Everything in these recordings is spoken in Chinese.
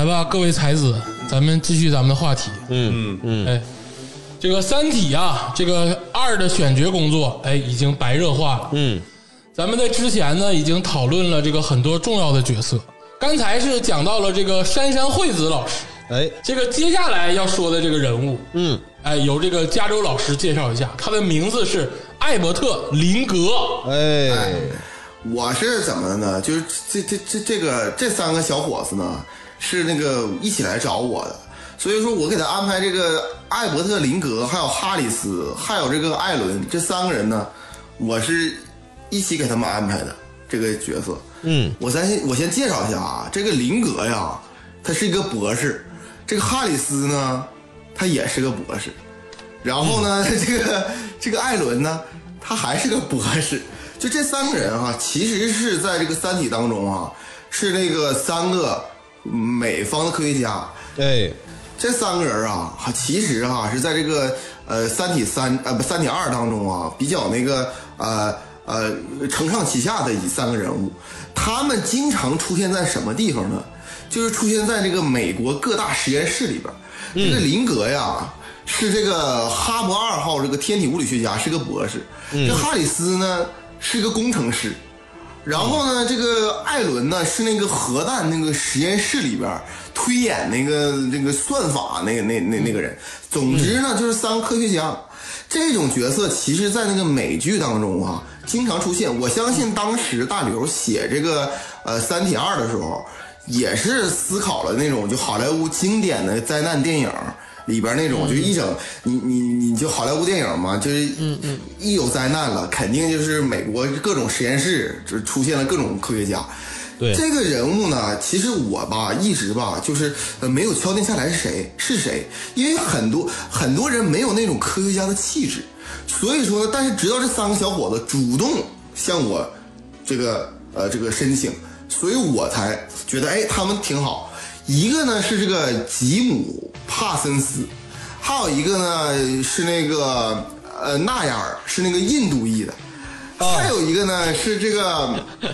来吧，各位才子，咱们继续咱们的话题。哎，这个《三体》啊，这个2的选角工作，哎，已经白热化了。咱们在之前呢，已经讨论了这个很多重要的角色。刚才是讲到了这个杉山惠子老师， 哎， 这个接下来要说的这个人物，哎，由这个加州老师介绍一下，他的名字是艾伯特·林格。 哎， 我是怎么的呢？就是这3个小伙子呢，是那个一起来找我的，所以说我给他安排这个艾伯特·林格，还有哈里斯，还有这个艾伦这3个人呢，我是一起给他们安排的这个角色。我先介绍一下啊，这个林格呀，他是一个博士，这个哈里斯呢，他也是个博士，然后呢，这个艾伦呢，他还是个博士。就这3个人啊，其实是在这个《三体》当中啊，是那个3个美方的科学家。 哎， 这3个人啊，其实是在这个《三体3》《三体2》当中啊，比较那个承上启下的3个人物。他们经常出现在什么地方呢？就是出现在这个美国各大实验室里边。这个林格呀，是这个哈勃2号这个天体物理学家，是个博士。这哈里斯呢，是个工程师。然后呢，这个艾伦呢，是那个核弹那个实验室里边推演那个算法那个人。总之呢，就是3个科学家。这种角色其实在那个美剧当中啊经常出现。我相信当时大刘写这个三体2的时候，也是思考了那种就好莱坞经典的灾难电影里边那种，就一整你就好莱坞电影嘛，就是一有灾难了，肯定就是美国各种实验室就出现了各种科学家。对这个人物呢，其实我吧一直吧就是没有敲定下来是谁，因为很多人没有那种科学家的气质，所以说呢，但是直到这3个小伙子主动向我这个申请，所以我才觉得他们挺好。一个呢是这个吉姆帕森斯，还有一个呢是那个纳亚尔，是那个印度裔的。还有一个呢是这个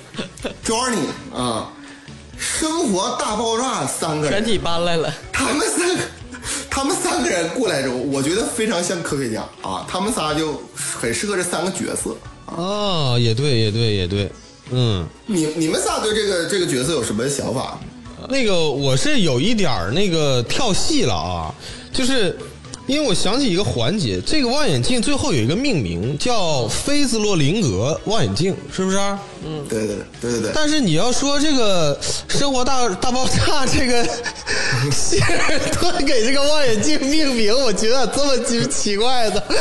Johnny 啊，生活大爆炸3个人全体搬来了。 他们三个人过来之后，我觉得非常像科学家啊，他们仨就很适合这3个角色啊。也对。 你们仨对这个角色有什么想法？ 那个我是有一点那个跳戏了啊，就是因为我想起一个环节，这个望远镜最后有一个命名叫菲兹罗林格望远镜，是不是？ 对。 但是你要说这个生活大爆炸这个希尔顿给这个望远镜命名，我觉得这么奇怪的。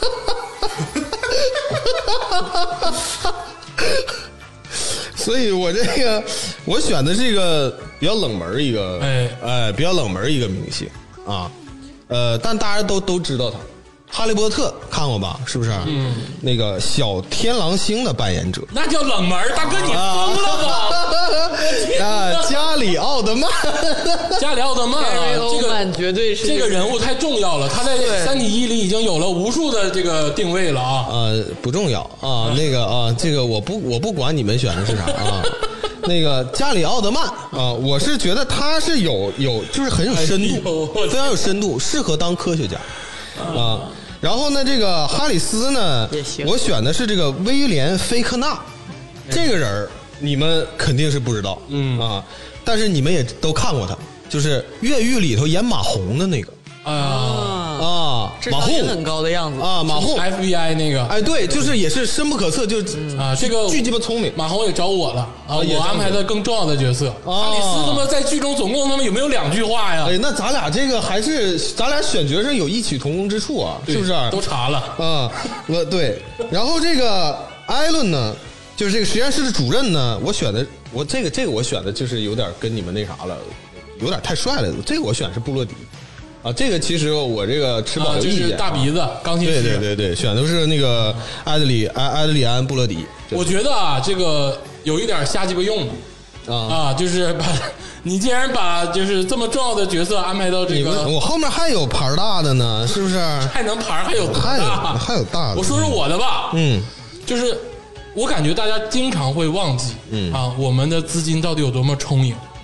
所以我选的是一个比较冷门一个，比较冷门一个明星啊，但大家都知道他，哈利波特看过吧？是不是？那个小天狼星的扮演者， 那叫冷门，大哥你疯了吧？ 加里奥德曼， 加里奥德曼啊，这个绝对是这个人物太重要了，他在《三体1》里已经有了无数的这个定位了啊。 不重要啊，那个啊，这个我不管你们选的是啥啊。那个加里奥德曼啊，我是觉得他是有就是很有深度，非常有深度，适合当科学家啊。然后呢，这个哈里斯呢，我选的是这个威廉·菲克纳，这个人你们肯定是不知道，但是你们也都看过他，就是越狱里头演马洪的那个马洪很高的样子啊，马洪 FBI 那个， 对，就是也是深不可测，就这个巨鸡巴聪明。 马洪也找我了啊，我安排的更重要的角色。哈里斯他妈在剧中总共他妈有没有2句话呀？ 那咱俩这个还是咱俩选角是有异曲同工之处啊，是不是？ 都查了啊，对。然后这个艾伦呢，就是这个实验室的主任呢，我选的这个我选的就是有点跟你们那啥了，有点太帅了。这个我选是布洛迪。这个其实我这个吃饱有意见， 就是大鼻子钢琴师， 对，选的是那个埃德里安布洛迪。 我觉得这个有一点瞎鸡巴用就是你既然把就是这么重要的角色安排到这个， 我后面还有牌大的呢，是不是？ 还能牌还有大的。 我说说我的吧，就是我感觉大家经常会忘记我们的资金到底有多么充盈。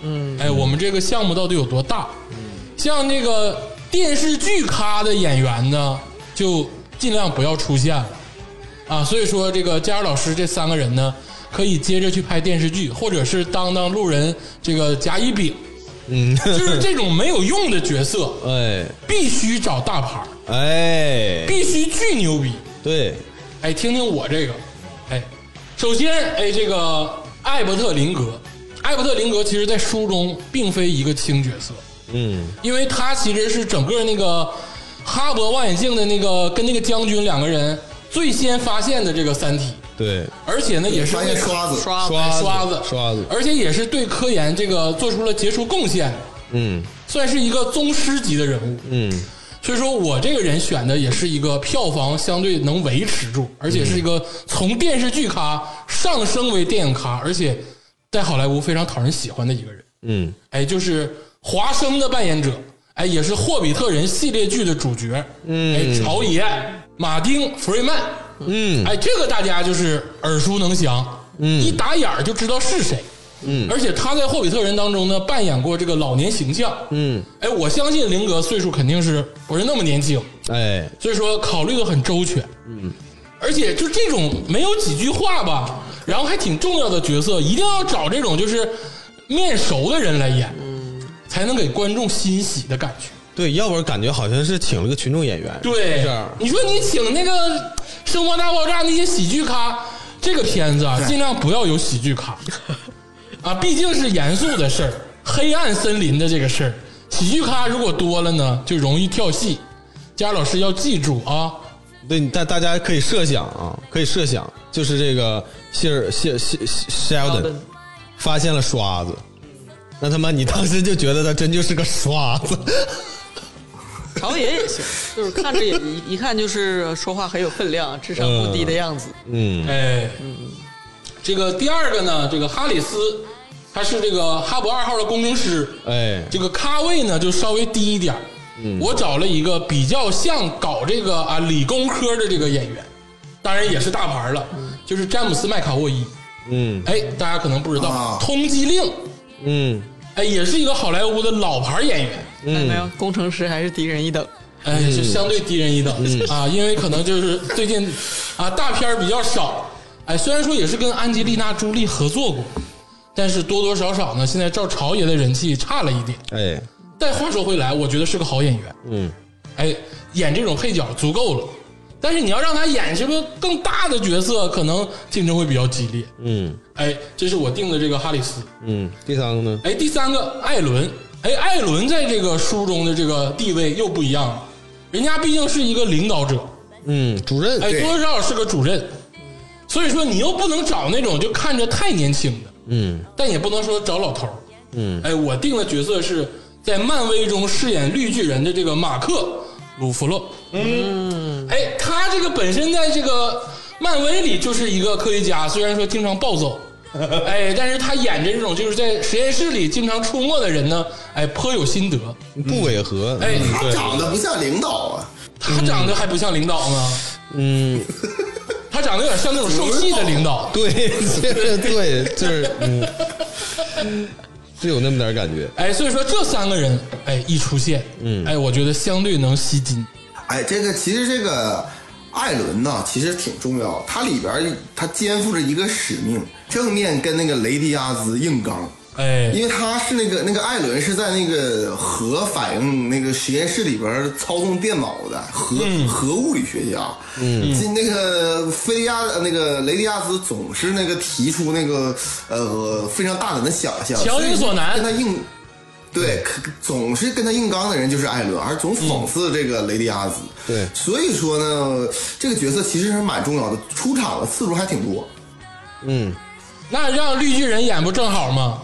我们这个项目到底有多大？像这个电视剧咖的演员呢，就尽量不要出现了啊。所以说，这个佳儿老师这3个人呢，可以接着去拍电视剧，或者是当路人这个甲乙丙。就是这种没有用的角色，必须找大牌，必须巨牛逼。 对， 听听我这个，首先，这个艾伯特林格其实在书中并非一个轻角色，因为他其实是整个那个哈勃望远镜的那个跟那个将军2个人最先发现的这个三体。 对， 而且呢，也是为刷子， 而且也是对科研这个做出了杰出贡献，算是一个宗师级的人物，所以说我这个人选的也是一个票房相对能维持住，而且是一个从电视剧咖上升为电影咖，而且在好莱坞非常讨人喜欢的一个人，就是华生的扮演者，也是霍比特人系列剧的主角，朝爷马丁·弗瑞曼。这个大家就是耳熟能详，一打眼就知道是谁，而且他在霍比特人当中呢扮演过这个老年形象，我相信林格岁数肯定是不是那么年轻，所以说考虑的很周全，而且就这种没有几句话吧，然后还挺重要的角色，一定要找这种就是面熟的人来演，才能给观众欣喜的感觉。 对，要不然感觉好像是请了个群众演员。 对，你说你请那个《生活大爆炸》那些喜剧咖，这个片子啊，尽量不要有喜剧咖啊，毕竟是严肃的事儿，黑暗森林的这个事儿，喜剧咖如果多了呢，就容易跳戏。佳老师要记住啊。 对，大家可以设想啊，就是这个Sheldon 发现了刷子，那他妈你当时就觉得他真就是个刷子。 朝野也行，就是看着也一看就是说话很有分量，智商不低的样子。 这个第二个呢，这个哈里斯，他是这个哈勃2号的工程师，这个咖位呢就稍微低一点。我找了一个比较像搞这个理工科的这个演员，当然也是大牌了，就是詹姆斯·麦卡沃伊。大家可能不知道，通缉令，也是一个好莱坞的老牌演员。 看到没有，工程师还是低人一等。 是相对低人一等啊，因为可能就是最近大片比较少。虽然说也是跟安吉丽娜·朱莉合作过，但是多多少少呢，现在照朝爷的人气差了一点。但话说回来，我觉得是个好演员。演这种配角足够了。但是你要让他演什么更大的角色，可能竞争会比较激烈。这是我定的这个哈里斯。 第三个呢？ 第三个艾伦。艾伦在这个书中的这个地位又不一样了，人家毕竟是一个领导者， 主任， 多多少少是个主任，所以说你又不能找那种就看着太年轻的，但也不能说找老头儿，我定的角色是在漫威中饰演绿巨人的这个马克·鲁弗洛，他这个本身在这个漫威里就是一个科学家，虽然说经常暴走。但是他演着这种就是在实验室里经常出没的人呢，颇有心得， 不违和。 他长得不像领导啊， 他长得还不像领导呢。他长得有点像那种受气的领导。 对，就是是有那么点感觉。 所以说这3个人，一出现，我觉得相对能吸金。 这个其实这个艾伦呢，其实挺重要，他里边他肩负着一个使命，正面跟那个雷迪亚兹硬刚。因为他是那个艾伦是在那个核反应那个实验室里边操纵电脑的核物理学家。那个雷迪亚兹总是那个提出那个非常大胆的想象， 强人所难， 跟他硬。对，总是跟他硬刚的人就是艾伦，而总讽刺这个雷迪亚兹。 对， 所以说呢，这个角色其实是蛮重要的，出场的次数还挺多。 那让绿巨人演不正好吗？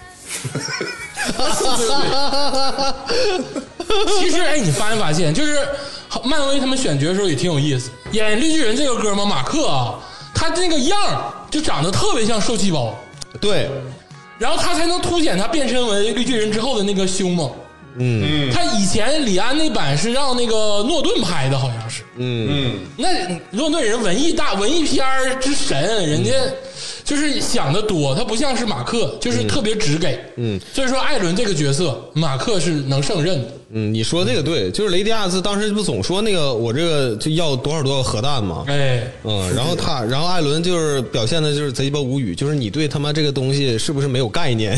其实你发现就是漫威他们选角的时候也挺有意思，演绿巨人这个哥们马克他那个样就长得特别像受气包。 对。 然后他才能凸显他变身为绿巨人之后的那个凶猛。 他以前李安那版是让那个诺顿拍的，好像是。那诺顿人文艺片之神，人家就是想得多，他不像是马克，就是特别直给。所以说艾伦这个角色，马克是能胜任的。 你说这个对，就是雷迪亚斯当时不总说那个我这个就要多少核弹嘛，然后艾伦就是表现的就是贼鸡巴无语，就是你对他妈这个东西是不是没有概念？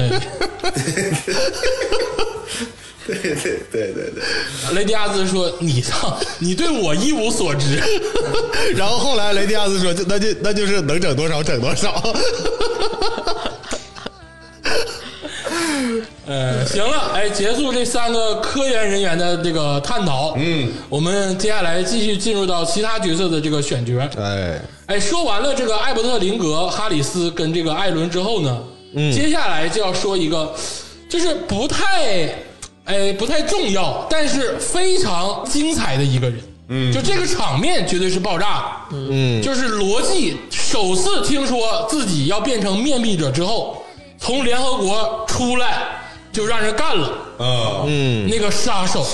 对， 雷迪亚斯说你对我一无所知， 然后后来雷迪亚斯说那就是能整多少整多少。 行了，结束这3个科研人员的这个探讨，我们接下来继续进入到其他角色的这个选角。说完了这个艾伯特·林格、哈里斯跟这个艾伦之后呢，接下来就要说一个，就是不太重要，但是非常精彩的一个人。就这个场面绝对是爆炸。就是罗辑首次听说自己要变成面壁者之后，从联合国出来就让人干了。那个杀手，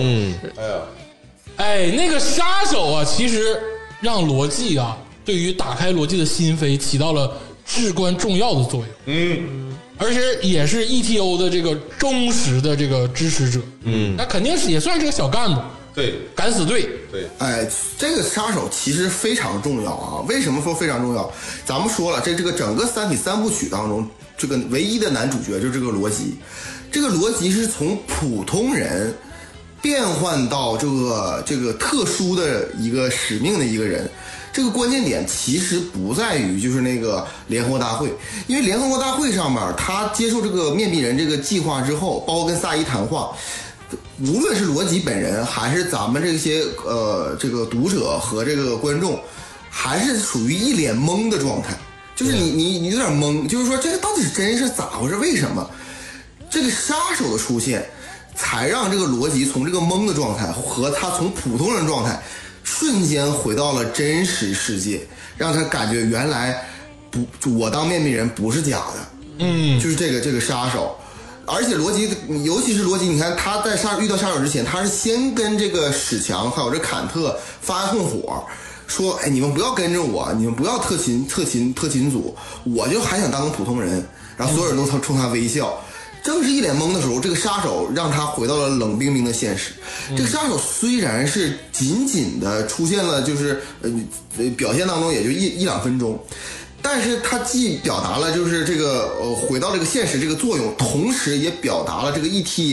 那个杀手啊，其实让罗辑啊，对于打开罗辑的心扉起到了至关重要的作用。而且也是 ETO 的这个忠实的这个支持者。那肯定是也算是个小干部。 对， 敢死队。 对， 这个杀手其实非常重要啊。为什么说非常重要？咱们说了，这个整个三体3部曲当中，这个唯一的男主角就是这个罗辑。这个罗辑是从普通人变换到这个特殊的一个使命的一个人。这个关键点其实不在于就是那个联合国大会，因为联合国大会上面他接受这个面壁人这个计划之后，包括跟萨伊谈话，无论是罗辑本人还是咱们这些这个读者和这个观众，还是属于一脸懵的状态，就是你有点懵，就是说这个到底是真是咋回事？为什么这个杀手的出现才让这个罗辑从这个懵的状态和他从普通人状态瞬间回到了真实世界，让他感觉原来我当面壁人不是假的。就是这个杀手。而且罗辑，尤其是罗辑，你看他在遇到杀手之前，他是先跟这个史强还有这坎特发通火，说你们不要跟着我，你们不要特勤组，我就还想当个普通人。然后所有人都冲他微笑。正是一脸懵的时候，这个杀手让他回到了冷冰冰的现实。这个杀手虽然是仅仅的出现了，就是表现当中也就一两分钟，但是他既表达了就是这个回到这个现实这个作用，同时也表达了这个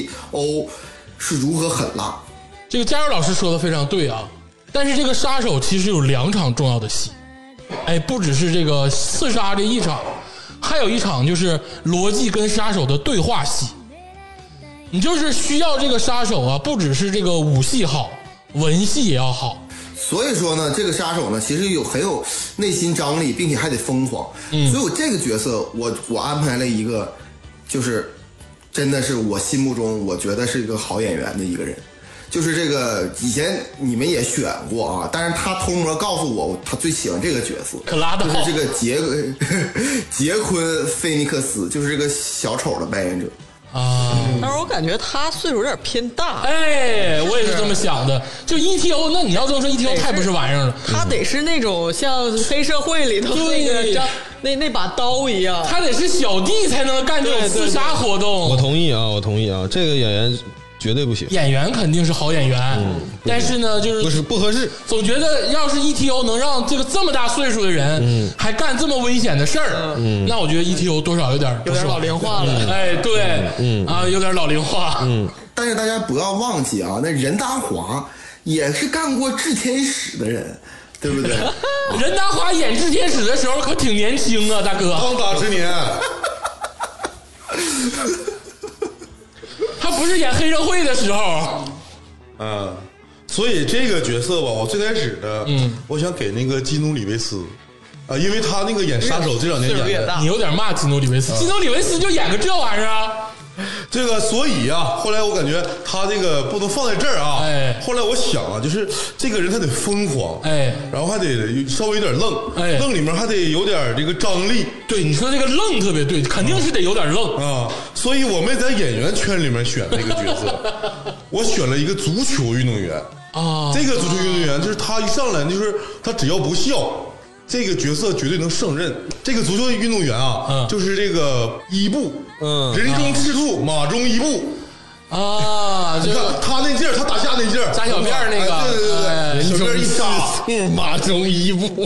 ETO 是如何狠辣。 这个加入老师说的非常对啊，但是这个杀手其实有2场重要的戏，不只是这个刺杀这一场，还有一场就是罗辑跟杀手的对话戏。你就是需要这个杀手啊，不只是这个武戏好，文戏也要好。 所以说呢，这个杀手呢，其实很有内心张力，并且还得疯狂。所以我这个角色，我安排了一个，就是真的是我心目中我觉得是一个好演员的一个人，就是这个以前你们也选过啊，但是他偷摸告诉我，他最喜欢这个角色， 可拉倒， 就是这个杰昆·菲尼克斯，就是这个小丑的扮演者。 但是我感觉他岁数有点偏大。 我也是这么想的。就 ETO， 那你要这么说 ，ETO 太不是玩意儿了。 他得是那种像黑社会里头那把刀一样， 他得是小弟才能干这种刺杀活动。 我同意啊，这个演员绝对不行。 演员肯定是好演员，但是呢，就是不合适。 总觉得要是 ETO 能让这么大岁数的人，还干这么危险的事儿，那我觉得 ETO 多少有点老龄化了。 对，有点老龄化。 但是大家不要忘记啊，那任达华也是干过炽天使的人，对不对？ 任达华演炽天使的时候可挺年轻啊，大哥， 刚打10年。 他不是演黑社会的时候。 所以这个角色吧，我最开始的，我想给那个基努里维斯啊，因为他那个演杀手这2年演的， 你有点骂基努里维斯，基努里维斯就演个这玩意儿啊。 这个所以啊，后来我感觉他这个不能放在这儿啊。 哎， 后来我想啊，就是这个人他得疯狂， 哎， 然后还得稍微有点愣， 哎， 愣里面还得有点这个张力。 对，你说这个愣特别对，肯定是得有点愣啊。所以我没在演员圈里面选这个角色，我选了一个足球运动员啊。 这个足球运动员就是他一上来就是他只要不笑，这个角色绝对能胜任。这个足球运动员啊，就是这个伊布，人中赤兔，马中伊布啊。 你看他那劲儿，他打架那劲儿， 扎小辫儿那个， 对，小辫一扎，马中伊布，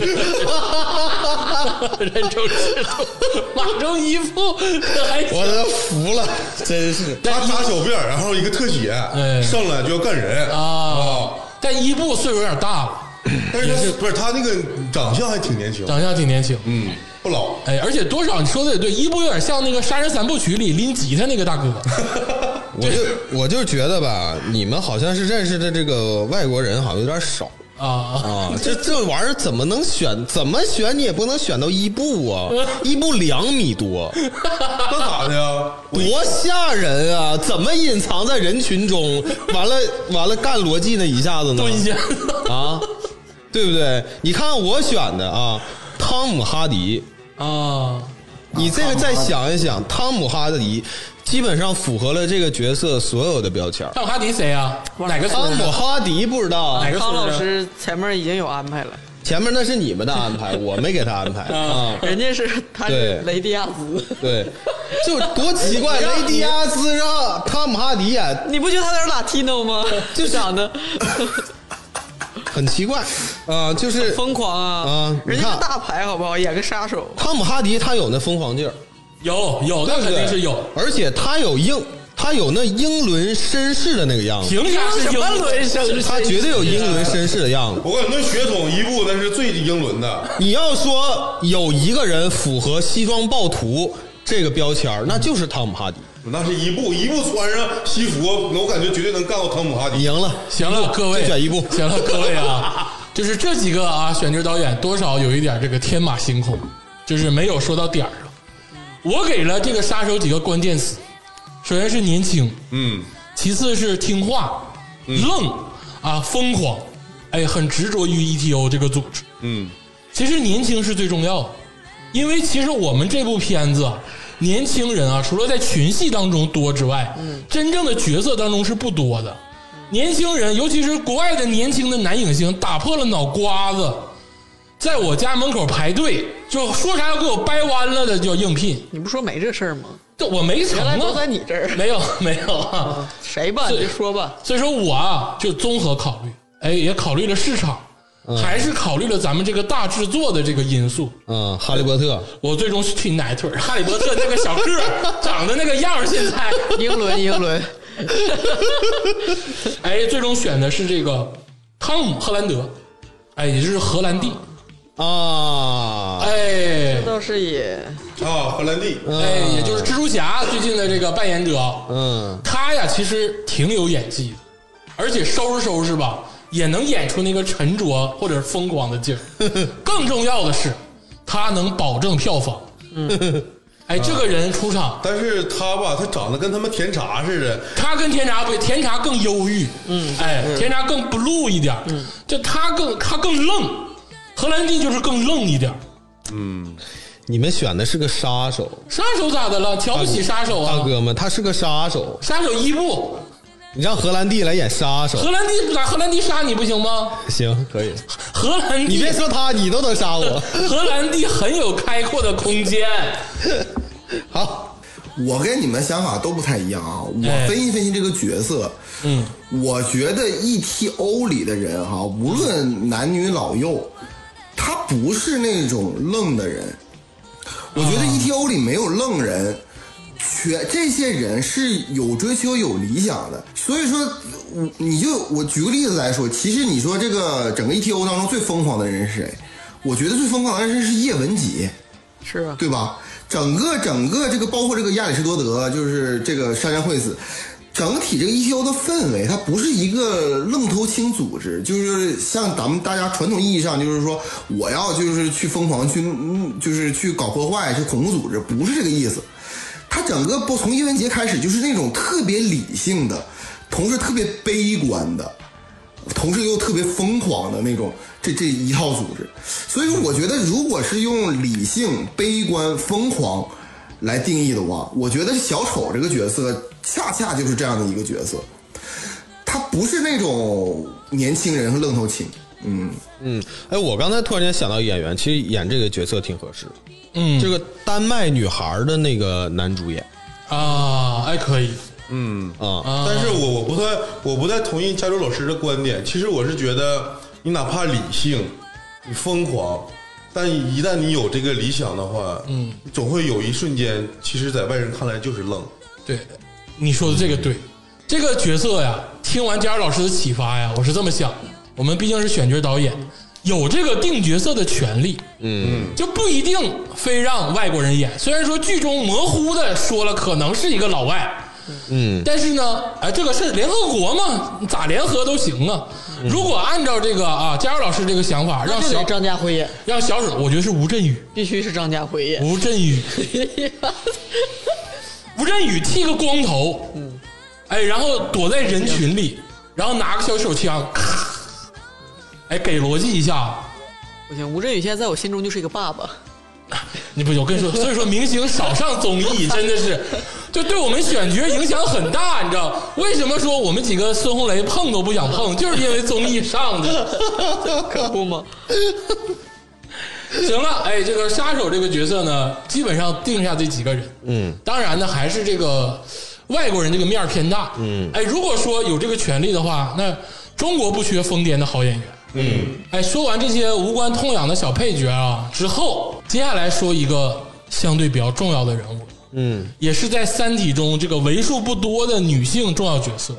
人中赤兔，马中伊布， 我都服了，真是。 他扎小辫儿，然后一个特写，上来就要干人啊。但伊布岁数有点大了。 但是不是他那个长相还挺年轻， 长相挺年轻， 不老。 哎，而且多少你说的也对，伊布有点像那个《杀人3部曲》里拎吉他那个大哥。 我就觉得吧，你们好像是认识的这个外国人好像有点少啊。这玩意儿怎么能选？怎么选你也不能选到伊布啊！伊布2米多， 那咋的呀？ 多吓人啊！怎么隐藏在人群中？完了，干逻辑呢一下子呢？ 蹲下啊！对不对？你看我选的啊，汤姆哈迪啊， 你这个再想一想，汤姆哈迪基本上符合了这个角色所有的标签。 汤姆哈迪谁啊？哪个？ 汤姆哈迪不知道， 哪个？ 汤老师前面已经有安排了， 前面那是你们的安排，我没给他安排啊。 人家是他是雷迪亚兹， 对，就多奇怪，雷迪亚兹让汤姆哈迪演， 你不觉得他有点拉蒂诺吗？就长得。 很奇怪啊，就是疯狂啊！人家是大牌好不好？演个杀手。 汤姆哈迪他有那疯狂劲儿， 有，那肯定是有， 而且他有那英伦绅士的那个样子。 凭啥是英伦绅士？ 他绝对有英伦绅士的样子。 我感觉那血统伊布那是最英伦的。 你要说有一个人符合西装暴徒这个标签，那就是汤姆哈迪。 那是伊布穿上西服，我感觉绝对能干到汤姆哈迪。 赢了， 行了，各位， 选伊布。 行了，各位啊，就是这几个啊，选角导演多少有一点这个天马行空，就是没有说到点儿上。我给了这个杀手几个关键词，首先是年轻，其次是听话，愣啊，疯狂，哎，很执着于 ETO 这个组织，其实年轻是最重要的，因为其实我们这部片子。年轻人啊，除了在群戏当中多之外，真正的角色当中是不多的。年轻人，尤其是国外的年轻的男影星，打破了脑瓜子，在我家门口排队，就说啥要给我掰弯了的就要应聘。 你不说没这事儿吗？ 这我没成啊， 原来都在你这儿。 没有啊， 谁吧？你就说吧。 所以说我啊，就综合考虑，哎，也考虑了市场。还是考虑了咱们这个大制作的这个因素。 哈利波特， 我最终是去奶腿。哈利波特那个小个儿长得那个样儿，现在英伦。 哎，最终选的是这个汤姆·赫兰德，哎，也就是荷兰弟啊， 哎， 这倒是也啊，荷兰弟， 哎，也就是蜘蛛侠最近的这个扮演者，他呀其实挺有演技的，而且收拾吧。也能演出那个沉着或者疯狂的劲儿，更重要的是，他能保证票房。哎，这个人出场， 但是他吧，他长得跟他们甜茶似的。 他跟甜茶不，甜茶更忧郁，甜茶更 blue 一点，就他更愣，荷兰弟就是更愣一点。 你们选的是个杀手， 杀手咋的了？瞧不起杀手啊， 大哥们，他是个杀手， 杀手伊布。 你让荷兰弟来演杀手， 荷兰弟杀你不行吗？ 行，可以。 荷兰弟， 你别说他，你都能杀我。 荷兰弟很有开阔的空间。 好，我跟你们想法都不太一样啊。我分析这个角色，我觉得 ETO 里的人哈，无论男女老幼，他不是那种愣的人。我觉得 ETO 里没有愣人。这些人是有追求有理想的，所以说我举个例子来说，其实你说这个整个 ETO 当中最疯狂的人是谁？我觉得最疯狂的人是叶文洁， 是啊， 对吧？整个这个包括这个亚里士多德，就是这个山山惠子，整体这个 ETO 的氛围，它不是一个愣头青组织，就是像咱们大家传统意义上，就是说我要就是去疯狂去就是去搞破坏，去恐怖组织，不是这个意思。 他整个从叶文洁开始就是那种特别理性的，同时特别悲观的，同时又特别疯狂的那种这一套组织。所以说我觉得如果是用理性、悲观、疯狂来定义的话，我觉得小丑这个角色恰恰就是这样的一个角色，他不是那种年轻人和愣头青。 哎，我刚才突然间想到演员，其实演这个角色挺合适。这个丹麦女孩的那个男主演啊，哎，可以。 但是我不太同意加州老师的观点。其实我是觉得，你哪怕理性，你疯狂，但一旦你有这个理想的话，总会有一瞬间，其实在外人看来就是愣。 对，你说的这个对，这个角色呀，听完加州老师的启发呀，我是这么想的。我们毕竟是选角导演，有这个定角色的权利，就不一定非让外国人演。虽然说剧中模糊的说了可能是一个老外，但是呢，哎，这个是联合国嘛，咋联合都行啊。如果按照这个加州老师这个想法，让张家辉演， 让小丑，我觉得是吴镇宇， 必须是张家辉演。 吴镇宇，吴镇宇剃个光头，哎，然后躲在人群里，然后拿个小手枪，咔。哎，给逻辑一下， 不行，吴镇宇现在在我心中就是一个爸爸。 你不，我跟你说，所以说明星少上综艺，真的是，就对我们选角影响很大，你知道？为什么说我们几个孙红雷碰都不想碰，就是因为综艺上的， 可不吗？ 行了，哎，这个杀手这个角色呢，基本上定下这几个人，当然呢，还是这个外国人这个面偏大，哎，如果说有这个权利的话，那中国不缺疯癫的好演员。哎，说完这些无关痛痒的小配角之后，接下来说一个相对比较重要的人物，也是在《三体》中这个为数不多的女性重要角色，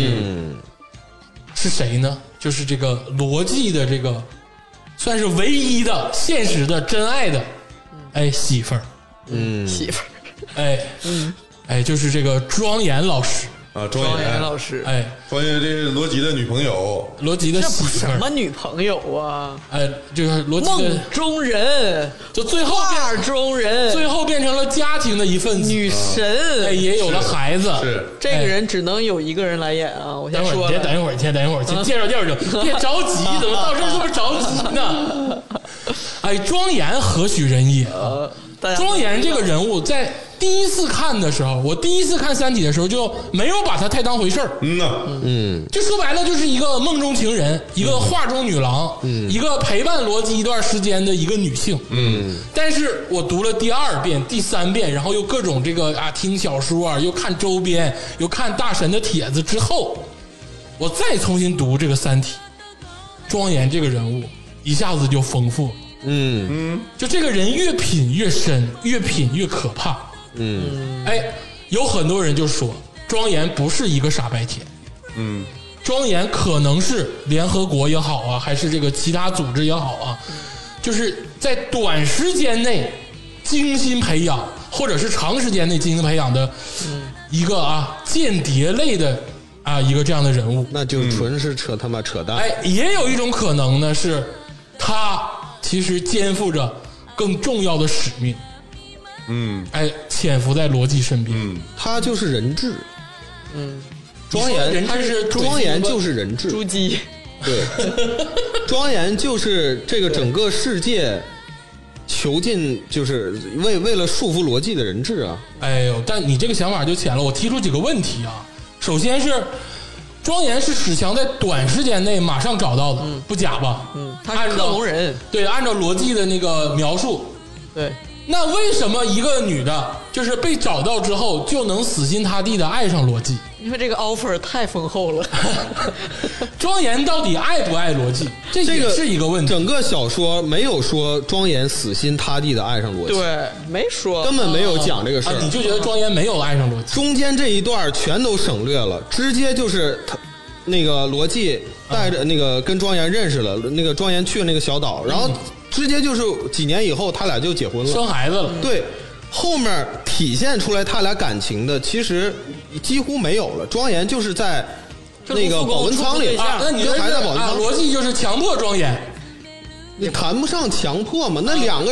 是谁呢？就是这个罗辑的这个算是唯一的现实的真爱的，哎，媳妇儿， 媳妇儿，哎，就是这个庄严老师。 庄严老师， 哎， 庄严这是罗辑的女朋友， 罗辑的媳妇儿， 什么女朋友啊？ 哎，这个罗辑的梦中人， 就最后画中人， 最后变成了家庭的一份子， 女神， 哎，也有了孩子。 是这个人只能有一个人来演啊！我先说了， 等一会儿，先介绍介绍，别着急，怎么到这儿这么着急呢？哎，庄严何许人也？庄严这个人物在第一次看的时候，我第一次看《三体》的时候就没有把他太当回事儿。就说白了就是一个梦中情人，一个画中女郎，一个陪伴罗辑一段时间的一个女性。但是我读了第二遍、第三遍，然后又各种这个听小说又看周边，又看大神的帖子之后，我再重新读这个《三体》，庄严这个人物一下子就丰富了。就这个人越品越深，越品越可怕。哎，有很多人就说庄严不是一个傻白甜，庄严可能是联合国也好还是这个其他组织也好就是在短时间内精心培养，或者是长时间内精心培养的一个间谍类的一个这样的人物， 那就纯是扯淡。 哎，也有一种可能呢，是他其实肩负着更重要的使命。哎，潜伏在罗辑身边。 他就是人质。庄严， 他是庄严就是人质。 猪鸡。 对，庄严就是这个整个世界囚禁，就是为了束缚罗辑的人质啊。 哎呦，但你这个想法就浅了。我提出几个问题首先是庄严是史强在短时间内马上找到的，不假吧？ 他是克隆人。 对，按照罗辑的那个描述， 对。 那为什么一个女的，就是被找到之后就能死心塌地的爱上罗辑？ 因为这个 offer 太丰厚了。 庄严到底爱不爱罗辑？这也是一个问题。 整个小说没有说庄严死心塌地的爱上罗辑， 对，没说， 根本没有讲这个事儿。 你就觉得庄严没有爱上罗辑？ 中间这一段全都省略了，直接就是他那个罗辑带着那个跟庄严认识了，那个庄严去了那个小岛，然后直接就是几年以后他俩就结婚了， 生孩子了。 对，后面体现出来他俩感情的其实几乎没有了。庄严就是在那个保温舱里那你还在保温舱， 逻辑就是强迫庄严， 你谈不上强迫嘛。那两个人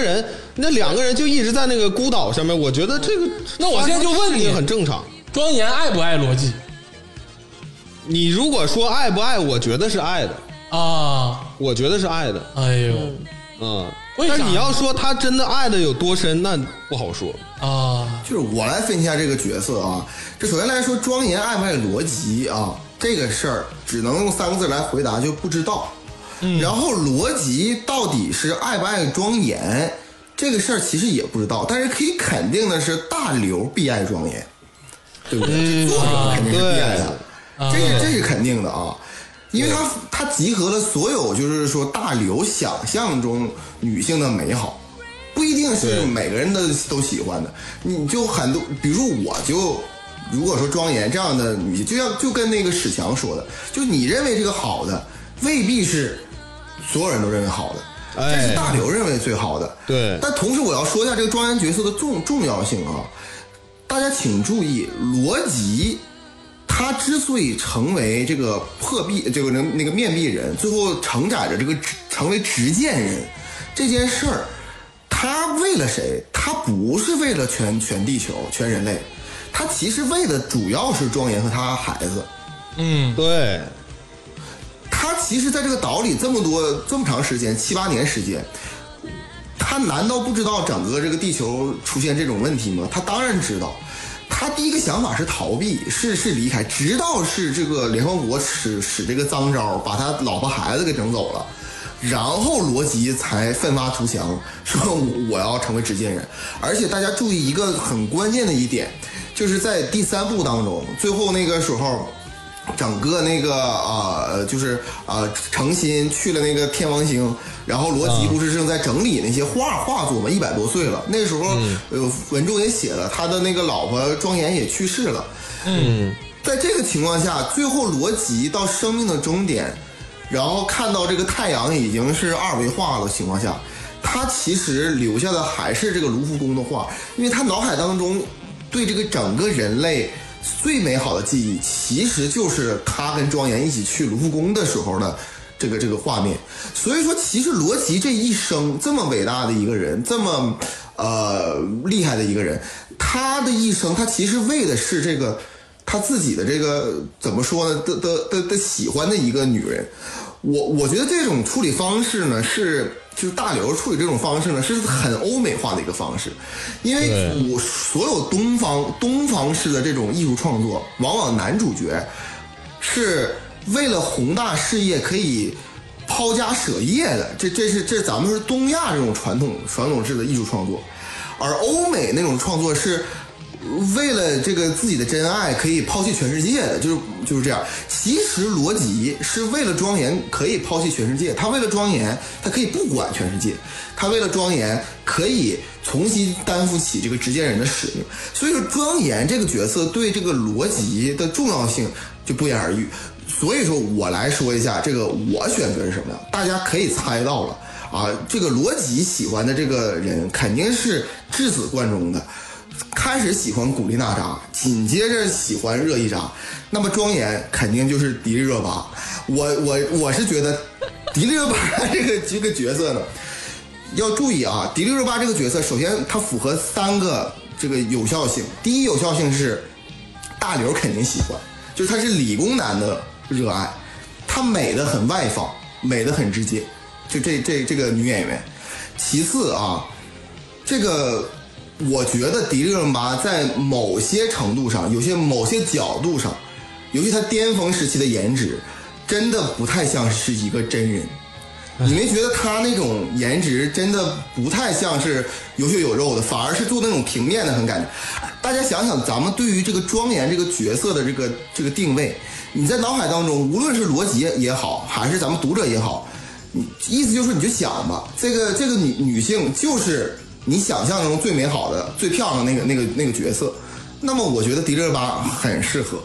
那两个人就一直在那个孤岛上面，我觉得这个， 那我现在就问你， 很正常。 庄严爱不爱罗辑？ 你如果说爱不爱，我觉得是爱的啊， 我觉得是爱的。 哎呦， 但是你要说他真的爱的有多深，那不好说啊。 就是我来分析一下这个角色啊，这首先来说，庄严爱不爱罗辑啊，这个事儿只能用3个字来回答，就不知道。然后罗辑到底是爱不爱庄严，这个事儿其实也不知道，但是可以肯定的是，大刘必爱庄严，对不对？作者肯定是必爱的，这是肯定的啊。因为他集合了所有就是说大刘想象中女性的美好，不一定是每个人都喜欢的。你就很多，比如我就如果说庄严这样的女性，就跟那个史强说的，就你认为这个好的，未必是所有人都认为好的，这是大刘认为最好的。 对。 但同时我要说一下这个庄严角色的重要性啊，大家请注意，罗辑他之所以成为这个破壁这个那个面壁人，最后承载着这个成为执剑人这件事儿，他为了谁？他不是为了全地球全人类，他其实为的主要是庄严和他孩子。 对。 他其实在这个岛里这么长时间，7、8年时间，他难道不知道整个这个地球出现这种问题吗？他当然知道。他第一个想法是逃避，是离开，直到是这个联合国使这个脏招，把他老婆孩子给整走了，然后罗辑才奋发图强，说我要成为执剑人。而且大家注意一个很关键的一点，就是在第3部当中，最后那个时候，整个那个诚心去了那个天王星，然后罗辑不是正在整理那些画作嘛，100多岁了。那时候文中也写了，他的那个老婆庄严也去世了。在这个情况下，最后罗辑到生命的终点，然后看到这个太阳已经是2维化的情况下，他其实留下的还是这个卢浮宫的画，因为他脑海当中对这个整个人类最美好的记忆，其实就是他跟庄严一起去卢浮宫的时候的这个画面。所以说，其实罗辑这一生这么伟大的一个人，这么厉害的一个人，他的一生，他其实为的是这个他自己的这个怎么说呢的喜欢的一个女人。我觉得这种处理方式呢，就是大刘处理这种方式呢，是很欧美化的一个方式。因为我所有东方式的这种艺术创作，往往男主角是为了宏大事业可以抛家舍业的，这咱们是东亚这种传统式的艺术创作，而欧美那种创作是为了这个自己的真爱可以抛弃全世界的，就是这样。其实罗辑是为了庄严可以抛弃全世界，他为了庄严他可以不管全世界，他为了庄严可以重新担负起这个执剑人的使命。所以说庄严这个角色对这个罗辑的重要性就不言而喻。所以说我来说一下这个我选择是什么样，大家可以猜到了啊，这个罗辑喜欢的这个人肯定是至死贯中的，开始喜欢古力娜扎，紧接着喜欢热依扎，那么庄严肯定就是迪丽热巴。我是觉得迪丽热巴这个角色呢，要注意啊，迪丽热巴这个角色，首先它符合3个这个有效性。第一有效性是大刘肯定喜欢，就是他是理工男的热爱，她美的很外放，美的很直接，就这个女演员。其次啊，这个我觉得迪丽热巴在某些程度上，某些角度上，尤其她巅峰时期的颜值，真的不太像是一个真人。你没觉得她那种颜值真的不太像是有血有肉的，反而是做那种平面的很感觉。大家想想，咱们对于这个庄严这个角色的这个定位，你在脑海当中，无论是罗辑也好，还是咱们读者也好，意思就是你就想吧，这个女性就是你想象中最美好的、最漂亮的那个角色。那么我觉得迪丽热巴很适合。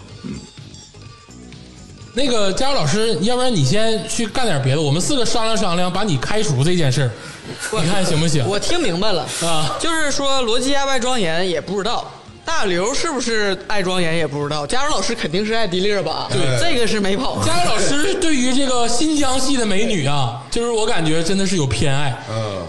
那个佳茹老师，要不然你先去干点别的，我们4个商量商量，把你开除这件事儿，你看行不行？ 我听明白了啊，就是说罗辑爱不爱庄严也不知道，大刘是不是爱庄严也不知道，佳茹老师肯定是爱迪丽热巴，对，这个是没跑。 佳茹老师对于这个新疆系的美女啊，就是我感觉真的是有偏爱，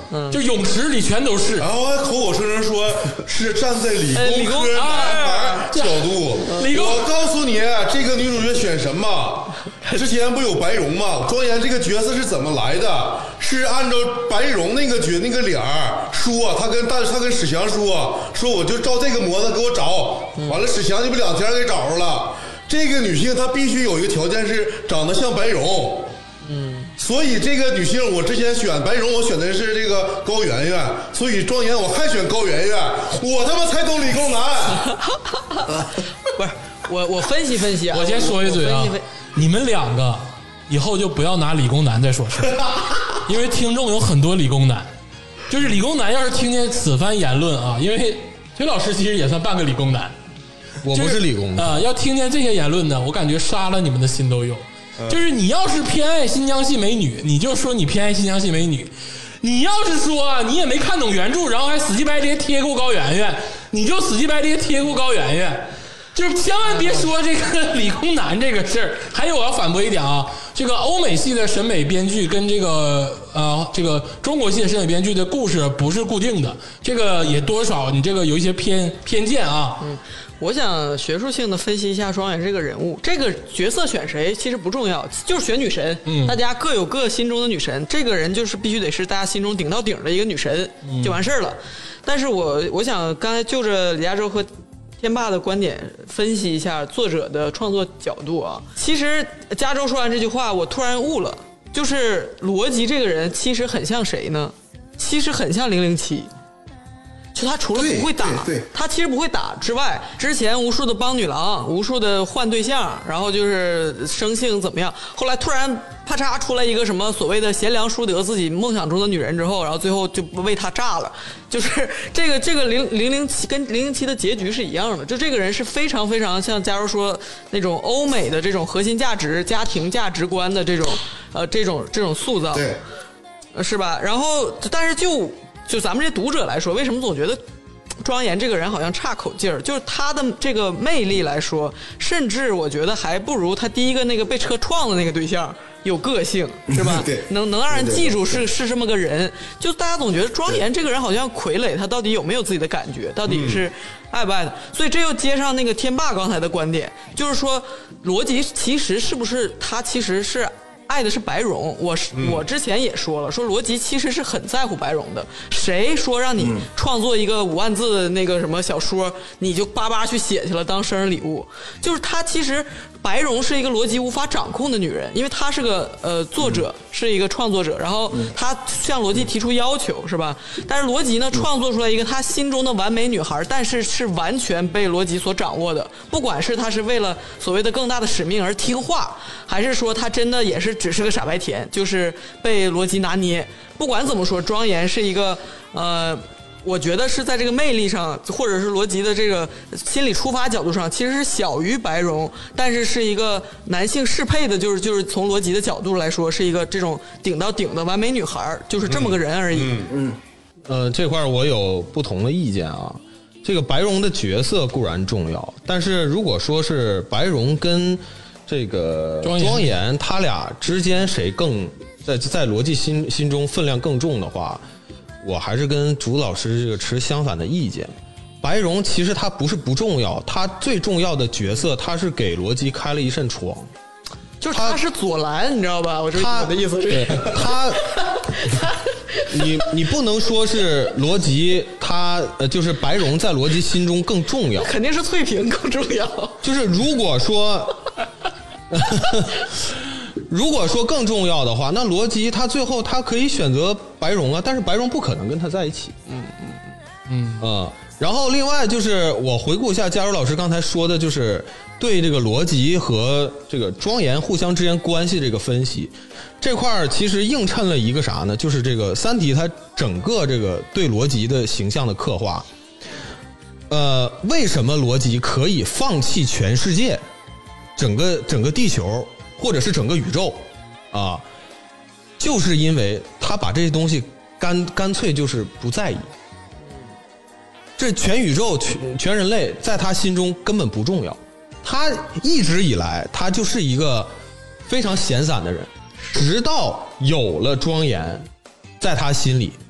就泳池里全都是。 然后还口口声声说是站在理工科男孩角度。我告诉你，这个女主角选什么？之前不有白蓉吗？庄严这个角色是怎么来的？是按照白蓉那个脸说，他跟史强说我就照这个模子给我找，完了史强就不2天给找着了。这个女性她必须有一个条件是长得像白蓉。所以这个女性我之前选白蓉，我选的是这个高圆圆，所以庄严我还选高圆圆，我他妈才懂理工男。 不是我分析分析啊， 我先说一嘴啊，你们2个以后就不要拿理工男再说事，因为听众有很多理工男，就是理工男要是听见此番言论啊，因为崔老师其实也算半个理工男， 我不是理工的要听见这些言论呢，我感觉杀了你们的心都有。就是你要是偏爱新疆系美女，你就说你偏爱新疆系美女；你要是说你也没看懂原著，然后还死鸡掰直接贴过高圆圆，你就死鸡掰直接贴过高圆圆。就是千万别说这个理工男这个事儿。还有我要反驳一点啊，这个欧美系的审美编剧跟这个中国系的审美编剧的故事不是固定的，这个也多少你这个有一些偏见啊。 我想学术性的分析一下庄严这个人物，这个角色选谁其实不重要，就是选女神。大家各有各心中的女神，这个人就是必须得是大家心中顶到顶的一个女神，就完事儿了。但是我想刚才就着李嘉洲和天霸的观点分析一下作者的创作角度啊。其实嘉洲说完这句话，我突然悟了，就是罗辑这个人其实很像谁呢？其实很像007。就他除了不会打，他其实不会打之外，之前无数的帮女郎，无数的换对象，然后就是生性怎么样，后来突然啪嚓出来一个什么所谓的贤良淑德自己梦想中的女人之后，然后最后就为他炸了。就是这个007跟007的结局是一样的，就这个人是非常非常像假如说那种欧美的这种核心价值家庭价值观的这种塑造， 对， 是吧？然后但是就咱们这读者来说，为什么总觉得庄严这个人好像差口劲儿？就是他的这个魅力来说，甚至我觉得还不如他第一个那个被车撞的那个对象有个性，是吧？ 对， 能让人记住是这么个人。就大家总觉得庄严这个人好像傀儡，他到底有没有自己的感觉？到底是爱不爱的？所以这又接上那个天霸刚才的观点，就是说逻辑其实是不是他其实是爱的是白蓉。我之前也说了，说罗辑其实是很在乎白蓉的。谁说让你创作一个5万字的那个什么小说，你就巴巴去写去了当生日礼物？就是他其实白蓉是一个罗辑无法掌控的女人，因为她是个作者，是一个创作者，然后她向罗辑提出要求，是吧？但是罗辑呢创作出来一个他心中的完美女孩，但是是完全被罗辑所掌握的。不管是他是为了所谓的更大的使命而听话，还是说他真的也是只是个傻白甜，就是被罗辑拿捏。不管怎么说，庄严是一个我觉得是在这个魅力上，或者是罗辑的这个心理出发角度上，其实是小于白蓉，但是是一个男性适配的，就是从罗辑的角度来说，是一个这种顶到顶的完美女孩，就是这么个人而已。 这块我有不同的意见啊。这个白蓉的角色固然重要，但是如果说是白蓉跟这个庄严他俩之间谁更在罗辑心中分量更重的话，我还是跟竹老师这个持相反的意见。白蓉其实她不是不重要，她最重要的角色，她是给罗辑开了一扇窗， 就是她是左蓝，你知道吧？我的意思是， 她你不能说是罗辑，她就是白蓉在罗辑心中更重要， 肯定是翠萍更重要。 就是如果说更重要的话，那罗辑他最后他可以选择白蓉啊，但是白蓉不可能跟他在一起。然后另外就是我回顾一下嘉柔老师刚才说的，就是对这个罗辑和这个庄严互相之间关系这个分析，这块其实映衬了一个啥呢？就是这个三体它整个这个对罗辑的形象的刻画。为什么罗辑可以放弃全世界，整个地球或者是整个宇宙啊？就是因为他把这些东西干脆就是不在意。这全宇宙全人类在他心中根本不重要，他一直以来他就是一个非常闲散的人，直到有了庄严在他心里，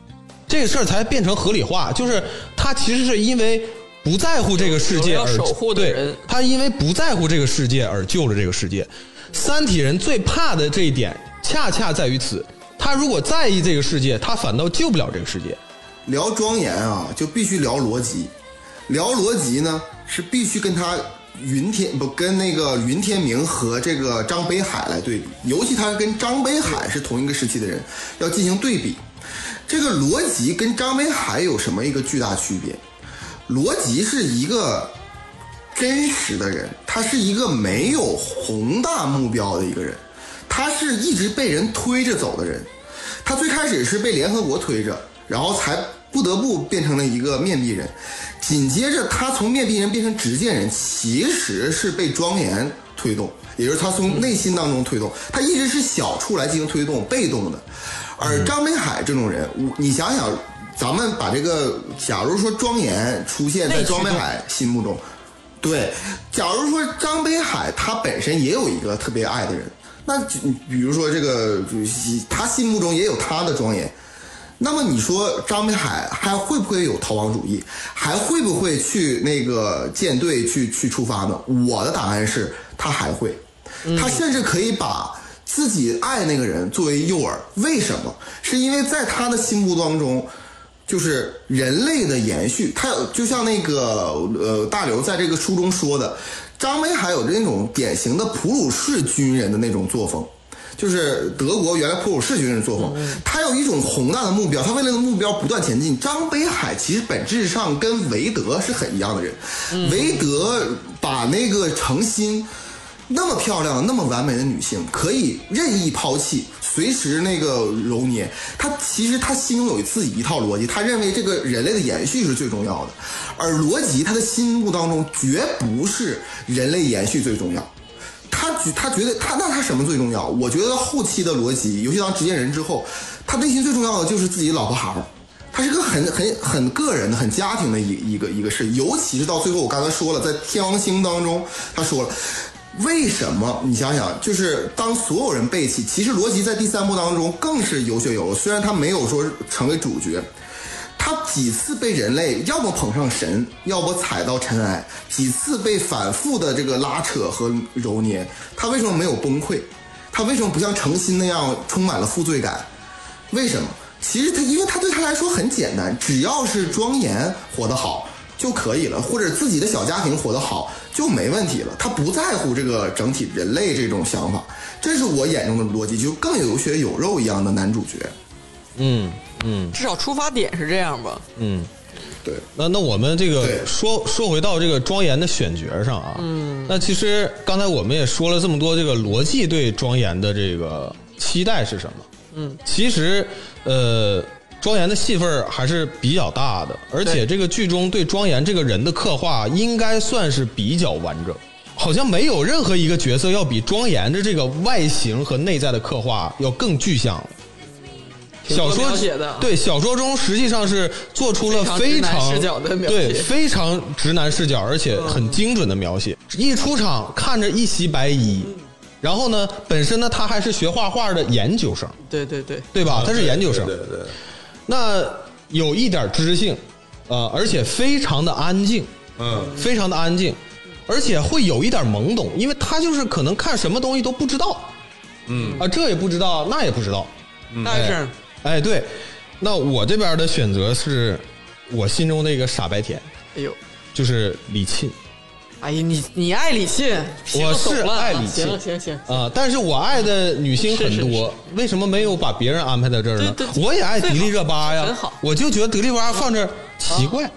这个事儿才变成合理化，就是他其实是因为不在乎这个世界而守护的人， 对，他因为不在乎这个世界而救了这个世界。三体人最怕的这一点恰恰在于此，他如果在意这个世界，他反倒救不了这个世界。 聊庄严啊，就必须聊逻辑，聊逻辑呢是必须跟他跟那个云天明和这个张北海来对比，尤其他跟张北海是同一个时期的人，要进行对比。这个罗辑跟张北海有什么一个巨大区别？罗辑是一个真实的人，他是一个没有宏大目标的一个人，他是一直被人推着走的人。他最开始是被联合国推着，然后才不得不变成了一个面壁人，紧接着他从面壁人变成执剑人，其实是被庄严推动，也就是他从内心当中推动，他一直是小处来进行推动，被动的。而张北海这种人，你想想，咱们把这个，假如说庄严出现在张北海心目中，对，假如说张北海他本身也有一个特别爱的人，那比如说这个他心目中也有他的庄严，那么你说张北海还会不会有逃亡主义，还会不会去那个舰队去出发呢？我的答案是他还会，他甚至可以把自己爱那个人作为诱饵。为什么？是因为在他的心目当中，就是人类的延续。他就像那个大刘在这个书中说的，张北海有那种典型的普鲁士军人的那种作风，就是德国原来普鲁士军人作风。他有一种宏大的目标，他为了目标不断前进。张北海其实本质上跟韦德是很一样的人，韦德把那个诚心那么漂亮那么完美的女性可以任意抛弃，随时那个揉捏，他其实他心中有自己一套逻辑，他认为这个人类的延续是最重要的，而罗辑他的心目当中绝不是人类延续最重要，他觉得他什么最重要？我觉得后期的罗辑，尤其当执剑人之后，他内心最重要的就是自己老婆孩儿，他是个很个人的、很家庭的一个事，尤其是到最后，我刚才说了，在天王星当中，他说了。为什么？你想想，就是当所有人背弃，其实罗辑在第3部当中更是有血有肉，虽然他没有说成为主角，他几次被人类要么捧上神，要么踩到尘埃，几次被反复的这个拉扯和揉捏，他为什么没有崩溃？他为什么不像诚心那样充满了负罪感？为什么？其实因为他对他来说很简单，只要是庄严活得好就可以了，或者自己的小家庭活得好就没问题了，他不在乎这个整体人类这种想法，这是我眼中的逻辑，就更有血有肉一样的男主角。 至少出发点是这样吧。 对。 那我们这个说回到这个庄严的选角上啊，那其实刚才我们也说了这么多，这个罗辑对庄严的这个期待是什么？其实庄严的戏份还是比较大的，而且这个剧中对庄严这个人的刻画应该算是比较完整，好像没有任何一个角色要比庄严的这个外形和内在的刻画要更具象。小说对小说中实际上是做出了非常视角的描写， 对非常直男视角，而且很精准的描写。一出场看着一袭白衣，然后呢，本身呢他还是学画画的研究生，对吧？他是研究生，对。那有一点知性，而且非常的安静，非常的安静，而且会有一点懵懂，因为他就是可能看什么东西都不知道，这也不知道，那也不知道， 大声， 对。那我这边的选择是我心中的一个傻白甜，就是李沁。 哎呀，你爱李沁， 我是爱李沁， 行但是我爱的女星很多，为什么没有把别人安排在这儿呢？我也爱迪丽热巴呀，我就觉得迪丽热巴放这儿奇怪。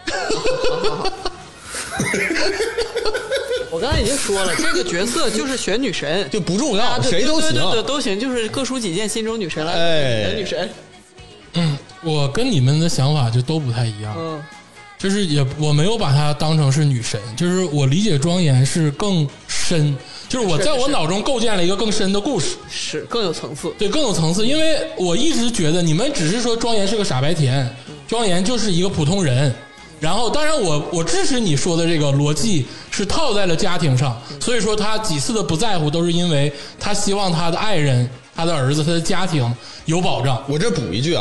我刚才已经说了，这个角色就是选女神， 就不重要，谁都行， 对，都行，就是各抒己见，心中女神来选女神。 我跟你们的想法就都不太一样。就是我没有把它当成是女神，就是我理解庄严是更深，就是我在我脑中构建了一个更深的故事， 是更有层次， 对，更有层次。因为我一直觉得你们只是说庄严是个傻白甜，庄严就是一个普通人。然后当然我支持你说的这个逻辑是套在了家庭上，所以说他几次的不在乎都是因为他希望他的爱人、他的儿子、他的家庭有保障。 我这补一句啊，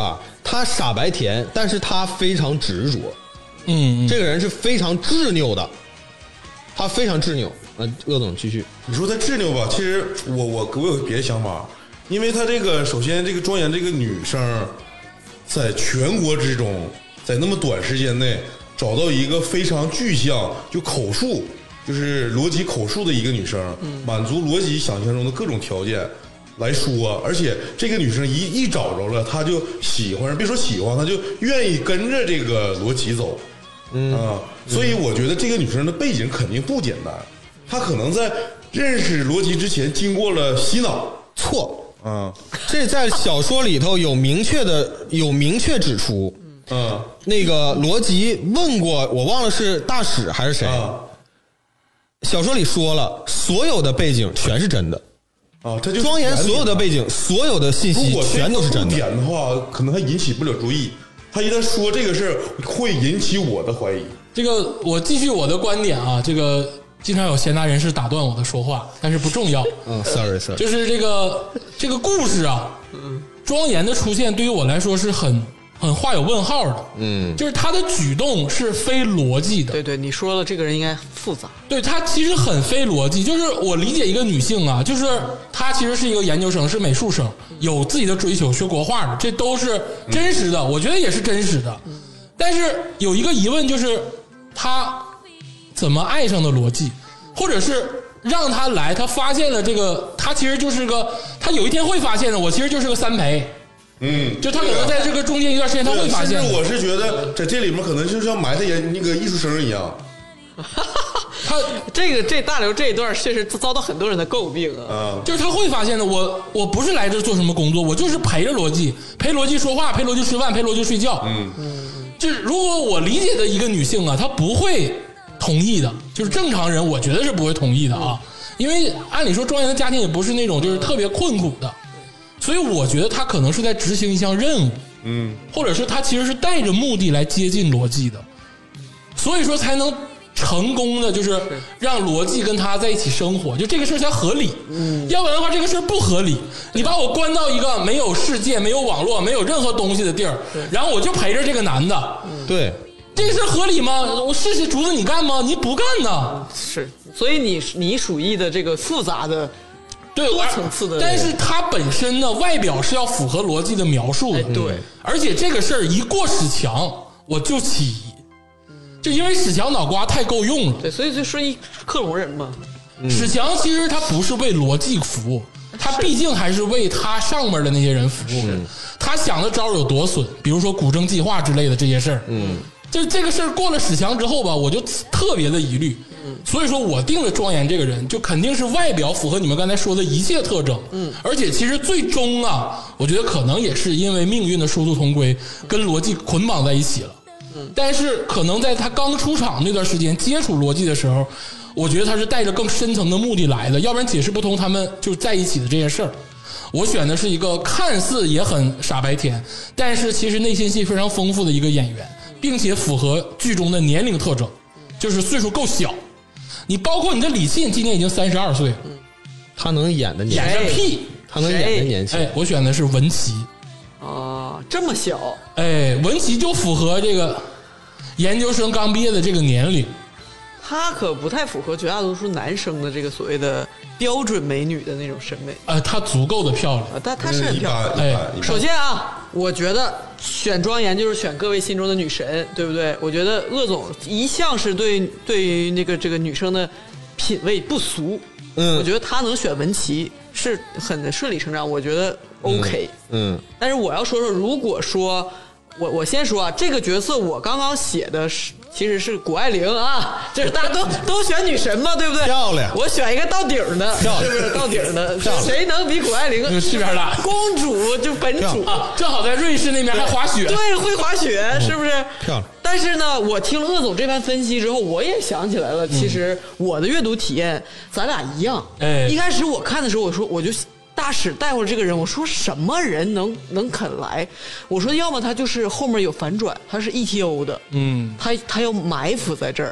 他傻白甜，但是他非常执着。这个人是非常执拗的，他非常执拗。鄂总继续。 你说他执拗吧，其实我有别的想法，因为他这个首先这个庄严这个女生，在全国之中，在那么短时间内找到一个非常具象就口述，就是逻辑口述的一个女生，满足逻辑想象中的各种条件来说，而且这个女生一找着了，她就喜欢，别说喜欢，她就愿意跟着这个逻辑走。所以我觉得这个女生的背景肯定不简单，她可能在认识逻辑之前经过了洗脑。 错，这在小说里头有明确指出。那个逻辑问过，我忘了是大使还是谁。小说里说了，所有的背景全是真的。 这就庄严所有的背景，所有的信息全都是真的。 如果点的话，可能还引起不了注意。他一旦说这个事儿，会引起我的怀疑。 这个我继续我的观点啊，这个经常有闲杂人士打断我的说话，但是不重要。 sorry， 就是这个故事啊，庄严的出现对于我来说是很画有问号的。就是他的举动是非逻辑的。 对，你说了，这个人应该复杂。对， 他其实很非逻辑。就是我理解一个女性啊，就是她其实是一个研究生，是美术生，有自己的追求，学国画的，这都是真实的，我觉得也是真实的。但是有一个疑问，就是她怎么爱上的逻辑，或者是让她来，她发现了这个，她其实就是她有一天会发现的，我其实就是个三陪。就他可能在这个中间一段时间他会发现。 甚至我是觉得在这里面可能就是要埋汰那个艺术生一样。 他这大刘这一段确实遭到很多人的诟病啊。 就是他会发现的，我不是来这做什么工作，我就是陪着逻辑说话，陪逻辑吃饭，陪逻辑睡觉。就是如果我理解的一个女性啊，她不会同意的，就是正常人我觉得是不会同意的啊，因为按理说庄严的家庭也不是那种就是特别困苦的。所以我觉得他可能是在执行一项任务，或者是他其实是带着目的来接近逻辑的，所以说才能成功的就是让逻辑跟他在一起生活，就这个事才合理。要不然的话这个事不合理，你把我关到一个没有世界、没有网络、没有任何东西的地儿，然后我就陪着这个男的， 对， 这个事合理吗？我是竹子你干吗？你不干呢？ 是，所以你属意的这个复杂的。 对， 多层次的， 但是它本身呢，外表是要符合逻辑的描述的。 对， 而且这个事儿一过史强，我就起疑，就因为史强脑瓜太够用了。 对，所以就说一克隆人嘛。 史强其实他不是为逻辑服务，他毕竟还是为他上面的那些人服务。他想的招有多损，比如说古筝计划之类的这些事儿。就这个事儿过了史强之后吧，我就特别的疑虑。所以说我定了庄严这个人，就肯定是外表符合你们刚才说的一切特征。而且其实最终啊，我觉得可能也是因为命运的殊途同归，跟逻辑捆绑在一起了。但是可能在他刚出场那段时间接触逻辑的时候，我觉得他是带着更深层的目的来的，要不然解释不通他们就在一起的这件事儿。我选的是一个看似也很傻白甜，但是其实内心戏非常丰富的一个演员，并且符合剧中的年龄特征，就是岁数够小。你包括你的李沁今年已经32岁了， 他能演的年轻， 演个屁， 他能演的年轻。 我选的是文琪。 这么小， 文琪就符合这个研究生刚毕业的这个年龄。 她可不太符合绝大多数男生的这个所谓的标准美女的那种审美。 她足够的漂亮， 但她是很漂亮。首先啊，我觉得选庄严就是选各位心中的女神，对不对？我觉得鄂总一向是对于这个女生的品味不俗。我觉得他能选文琪是很顺理成章，我觉得 OK。但是我要说，如果说我先说啊，这个角色我刚刚写的其实是谷爱凌啊，就是大家都选女神嘛，对不对？ 漂亮， 我选一个到顶的，是不是到顶的？谁能比谷爱凌是边大？ 公主就本主啊，正好在瑞士那边还滑雪， 对，会滑雪，是不是？ 漂亮。但是呢，我听了鄂总这番分析之后，我也想起来了，其实我的阅读体验咱俩一样。一开始我看的时候，我就大使带回这个人，我说什么人能肯来？我说要么他就是后面有反转，他是 ETO 的，他要埋伏在这儿。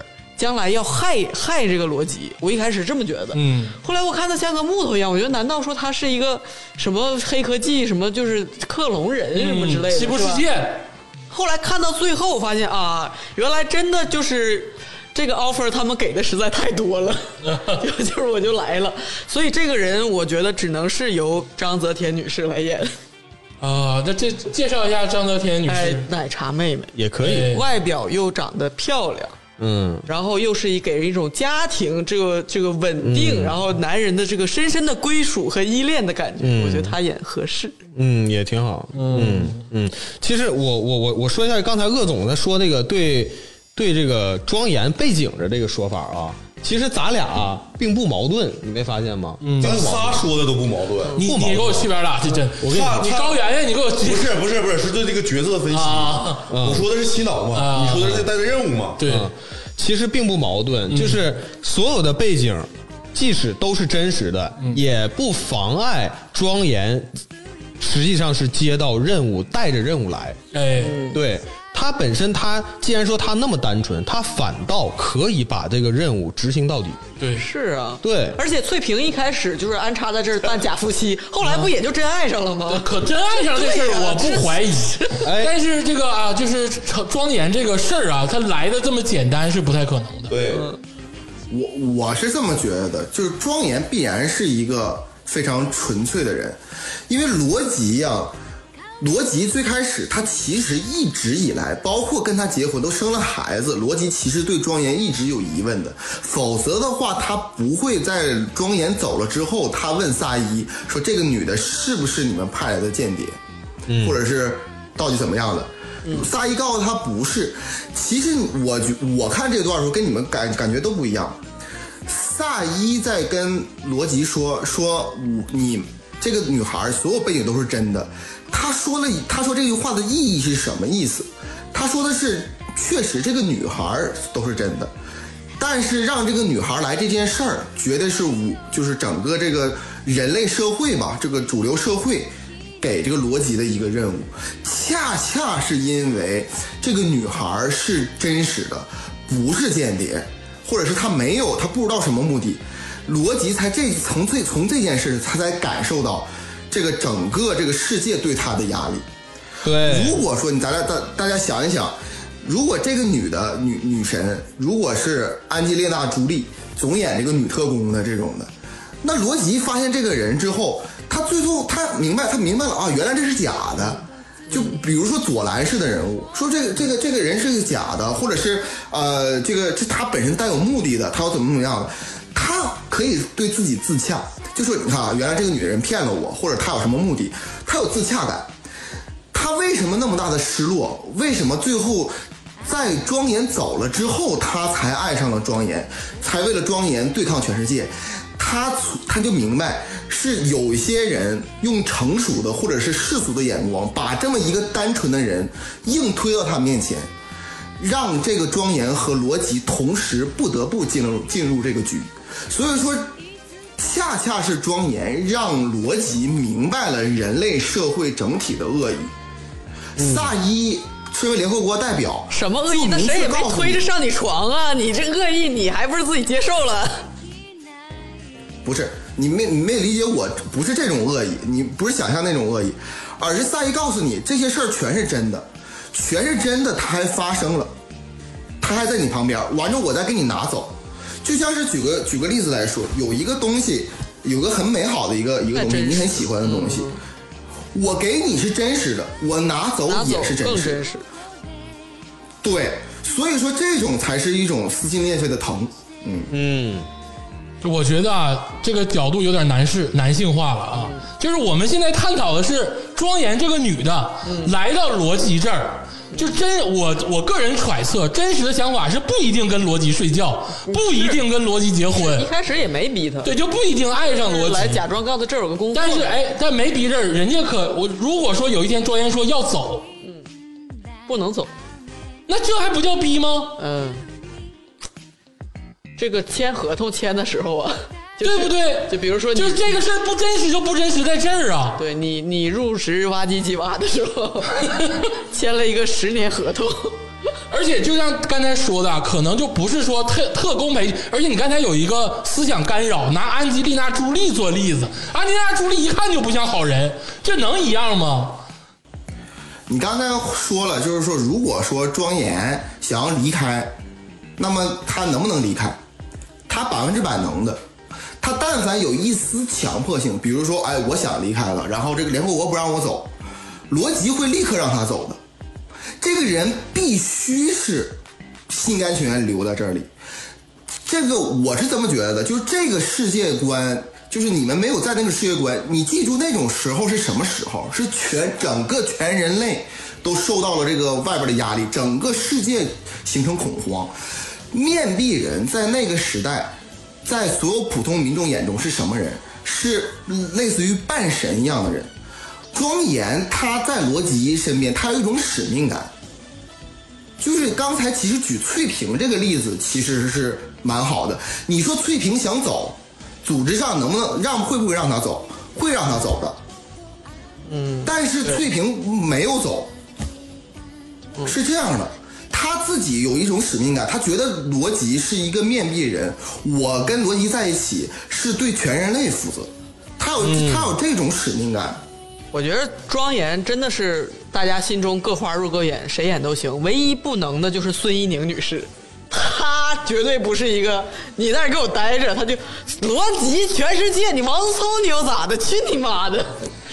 将来要害这个罗辑，我一开始这么觉得，后来我看他像个木头一样，我觉得难道说他是一个什么黑科技，什么就是克隆人什么之类的， 西部世界。 后来看到最后发现啊，原来真的就是这个 offer 他们给的实在太多了，就是我就来了，所以这个人我觉得只能是由章泽田女士来演。 啊，那这介绍一下章泽田女士， 奶茶妹妹也可以， 外表又长得漂亮，然后又是给人一种家庭这个稳定，然后男人的这个深深的归属和依恋的感觉，我觉得她演合适， 也挺好，其实我说一下刚才鄂总在说那个对这个庄严背景的这个说法啊。其实咱俩并不矛盾，你没发现吗？ 咱仨说的都不矛盾。 你给我去边儿了？这真，我跟你高圆圆，你给我不是，是对这个角色分析。我说的是洗脑嘛，你说的是带着任务嘛？ 对， 其实并不矛盾，就是所有的背景，即使都是真实的，也不妨碍庄严实际上是接到任务，带着任务来。对。他本身，他既然说他那么单纯，他反倒可以把这个任务执行到底。 对， 是啊， 对。 而且翠萍一开始就是安插在这儿当假夫妻，后来不也就真爱上了吗？ 可真爱上这事儿我不怀疑，但是这个就是庄严这个事儿啊，它来的这么简单是不太可能的。 对， 我是这么觉得的，就是庄严必然是一个非常纯粹的人，因为罗辑最开始他其实一直以来，包括跟他结婚都生了孩子，罗辑其实对庄严一直有疑问的，否则的话他不会在庄严走了之后，他问萨伊说这个女的是不是你们派来的间谍，或者是到底怎么样的。萨伊告诉他不是。其实我看这段的时候跟你们感觉都不一样。萨伊在跟罗辑说你这个女孩所有背景都是真的。他说这句话的意义是什么意思？他说的是，确实这个女孩都是真的，但是让这个女孩来这件事儿，绝对是就是整个这个人类社会吧，这个主流社会给这个罗辑的一个任务，恰恰是因为这个女孩是真实的，不是间谍，或者是她不知道什么目的，罗辑才从这件事他才感受到。这个整个这个世界对他的压力， 对。 如果说大家想一想，如果这个女神，如果是安吉丽娜·朱莉总演这个女特工的这种的，那罗辑发现这个人之后，他最后他明白了啊，原来这是假的。就比如说左蓝式的人物，说这个人是个假的，或者是这他本身带有目的的，他要怎么样的，他可以对自己自洽。就说你看啊，原来这个女人骗了我，或者她有什么目的，她有自洽感。她为什么那么大的失落？为什么最后在庄严走了之后，她才爱上了庄严，才为了庄严对抗全世界？她就明白，是有一些人用成熟的或者是世俗的眼光，把这么一个单纯的人硬推到他面前，让这个庄严和罗辑同时不得不进入这个局。所以说。恰恰是庄严让罗辑明白了人类社会整体的恶意。萨伊身为联合国代表， 什么恶意？那谁也没推着上你床啊！你这恶意，你还不是自己接受了？ 不是，你没理解我，不是这种恶意，你不是想象那种恶意，而是萨伊告诉你这些事儿全是真的，它还发生了，它还在你旁边，完之后我再给你拿走。就像是举个例子来说，有一个东西，有个很美好的一个东西，你很喜欢的东西，我给你是真实的，我拿走也是真实。对，所以说这种才是一种撕心裂肺的疼。 我觉得啊，这个角度有点男性化了啊。就是我们现在探讨的是庄严这个女的来到罗辑这儿。就我个人揣测，真实的想法是不一定跟罗辑睡觉，不一定跟罗辑结婚。 一开始也没逼他， 对，就不一定爱上罗辑。 来假装告诉这儿有个工作， 但是但没逼这儿，人家如果说有一天庄严说要走， 不能走， 那这还不叫逼吗？ 这个签合同签的时候啊。 对不对？ 就比如说， 就是这个事儿不真实就不真实在这儿啊。 对你入职挖机几挖的时候，签了一个10年合同， 而且就像刚才说的，可能就不是说特工培训，而且你刚才有一个思想干扰，拿安吉丽娜·朱莉做例子，安吉丽娜·朱莉一看就不像好人，这能一样吗？ 你刚才说了，就是说，如果说庄严想要离开，那么他能不能离开？他100%能的。他但凡有一丝强迫性，比如说，哎，我想离开了，然后这个联合国不让我走，罗辑会立刻让他走的。这个人必须是心甘情愿留在这里。这个我是这么觉得的，就是这个世界观，就是你们没有在那个世界观，你记住那种时候是什么时候？是整个全人类都受到了这个外边的压力，整个世界形成恐慌。面壁人在那个时代，在所有普通民众眼中是什么人？是类似于半神一样的人。庄严他在罗辑身边，他有一种使命感。就是刚才其实举翠萍这个例子其实是蛮好的。你说翠萍想走，组织上能不能会不会让他走？会让他走的。但是翠萍没有走，是这样的。他自己有一种使命感，他觉得罗辑是一个面壁人，我跟罗辑在一起是对全人类负责，他有这种使命感。 我觉得庄严真的是大家心中各花入各眼，谁演都行，唯一不能的就是孙一宁女士，她绝对不是一个你在这给我待着，她就罗辑全世界，你王思聪你又咋的？去你妈的！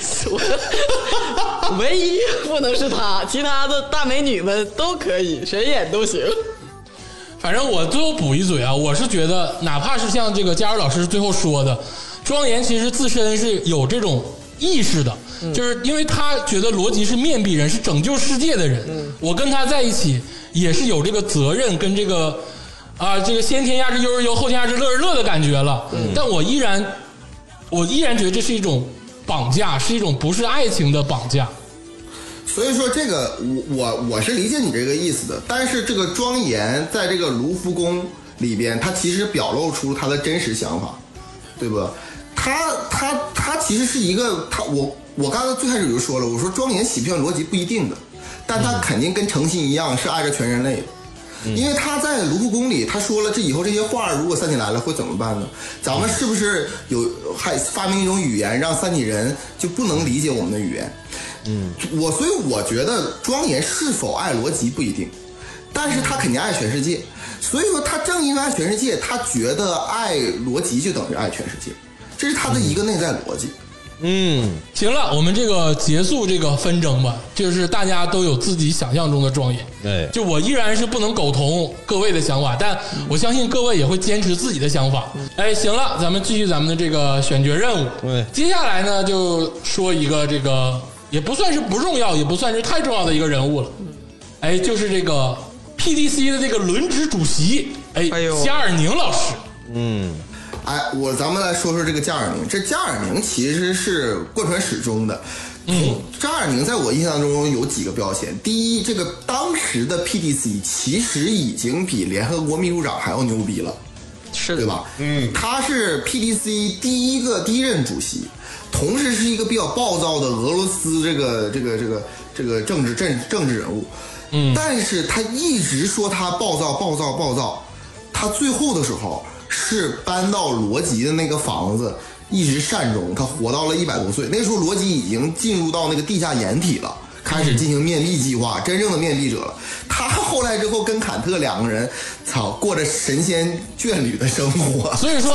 唯一不能是她，其他的大美女们都可以，谁演都行。 反正我最后补一嘴啊，我是觉得，哪怕是像这个佳茹老师最后说的，庄严其实自身是有这种意识的，就是因为他觉得罗辑是面壁人，是拯救世界的人，我跟他在一起也是有这个责任跟这个这个先天压制忧而忧，后天压制乐而乐的感觉了。但我依然觉得这是一种绑架，是一种不是爱情的绑架。 所以说这个我是理解你这个意思的，但是这个庄严在这个卢浮宫里边，他其实表露出他的真实想法，对吧？他其实是一个我刚才最开始就说了，我说庄严喜不喜欢罗辑不一定的，但他肯定跟诚心一样是爱着全人类的。因为他在卢浮宫里，他说了，这以后这些画如果三体来了会怎么办呢？咱们是不是还发明一种语言，让三体人就不能理解我们的语言？所以我觉得庄严是否爱罗辑不一定，但是他肯定爱全世界。所以说他正因为爱全世界，他觉得爱罗辑就等于爱全世界，这是他的一个内在逻辑。 行了，我们这个结束这个纷争吧，就是大家都有自己想象中的庄严。就我依然是不能苟同各位的想法，但我相信各位也会坚持自己的想法。行了，咱们继续咱们的这个选角任务。接下来呢，就说一个这个也不算是不重要，也不算是太重要的一个人物了。就是这个 PDC 的这个轮值主席，加尔宁老师。 咱们来说说这个加尔宁。这加尔宁其实是贯穿始终的。加尔宁在我印象中有几个标签。第一，这个当时的 PDC 其实已经比联合国秘书长还要牛逼了， 是对吧？他是 PDC 第一任主席，同时是一个比较暴躁的俄罗斯这个政治人物。但是他一直说他暴躁，他最后的时候是搬到罗辑的那个房子，一直善终，他活到了100多岁。那时候罗辑已经进入到那个地下掩体了，开始进行面壁计划，真正的面壁者了。他后来之后跟坎特两个人，过着神仙眷侣的生活。 所以说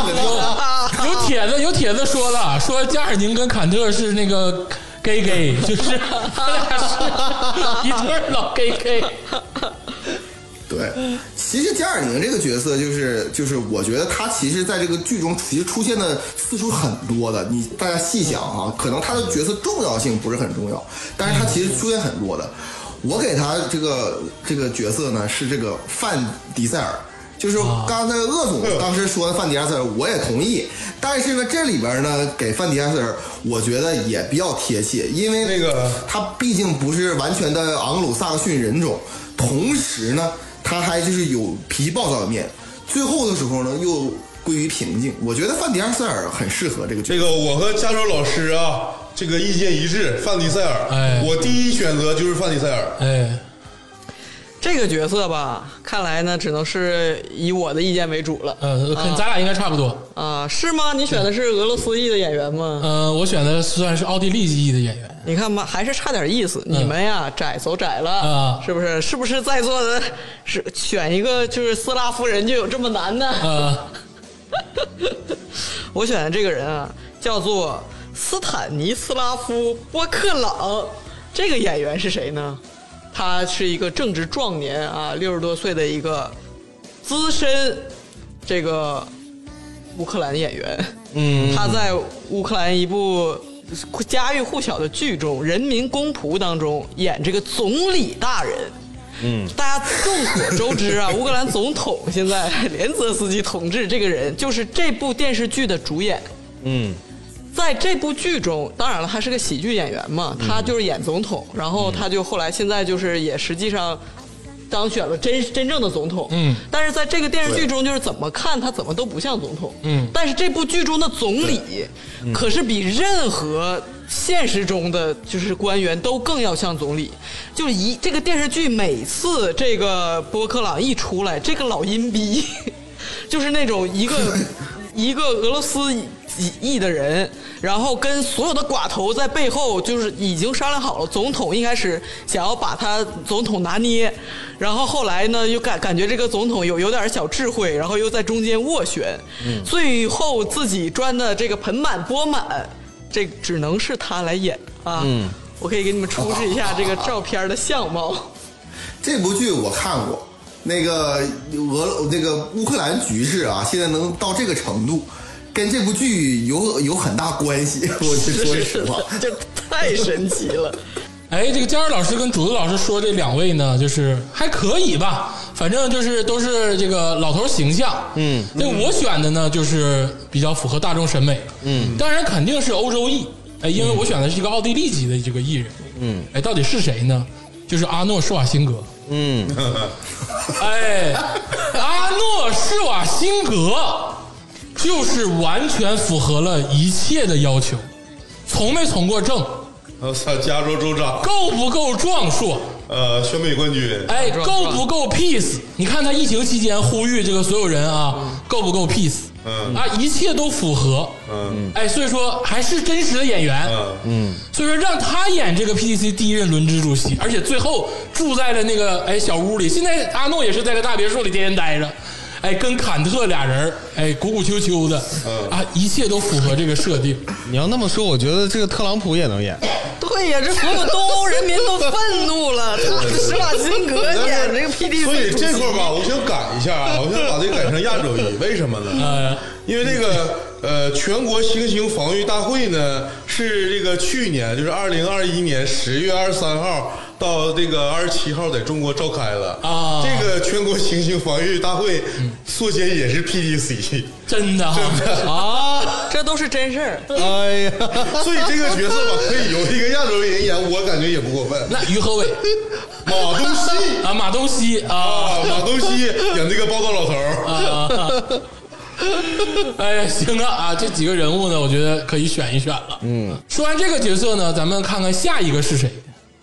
有帖子说了，说加尔宁跟坎特是那个 gay， 就是他俩是一对老 gay。 对，其实加尔宁这个角色就是我觉得他其实在这个剧中其实出现的次数很多的，大家细想啊，可能他的角色重要性不是很重要，但是他其实出现很多的。我给他这个角色呢是这个范迪塞尔，就是刚才鄂总当时说的范迪塞尔，我也同意，但是呢这里边呢给范迪塞尔我觉得也比较贴切，因为他毕竟不是完全的昂鲁萨克逊人种，同时呢他还就是有脾气暴躁的面，最后的时候呢又归于平静。我觉得范迪塞尔很适合这个角色。 这个我和加州老师啊，这个意见一致，范迪塞尔。我第一选择就是范迪塞尔。 这个角色吧，看来呢，只能是以我的意见为主了。 跟咱俩应该差不多啊，是吗？你选的是俄罗斯裔的演员吗？ 我选的算是奥地利裔的演员。 你看吧，还是差点意思。你们呀，窄走窄了啊，是不是？是不是在座的是选一个就是斯拉夫人就有这么难呢？我选的这个人啊，叫做斯坦尼斯拉夫·波克朗。这个演员是谁呢？他是一个正值壮年啊，60多岁的一个资深这个乌克兰演员。他在乌克兰一部家喻户晓的剧中《人民公仆》当中演这个总理大人。大家众所周知啊，乌克兰总统现在连泽斯基同志这个人就是这部电视剧的主演。在这部剧中，当然了，他是个喜剧演员嘛，他就是演总统，然后他就后来现在就是也实际上当选了真正的总统。但是在这个电视剧中，就是怎么看他怎么都不像总统。但是这部剧中的总理，可是比任何现实中的就是官员都更要像总理。就是这个电视剧每次这个波克朗一出来，这个老阴逼就是那种一个俄罗斯裔的人，然后跟所有的寡头在背后就是已经商量好了，总统一开始想要把他总统拿捏，然后后来呢又感觉这个总统有点小智慧，然后又在中间斡旋，最后自己钻的这个盆满钵满，这只能是他来演啊。我可以给你们出示一下这个照片的相貌。 这部剧我看过，那个乌克兰局势啊，现在能到这个程度，跟这部剧有很大关系。我就说实话， 这太神奇了。 这个佳儿老师跟主子老师说这两位呢，就是还可以吧，反正就是都是这个老头形象。那我选的呢，就是比较符合大众审美。当然肯定是欧洲裔。因为我选的是一个奥地利籍的这个艺人。到底是谁呢？就是阿诺施瓦辛格。阿诺施瓦辛格就是完全符合了一切的要求，从没从过政。 加州州长。 够不够壮硕？ 选美冠军。 够不够 peace？ 你看他疫情期间呼吁这个所有人啊，够不够 peace？一切都符合。所以说还是真实的演员。所以说让他演这个 PDC 第一任轮值主席，而且最后住在了那个小屋里。现在阿诺也是在个大别墅里天天待着。跟坎特俩人鼓鼓秋秋的。一切都符合这个设定。 你要那么说，我觉得这个特朗普也能演。 对呀，这所有东欧人民都愤怒了。施瓦辛格演这个 PDC， 所以这块吧，我想改一下啊，我想把这个改成亚洲裔。为什么呢？因为这个全国新型防御大会呢，是这个去年就是2021年10月23号到这个27号在中国召开了啊。这个全国新型防御大会缩写也是 PDC。 真的啊， 这都是真事儿。 哎呀， 所以这个角色吧，可以由一个亚洲人演，我感觉也不过分。 那于和伟、 马东锡啊，马东锡啊， 马东锡演这个暴躁老头啊。 行啊，这几个人物呢，我觉得可以选一选了。说完这个角色呢，咱们看看下一个是谁。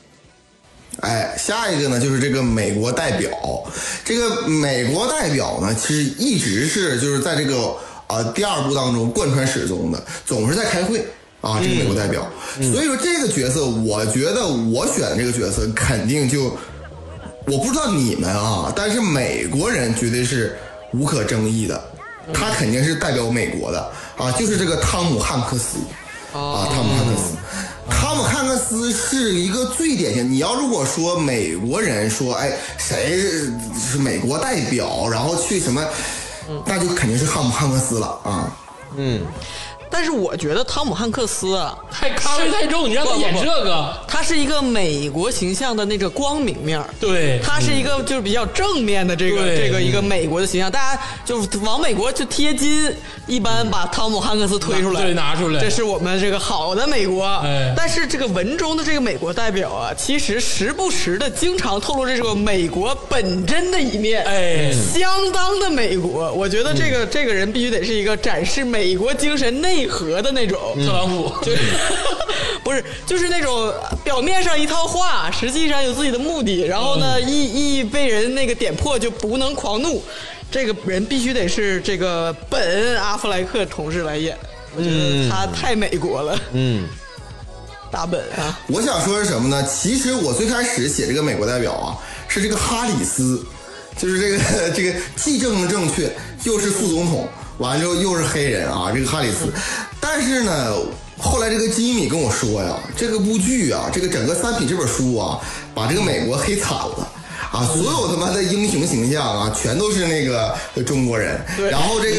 下一个呢就是这个美国代表。这个美国代表呢，其实一直是就是在这个第二部当中贯穿始终的，总是在开会啊。这个美国代表，所以说这个角色，我觉得我选的这个角色肯定就，我不知道你们啊，但是美国人绝对是无可争议的，他肯定是代表美国的啊，就是这个汤姆汉克斯啊，汤姆汉克斯。汤姆汉克斯是一个最典型，你要如果说美国人说谁是美国代表，然后去什么，那就肯定是汤姆汉克斯了啊。 但是我觉得汤姆汉克斯啊， 太咖位太重，你让他演这个， 他是一个美国形象的那个光明面。 对， 他是一个就是比较正面的这个一个美国的形象，大家就往美国就贴金，一般把汤姆汉克斯推出来， 对，拿出来， 这是我们这个好的美国。但是这个文中的这个美国代表啊，其实时不时的经常透露这个美国本真的一面，相当的美国。我觉得这个人必须得是一个展示美国精神内内核的那种特朗普， 就是不是就是那种表面上一套话，实际上有自己的目的，然后呢，一被人那个点破就不能狂怒。这个人必须得是这个本·阿弗莱克同志来演，我觉得他太美国了。大本啊！ 我想说是什么呢？其实我最开始写这个美国代表啊，是这个哈里斯，就是这个既政治正确，又是副总统，完了之后又是黑人啊，这个哈里斯。但是呢，后来这个吉米跟我说呀，这个部剧啊，这个整个三体这本书啊，把这个美国黑惨了。啊，所有他妈的英雄形象啊，全都是那个中国人。然后这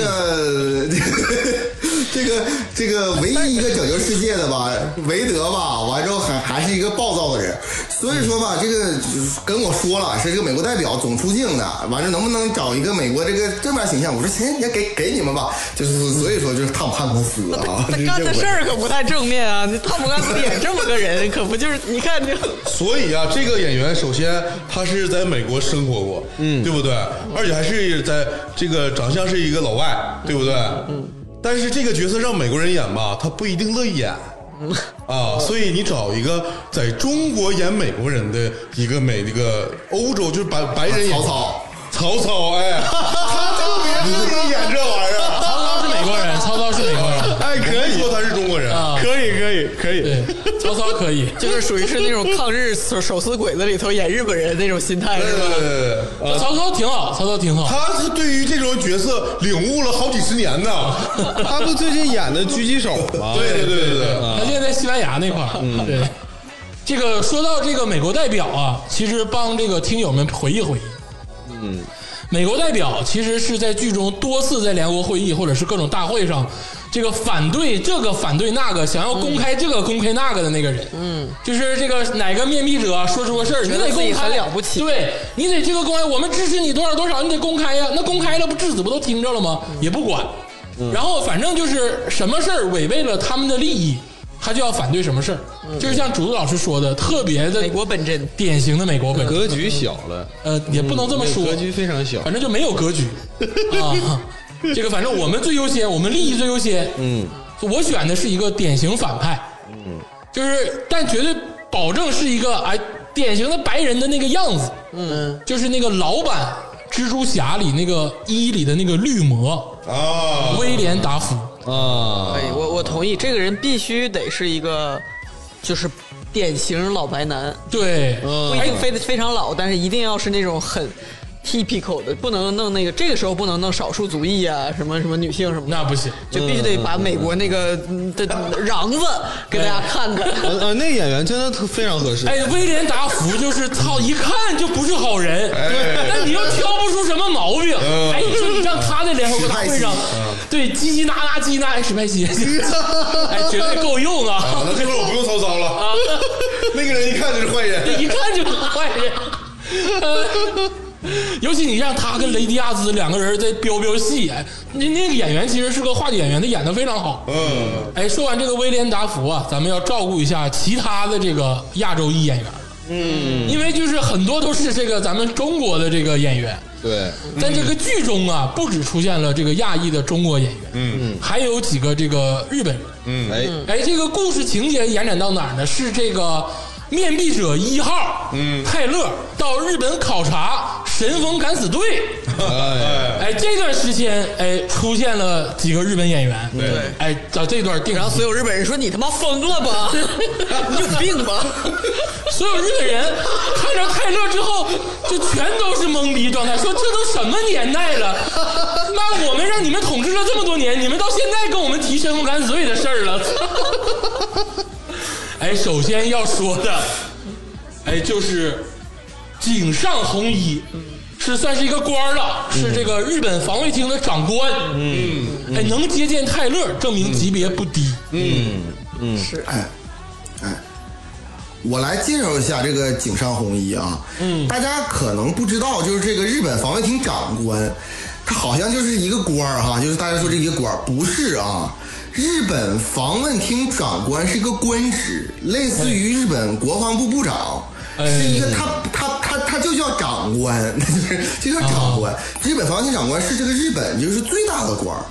个唯一一个拯救世界的吧，韦德吧，完之后还是一个暴躁的人。所以说吧，这个跟我说了是这个美国代表总出镜的，完了能不能找一个美国这个正面形象？我说行，也给你们吧。就是所以说就是汤姆汉克斯啊， 他干的事儿可不太正面啊。汤姆汉克斯演这么个人，可不就是你看这。 所以啊，这个演员首先他是在美国生活过，对不对？而且还是在这个长相是一个老外，对不对？但是这个角色让美国人演吧，他不一定乐意演。所以你找一个在中国演美国人的一个欧洲就是白人演曹操，哎，他特别乐意演这玩意儿。 曹操是美国人， 哎，可以说他是中国人， 可以， 对，曹操可以， 就是属于是那种抗日手撕鬼子里头演日本人那种心态，是吧？ 对， 曹操挺好， 他是对于这种角色领悟了好几十年呢。 他不最近演的狙击手吗？ 对， 他现在在西班牙那块儿。对，这个说到这个美国代表啊，其实帮这个听友们回忆。美国代表其实是在剧中多次在联合国会议或者是各种大会上，这个反对这个反对那个，想要公开这个公开那个的那个人。就是这个哪个面壁者说出个事儿，你得公开， 很了不起。 对，你得这个公开，我们支持你多少，你得公开呀。那公开了不致死不都听着了吗？也不管。然后反正就是什么事儿违背了他们的利益，他就要反对什么事儿。就是像主子老师说的，特别的美国本真， 典型的美国本真， 格局小了。 也不能这么说， 格局非常小， 反正就没有格局啊。这个反正我们最优先，我们利益最优先。我选的是一个典型反派。就是但绝对保证是一个典型的白人的那个样子。就是那个老版蜘蛛侠里那个1里的那个绿魔威廉达福可以，我同意，这个人必须得是一个就是典型老白男。 对， 不一定非常老，但是一定要是那种很 typical 的，不能弄那个，这个时候不能弄少数族裔啊，什么女性什么的， 那不行， 就必须得把美国那个的瓤子给大家看看。 那演员真的非常合适。 威廉达福就是操，一看就不是好人，但你又挑不出什么毛病。你说你让他在联合国大会上，对，叽叽史派西，绝对够用啊！ 那这会儿我不用曹操了那个人一看就是坏人， 一看就是坏人。尤其你让他跟雷迪亚兹两个人在飙戏，那个演员其实是个话剧演员，他演得非常好。说完这个威廉达福啊，咱们要照顾一下其他的这个亚洲裔演员。因为就是很多都是这个咱们中国的这个演员。 对， 在这个剧中啊，不只出现了这个亚裔的中国演员，还有几个这个日本人。这个故事情节延展到哪儿呢？是这个面壁者1号泰勒到日本考察神风敢死队。这段时间出现了几个日本演员。对，到这段定， 然后所有日本人说你他妈疯了吧，你有病吧？ 所有日本人看着泰勒之后，就全都是懵逼状态，说这都什么年代了？那我们让你们统治了这么多年，你们到现在跟我们提神风敢死队的事儿了。首先要说的，就是井上弘一，是算是一个官了，是这个日本防卫厅的长官。能接见泰勒，证明级别不低。 是。 我来介绍一下这个井上弘一啊。大家可能不知道，就是这个日本防卫厅长官，他好像就是一个官哈，就是大家说这一个官，不是啊。日本防卫厅长官是一个官职，类似于日本国防部部长，是一个他就叫长官，就叫长官。日本防卫厅长官是这个日本就是最大的官。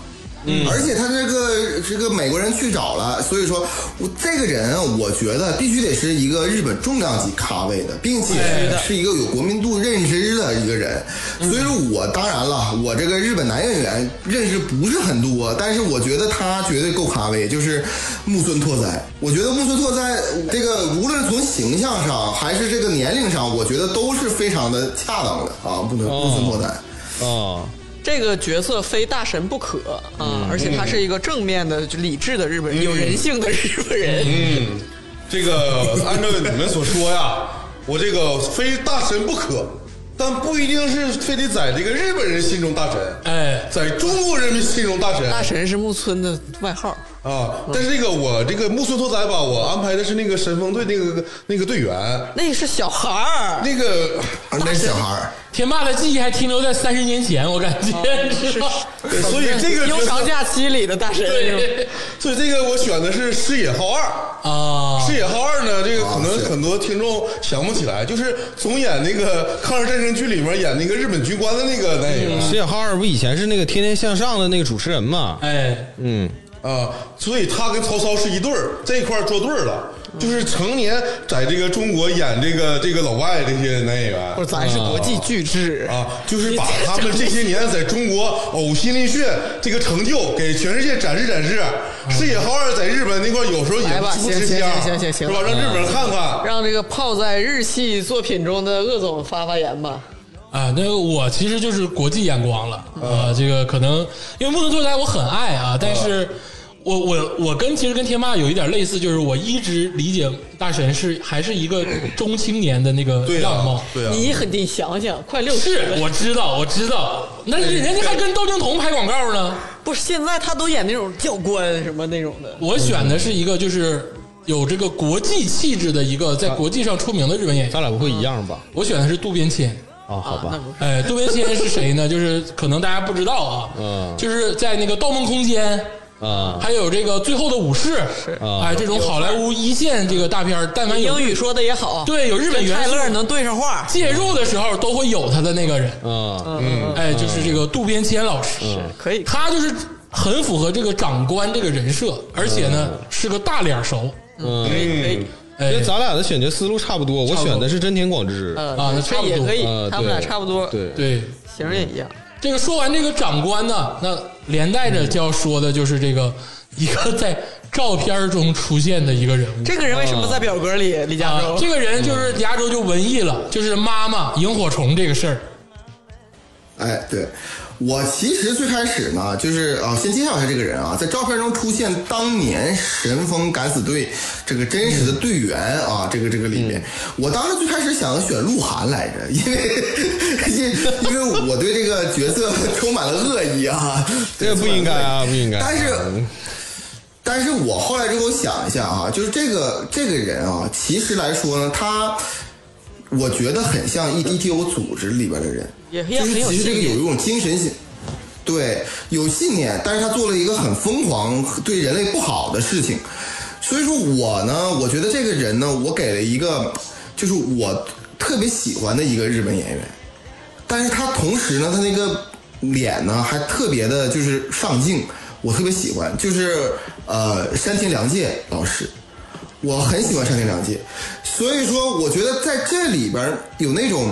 而且他这个美国人去找了，所以说这个人我觉得必须得是一个日本重量级咖位的，并且是一个有国民度认知的一个人。所以说我当然了，我这个日本男演员认识不是很多，但是我觉得他绝对够咖位，就是木村拓哉。我觉得木村拓哉这个无论从形象上还是这个年龄上，我觉得都是非常的恰当的啊，木村拓哉。 这个角色非大神不可啊，而且他是一个正面的、理智的日本人，有人性的日本人。 这个按照你们所说呀，我这个非大神不可，但不一定是非得在这个日本人心中大神，在中国人民心中大神。 大神是木村的外号啊，但是我这个木村拓哉吧，我安排的是那个神风队那个队员， 那是小孩儿， 那个那是小孩儿。 天霸的记忆还停留在30年前，我感觉是， 所以这个悠长假期里的大神。 所以这个我选的是矢野浩二啊。矢野浩二呢，这个可能很多听众想不起来，就是总演那个抗日战争剧里面演那个日本军官的那个演员。 矢野浩二不以前是那个《天天向上》的那个主持人嘛？ 所以他跟曹操是一对儿，这一块做对儿了。就是成年在这个中国演这个老外这些男演员， 不是咱是国际巨制啊，就是把他们这些年在中国呕心沥血这个成就给全世界展示展示。矢野浩二在日本那块有时候也不吃香， 行， 是吧？让日本人看看， 让这个泡在日系作品中的鄂总发言吧。 啊，那个我其实就是国际眼光了这个可能因为木村拓哉我很爱啊，但是。我其实跟天霸有一点类似，就是我一直理解大神还是一个中青年的那个样貌。 对啊， 你想想，快60 是，我知道，那人家还跟窦靖童拍广告呢。 不是，现在他都演那种教官什么那种的。 我选的是一个就是有这个国际气质的一个在国际上出名的日本演员。 咱俩不会一样吧？ 我选的是渡边谦。 好吧。 渡边谦是谁呢？就是可能大家不知道啊，就是在那个《盗梦空间》。还有这个最后的武士，这种好莱坞一线这个大片，但凡有英语说的也好， 对，有日本元素， 泰勒能对上话， 介入的时候都会有他的那个人，就是这个渡边谦老师， 可以， 他就是很符合这个长官这个人设，而且呢是个大脸熟， 可以。 因为咱俩的选角思路差不多，我选的是真田广之那差不多， 也可以，他们俩差不多， 对， 型也一样。 这个说完这个长官呢，那连带着就要说的就是这个一个在照片中出现的一个人物。 这个人为什么在表格里？李嘉洲， 这个人就是李嘉洲就文艺了，就是妈妈萤火虫这个事儿。 对。我其实最开始呢，就是先介绍一下这个人啊，在照片中出现当年神风敢死队这个真实的队员啊，这个里面，我当时最开始想选鹿晗来着，因为我对这个角色充满了恶意啊， 这个不应该啊，不应该。 但是我后来之后想一下啊，就是这个人啊，其实来说呢，我觉得很像 ETO 组织里边的人，就是其实这个有一种精神性，对，有信念，但是他做了一个很疯狂、对人类不好的事情。所以说我觉得这个人呢，我给了一个就是我特别喜欢的一个日本演员，但是他同时呢，他那个脸呢还特别的就是上镜，我特别喜欢，就是山田凉介老师。我很喜欢山田凉介，所以说我觉得在这里边有那种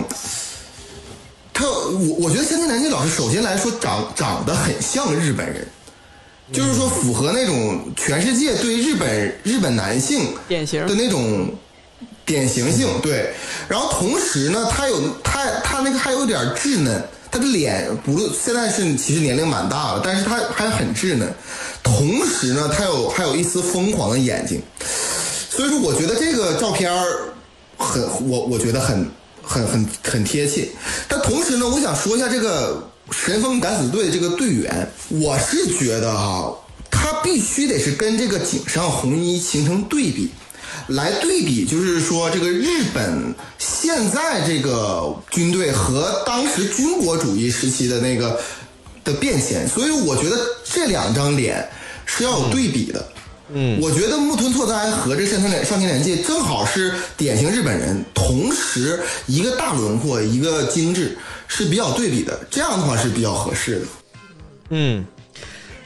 我觉得山田凉介老师首先来说长得很像日本人，就是说符合那种全世界对日本男性典型的那种典型性，对。然后同时呢，他那个还有点稚嫩，他的脸现在是其实年龄蛮大了，但是他还很稚嫩，同时呢，他还有一丝疯狂的眼睛。所以说，我觉得这个照片我觉得很贴切。但同时呢，我想说一下这个神风敢死队这个队员，我是觉得他必须得是跟这个井上弘一形成对比，来对比就是说这个日本现在这个军队和当时军国主义时期的那个的变迁。所以我觉得这两张脸是要有对比的。我觉得木村拓哉和这上田凉介正好是典型日本人，同时一个大轮廓一个精致，是比较对比的，这样的话是比较合适的。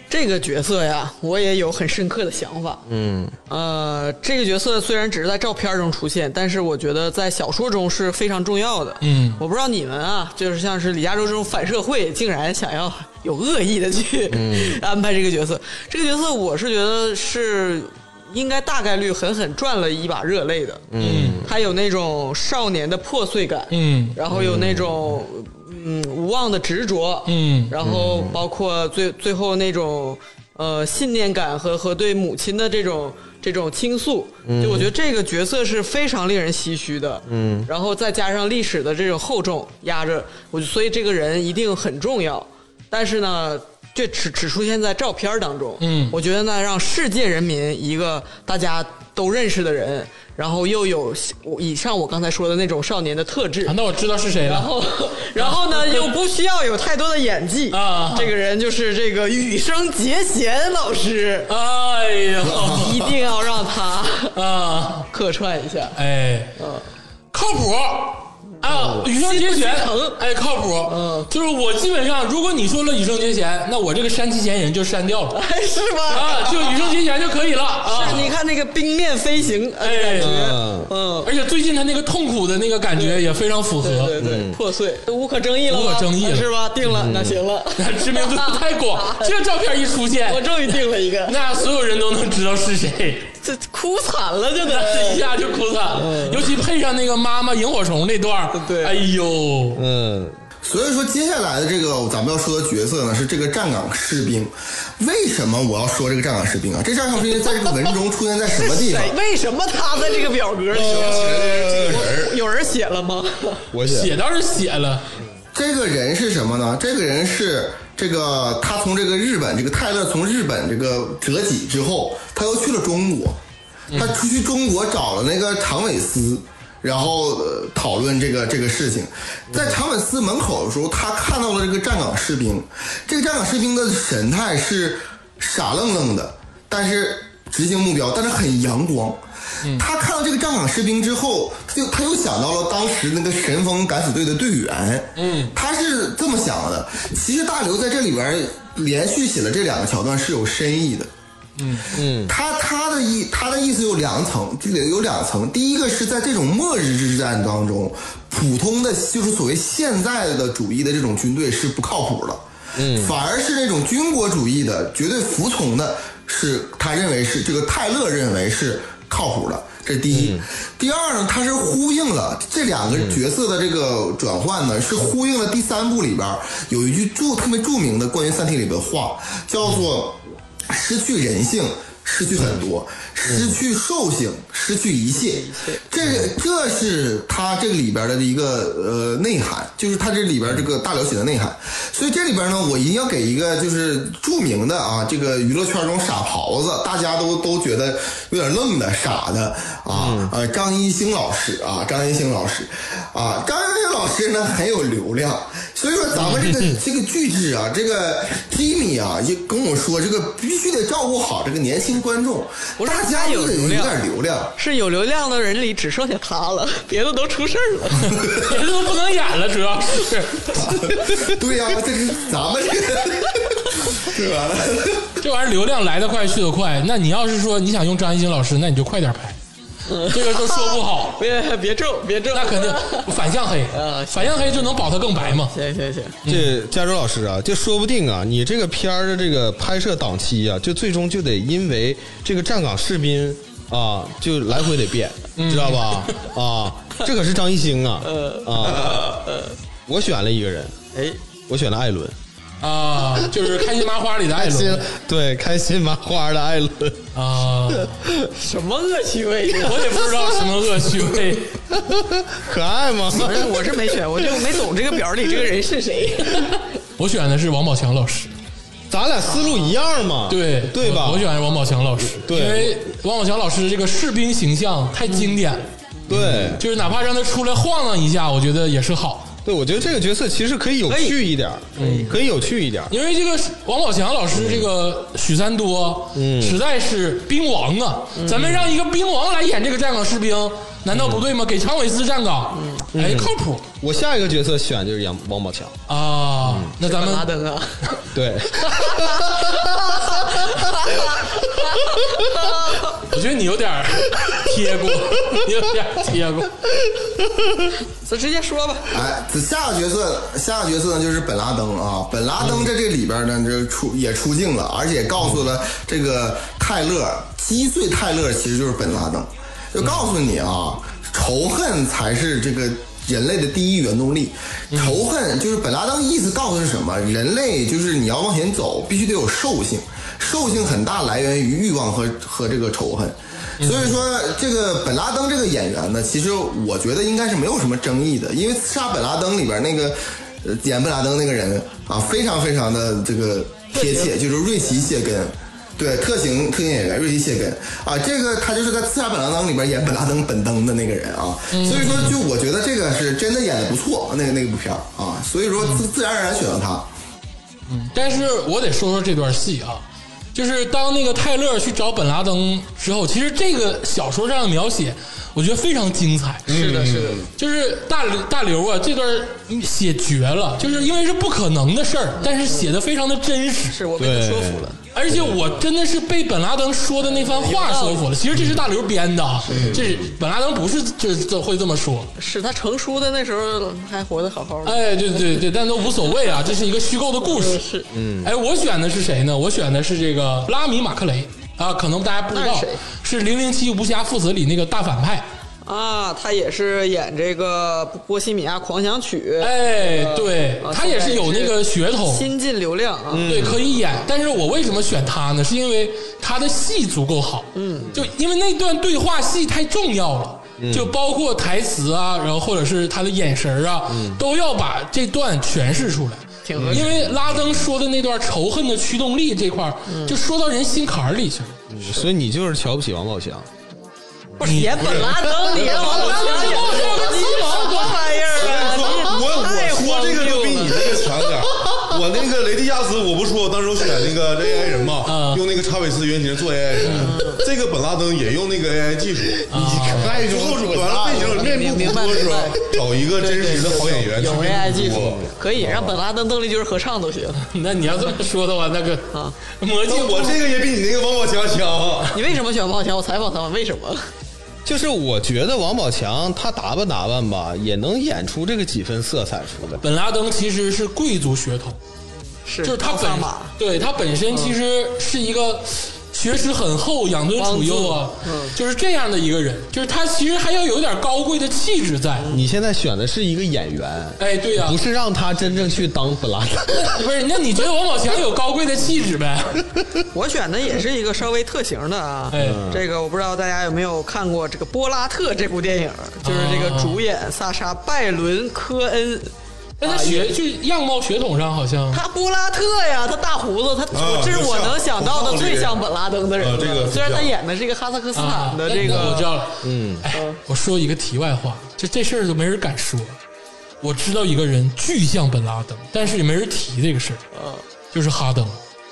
这个角色呀，我也有很深刻的想法。这个角色虽然只是在照片中出现，但是我觉得在小说中是非常重要的。我不知道你们啊，就是像是李嘉洲这种反社会，竟然想要有恶意的去安排这个角色。这个角色我是觉得是应该大概率狠狠赚了一把热泪的。他有那种少年的破碎感，然后有那种无望的执着，然后包括最后那种信念感和对母亲的这种倾诉，就我觉得这个角色是非常令人唏嘘的，然后再加上历史的这种厚重压着，所以这个人一定很重要，但是呢，这只出现在照片当中，我觉得呢，让世界人民一个大家都认识的人，然后又有以上我刚才说的那种少年的特质， 那我知道是谁了。 然后呢，又不需要有太多的演技啊。这个人就是这个羽生结弦老师。 哎呀， 一定要让他客串一下。 哎，靠谱。羽生结弦，哎，靠谱。就是我基本上，如果你说了羽生结弦，那我这个山崎贤人就删掉了， 是吗？ 就羽生结弦就可以了。 是，你看那个冰面飞行，感觉， 而且最近他那个痛苦的那个感觉也非常符合， 对，破碎，无可争议了， 无可争议了， 是吧？定了，那行了， 那知名度太广，这个照片一出现， 我终于定了一个， 那所有人都能知道是谁。 这哭惨了，就得一下就哭惨了，尤其配上那个妈妈萤火虫那段， 对， 哎呦， 所以说接下来的这个咱们要说的角色呢是这个站岗士兵。为什么我要说这个站岗士兵啊？这站岗士兵在这个文中出现在什么地方？ 为什么他在这个表格里？有人写了吗？ 我写倒是写了。 这个人是什么呢？这个人是这个他从这个日本，这个泰勒从日本这个折戟之后，他又去了中国，他出去中国找了那个长尾司，然后讨论这个事情。在长尾司门口的时候，他看到了这个站岗士兵，这个站岗士兵的神态是傻愣愣的，但是执行目标，但是很阳光。他看到这个站岗士兵之后，他又想到了当时那个神风敢死队的队员，他是这么想的。其实大刘在这里边连续写了这两个桥段是有深意的。他的意思有两层，这里有两层。第一个是在这种末日之战当中，普通的就是所谓现在的主义的这种军队是不靠谱的，反而是那种军国主义的绝对服从的，是他认为是这个泰勒认为是靠谱的。这是第一。第二呢，他是呼应了这两个角色的这个转换呢，是呼应了第3部里边有一句特别著名的关于三体里的话，叫做失去人性，失去很多，失去兽性，失去一切。这是他这个里边的一个内涵，就是他这里边这个大刘写的内涵。所以这里边呢，我一定要给一个就是著名的啊，这个娱乐圈中傻狍子，大家都觉得有点愣的傻的张艺兴老师啊，张艺兴老师呢很有流量，所以说咱们这个巨制啊，这个 Jimmy 啊，也跟我说这个必须得照顾好这个年轻观众，大家有点流量， 是有流量的人里只剩下他了，别的都出事儿了， 别的都不能演了，主要是。 对呀，这是咱们这个，对吧？ 这玩意儿流量来得快去得快，那你要是说你想用张艺兴老师，那你就快点拍。这个都说不好， 别皱， 那肯定反向黑，反向黑就能保他更白嘛。 行， 这加州老师啊，这说不定啊，你这个片儿的这个拍摄档期啊，就最终就得因为这个站岗士兵啊，就来回得变，知道吧？啊，这可是张艺兴啊，我选了一个人，我选了艾伦。 就是开心麻花里的艾伦， 对，开心麻花的艾伦啊， 什么恶趣味？ 我也不知道什么恶趣味， 可爱吗？ 我是没选，我就没懂这个表里这个人是谁。 我选的是王宝强老师， 咱俩思路一样嘛， 对吧？我选的是王宝强老师， 对， 因为王宝强老师这个士兵形象太经典了， 对， 就是哪怕让他出来晃荡一下，我觉得也是好。 对，我觉得这个角色其实可以有趣一点，可以有趣一点， 因为这个王宝强老师这个许三多，实在是兵王啊，咱们让一个兵王来演这个站岗士兵，难道不对吗？给常伟思站岗，靠谱。 我下一个角色选就是王宝强啊，那咱们拉登啊， 对， 我觉得你有点贴过，你有点贴过。 咱直接说吧。 哎，下个角色呢就是本拉登啊。本拉登在这里边呢，也出镜了，而且告诉了这个泰勒，击碎泰勒其实就是本拉登，就告诉你啊，仇恨才是这个人类的第一原动力。仇恨就是本拉登意思告诉是什么？人类就是你要往前走，必须得有兽性，兽性很大来源于欲望和这个仇恨。所以说，这个本拉登这个演员呢，其实我觉得应该是没有什么争议的，因为刺杀本拉登里边那个演本拉登那个人啊，非常非常的这个贴切，就是瑞奇谢根。对，特型演员瑞奇谢根啊，这个他就是在《刺杀本拉登》里边演本拉登本登的那个人啊，所以说就我觉得这个是真的演的不错，那部片啊，所以说自然而然选了他。 但是我得说说这段戏啊，就是当那个泰勒去找本拉登之后，其实这个小说上的描写，我觉得非常精彩。 是的，是的， 就是大刘啊，这段写绝了，就是因为是不可能的事儿，但是写的非常的真实。 是我被他说服了。 而且我真的是被本拉登说的那番话说服了。其实这是大刘编的啊，这是本拉登不是这会这么说。 是他成书的那时候还活得好好的。 哎，对，但都无所谓啊，这是一个虚构的故事。 是， 哎，我选的是谁呢？我选的是这个拉米马克雷啊，可能大家不知道，是007无暇赴死里那个大反派。 啊，他也是演这个《波西米亚狂想曲》。 哎，对，他也是有那个血统， 新晋流量啊， 对，可以演。但是我为什么选他呢？是因为他的戏足够好，就因为那段对话戏太重要了，就包括台词啊，然后或者是他的眼神啊，都要把这段诠释出来。因为拉登说的那段仇恨的驱动力这块就说到人心坎里去了。 所以你就是瞧不起王宝强。 不是演本拉登，你让王宝强演你什么玩意儿啊？ 我说这个都比你这个强点。我那个雷迪亚斯，我不说，我当时我选那个 AI 人嘛，用那个查韦斯原型做 AI 人。这个本拉登也用那个 AI 技术，你太后完了背景面部捕捉的时候，找一个真实的好演员， 有 AI 技术可以让本拉登、邓丽君合唱都行。 那你要这么说的话，那个魔镜， 我这个也比你那个王宝强强。 你为什么选王宝强？我采访他们为什么？ 就是我觉得王宝强他打扮吧，也能演出这个几分色彩出来。 本拉登其实是贵族血统，就是他他本身其实是一个学识很厚、养尊处优啊，就是这样的一个人，就是他其实还要有点高贵的气质在。 你现在选的是一个演员， 哎，对呀， 不是让他真正去当本拉登。 不是，那你觉得王宝强有高贵的气质呗？ 我选的也是一个稍微特型的啊，这个我不知道大家有没有看过这个《波拉特》这部电影，就是这个主演萨莎·拜伦·科恩。 但他就样貌血统上好像他波拉特呀，他大胡子，这是我能想到的最像本拉登的人。虽然他演的是一个哈萨克斯坦的这个， 我知道了。我说一个题外话，这事儿都没人敢说。我知道一个人巨像本拉登，但是也没人提这个事儿。就是哈登。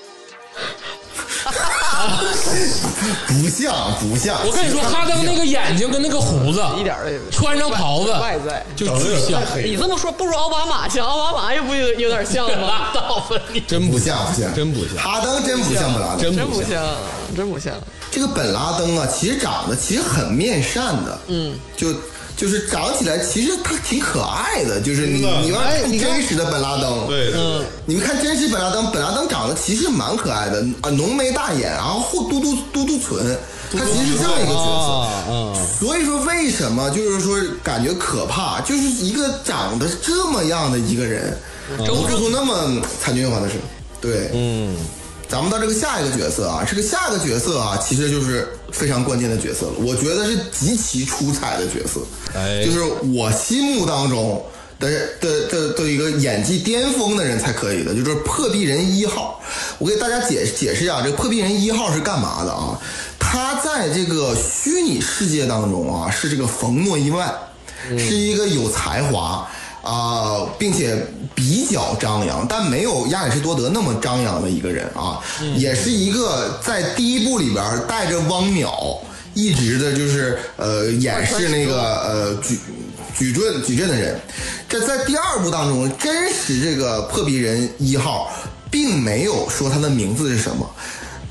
不像。 我跟你说，哈登那个眼睛跟那个胡子， 一点穿上袍子， 外在就巨像。 你这么说，不如奥巴马像，奥巴马也不有点像吗？ 拉倒吧你！ 真不像，哈登真不像本拉登， 真不像。 这个本拉登啊，其实长得很面善的，就是长起来，其实他挺可爱的。就是你要看真实的本拉登， 对， 你们看真实本拉登长得其实蛮可爱的啊，浓眉大眼，然后嘟嘟唇，他其实是这样一个角色。所以说为什么就是说感觉可怕，就是一个长得这么样的一个人，能做出那么惨绝人寰的事。对，咱们到这个下一个角色啊，这个下一个角色啊，其实就是非常关键的角色了。我觉得是极其出彩的角色，就是我心目当中的一个演技巅峰的人才可以的，就是破壁人1号。我给大家解释一下，这个破壁人1号是干嘛的啊？他在这个虚拟世界当中啊，是这个冯诺依曼，是一个有才华。并且比较张扬，但没有亚里士多德那么张扬的一个人啊，也是一个在第一部里边带着汪淼一直的就是演示那个矩阵的人。这在第二部当中，真实这个破壁人1号并没有说他的名字是什么，他的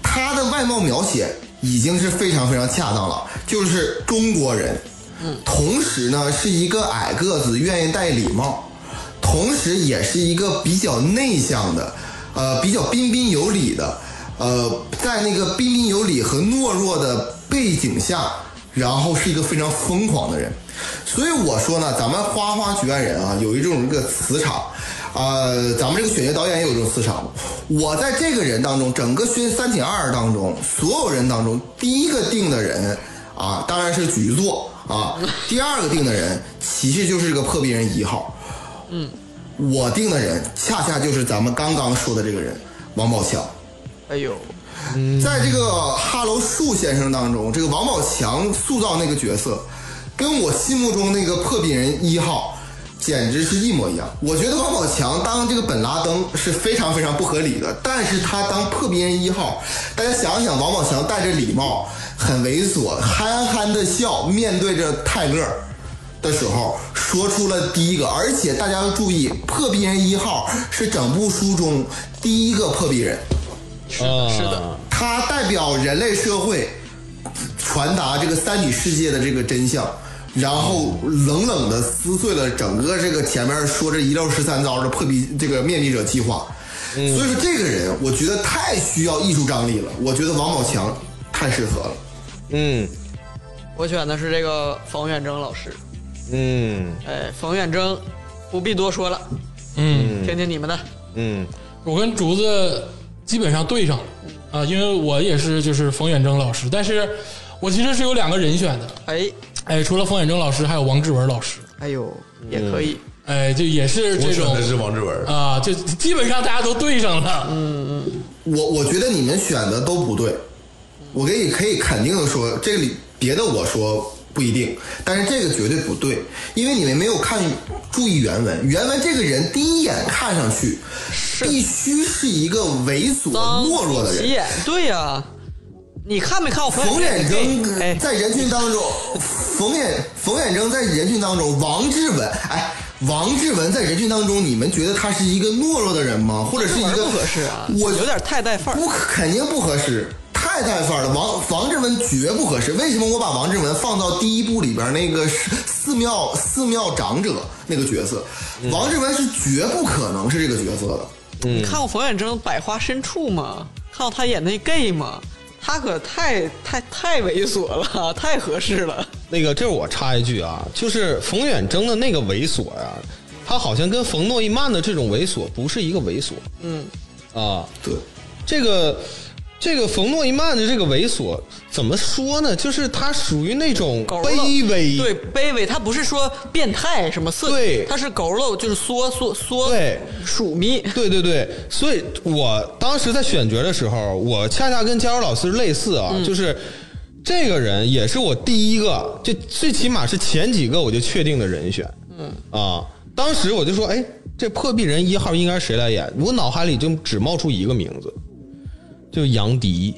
的外貌描写已经是非常非常恰当了，就是中国人，同时呢是一个矮个子，愿意戴礼帽，同时也是一个比较内向的，比较彬彬有礼的，在那个彬彬有礼和懦弱的背景下，然后是一个非常疯狂的人。所以我说呢，咱们花花局外人啊，有一种这个磁场。咱们这个选角导演也有这种磁场。我在这个人当中，整个《三体2》当中，所有人当中，第一个定的人啊，当然是局座啊。第二个定的人，其实就是这个破壁人1号。我定的人，恰恰就是咱们刚刚说的这个人，王宝强。 哎呦， 在这个哈喽树先生当中，这个王宝强塑造那个角色，跟我心目中那个破壁人1号。简直是一模一样。我觉得王宝强当这个本拉登是非常非常不合理的，但是他当破壁人1号，大家想想，王宝强戴着礼帽，很猥琐，憨憨的笑，面对着泰勒的时候，说出了第一个，而且大家要注意，破壁人1号是整部书中第一个破壁人， 是的， 他代表人类社会传达这个三体世界的这个真相。然后冷冷的撕碎了整个这个前面说着一溜13招的破壁这个灭敌者计划。所以说这个人我觉得太需要艺术张力了，我觉得王宝强太适合了。 我选的是这个冯远征老师。冯远征不必多说了。听听你们的。 我跟竹子基本上对上了啊，因为我也是就是冯远征老师，但是我其实是有2个人选的。除了冯远征老师，还有王志文老师。 哎呦，也可以。 就也是这种。 我选的是王志文啊，就基本上大家都对上了。 我觉得你们选的都不对，我可以肯定的说，这里别的我说不一定，但是这个绝对不对，因为你们没有注意原文。原文这个人第一眼看上去必须是一个猥琐懦弱的人。 对呀。你看没看过冯远征在人群当中？冯远征在人群当中，王志文在人群当中，你们觉得他是一个懦弱的人吗？或者是一个不合适啊？ 我有点太带范儿， 肯定不合适，太带范儿了。王志文绝不合适。为什么我把王志文放到第1部里边那个寺庙长者那个角色？王志文是绝不可能是这个角色的。 你看过冯远征《百花深处》吗？看过他演那 gay 吗？他可太猥琐了，太合适了。 那个，这我插一句啊，就是冯远征的那个猥琐呀，他好像跟冯诺依曼的这种猥琐不是一个猥琐。 对， 这个冯诺依曼的这个猥琐怎么说呢？就是他属于那种卑微， 对，卑微。他不是说变态什么色， 对， 他是佝偻，就是缩， 对， 鼠迷， 对。所以我当时在选角的时候，我恰恰跟嘉柔老师类似啊，就是这个人也是我第一个，就最起码是前几个我就确定的人选。当时我就说，这破壁人1号应该是谁来演？我脑海里就只冒出一个名字。就杨迪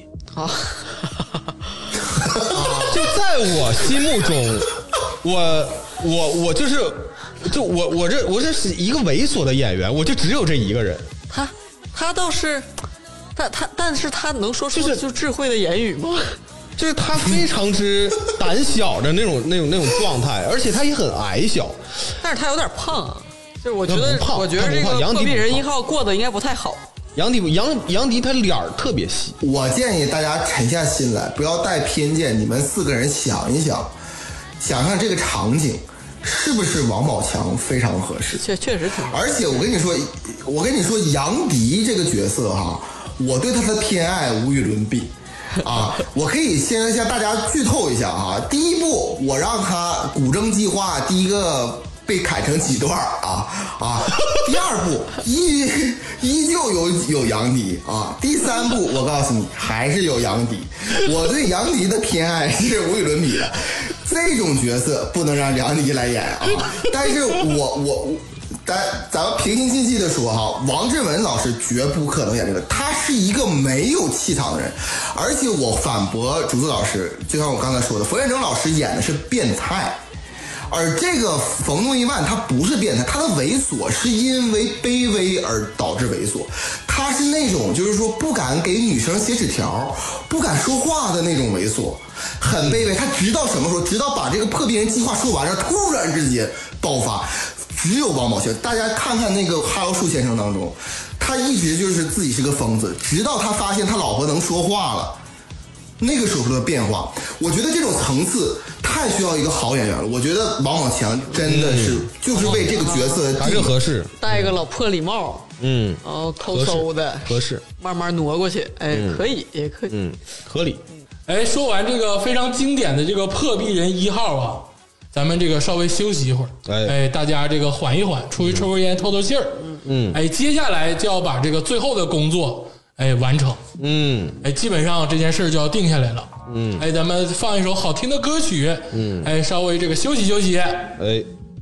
就在我心目中，我就是我这是一个猥琐的演员，我就只有这一个人。 他倒是，但是他能说出就智慧的言语吗？ 就是他非常之胆小的那种状态，而且他也很矮小， 但是他有点胖啊。就是我觉得这个破壁人1号过得应该不太好。 杨迪他脸特别细。 我建议大家沉下心来，不要带偏见，你们4个人想一想，想象这个场景是不是王宝强非常合适？ 确实挺。 而且我跟你说，杨迪这个角色哈，我对他的偏爱无与伦比啊！我可以先向大家剧透一下哈，第1部我让他古筝计划第一个被砍成几段第2部依旧有杨迪啊，第3部我告诉你还是有杨迪，我对杨迪的偏爱是无与伦比的，这种角色不能让杨迪来演啊。但是咱们平心静气的说哈，王志文老师绝不可能演这个，他是一个没有气场的人，而且我反驳竹子老师，就像我刚才说的，冯远征老师演的是变态。 而这个冯诺依曼他不是变态，他的猥琐是因为卑微而导致猥琐，他是那种就是说不敢给女生写纸条，不敢说话的那种猥琐，很卑微。他直到什么时候？直到把这个破壁人计划说完，然后突然之间爆发。只有王宝强，大家看看那个哈喽树先生当中，他一直就是自己是个疯子，直到他发现他老婆能说话了，那个时候的变化，我觉得这种层次太需要一个好演员了。我觉得王宝强真的是就是为这个角色还是合适， 戴个老破礼帽，然后抠搜的， 合适， 慢慢挪过去，哎，可以，也可以， 合理。 哎，说完这个非常经典的这个破壁人1号啊，咱们这个稍微休息一会儿，哎，大家这个缓一缓，出去抽根烟，透透气儿，哎，接下来就要把这个最后的工作，哎，完成，哎，基本上这件事就要定下来了，哎，咱们放一首好听的歌曲，哎，稍微这个休息休息， 哎。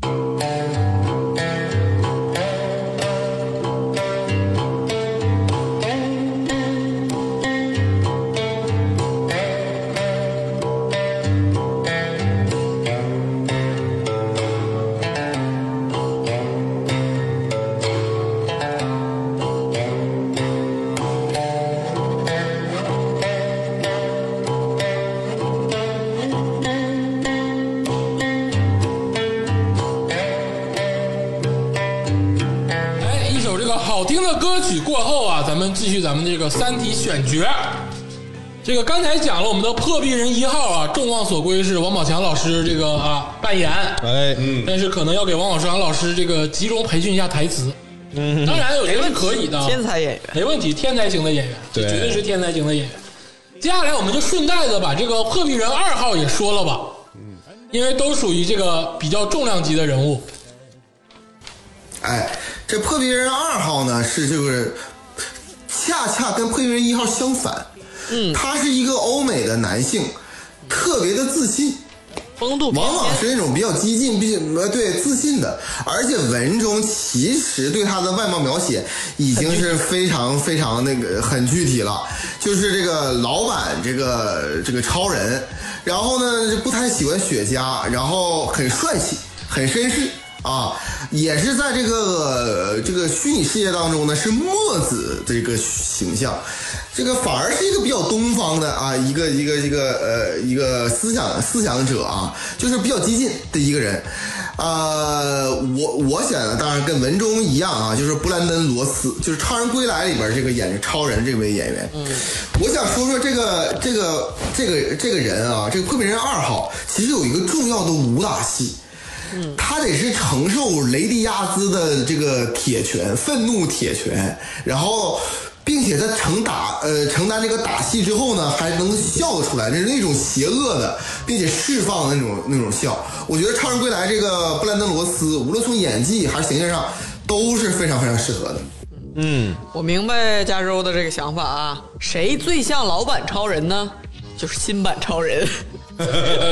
好听的歌曲过后啊，咱们继续咱们这个三体选角。这个刚才讲了我们的破壁人1号啊，众望所归是王宝强老师这个扮演， 哎， 但是可能要给王宝强老师这个集中培训一下台词。当然有这个是可以的， 天才演员没问题，天才型的演员，这绝对是天才型的演员。接下来我们就顺带的把这个破壁人2号也说了吧，因为都属于这个比较重量级的人物。 哎，这破壁人2号呢是这个恰恰跟破壁人1号相反，他是一个欧美的男性，特别的自信， 风度往往是那种比较激进、对自信的，而且文中其实对他的外貌描写已经是非常非常那个很具体了，就是这个老板这个超人，然后呢不太喜欢雪茄，然后很帅气，很绅士。也是在这个虚拟世界当中呢，是墨子这个形象，这个反而是一个比较东方的一个思想者啊，就是比较激进的一个人。我想呢，当然跟文中一样啊，就是布兰登·罗斯，就是《超人归来》里边这个演超人这位演员。我想说说这个人啊，这个破壁人2号其实有一个重要的武打戏。他得是承受雷迪亚兹的这个铁拳，愤怒铁拳，然后并且他承担这个打戏之后呢，还能笑得出来，那种邪恶的，并且释放的那种笑。我觉得《超人归来》这个布兰登·罗斯，无论从演技还是形象上，都是非常非常适合的。 我明白加州的这个想法啊，谁最像老版超人呢？就是新版超人。但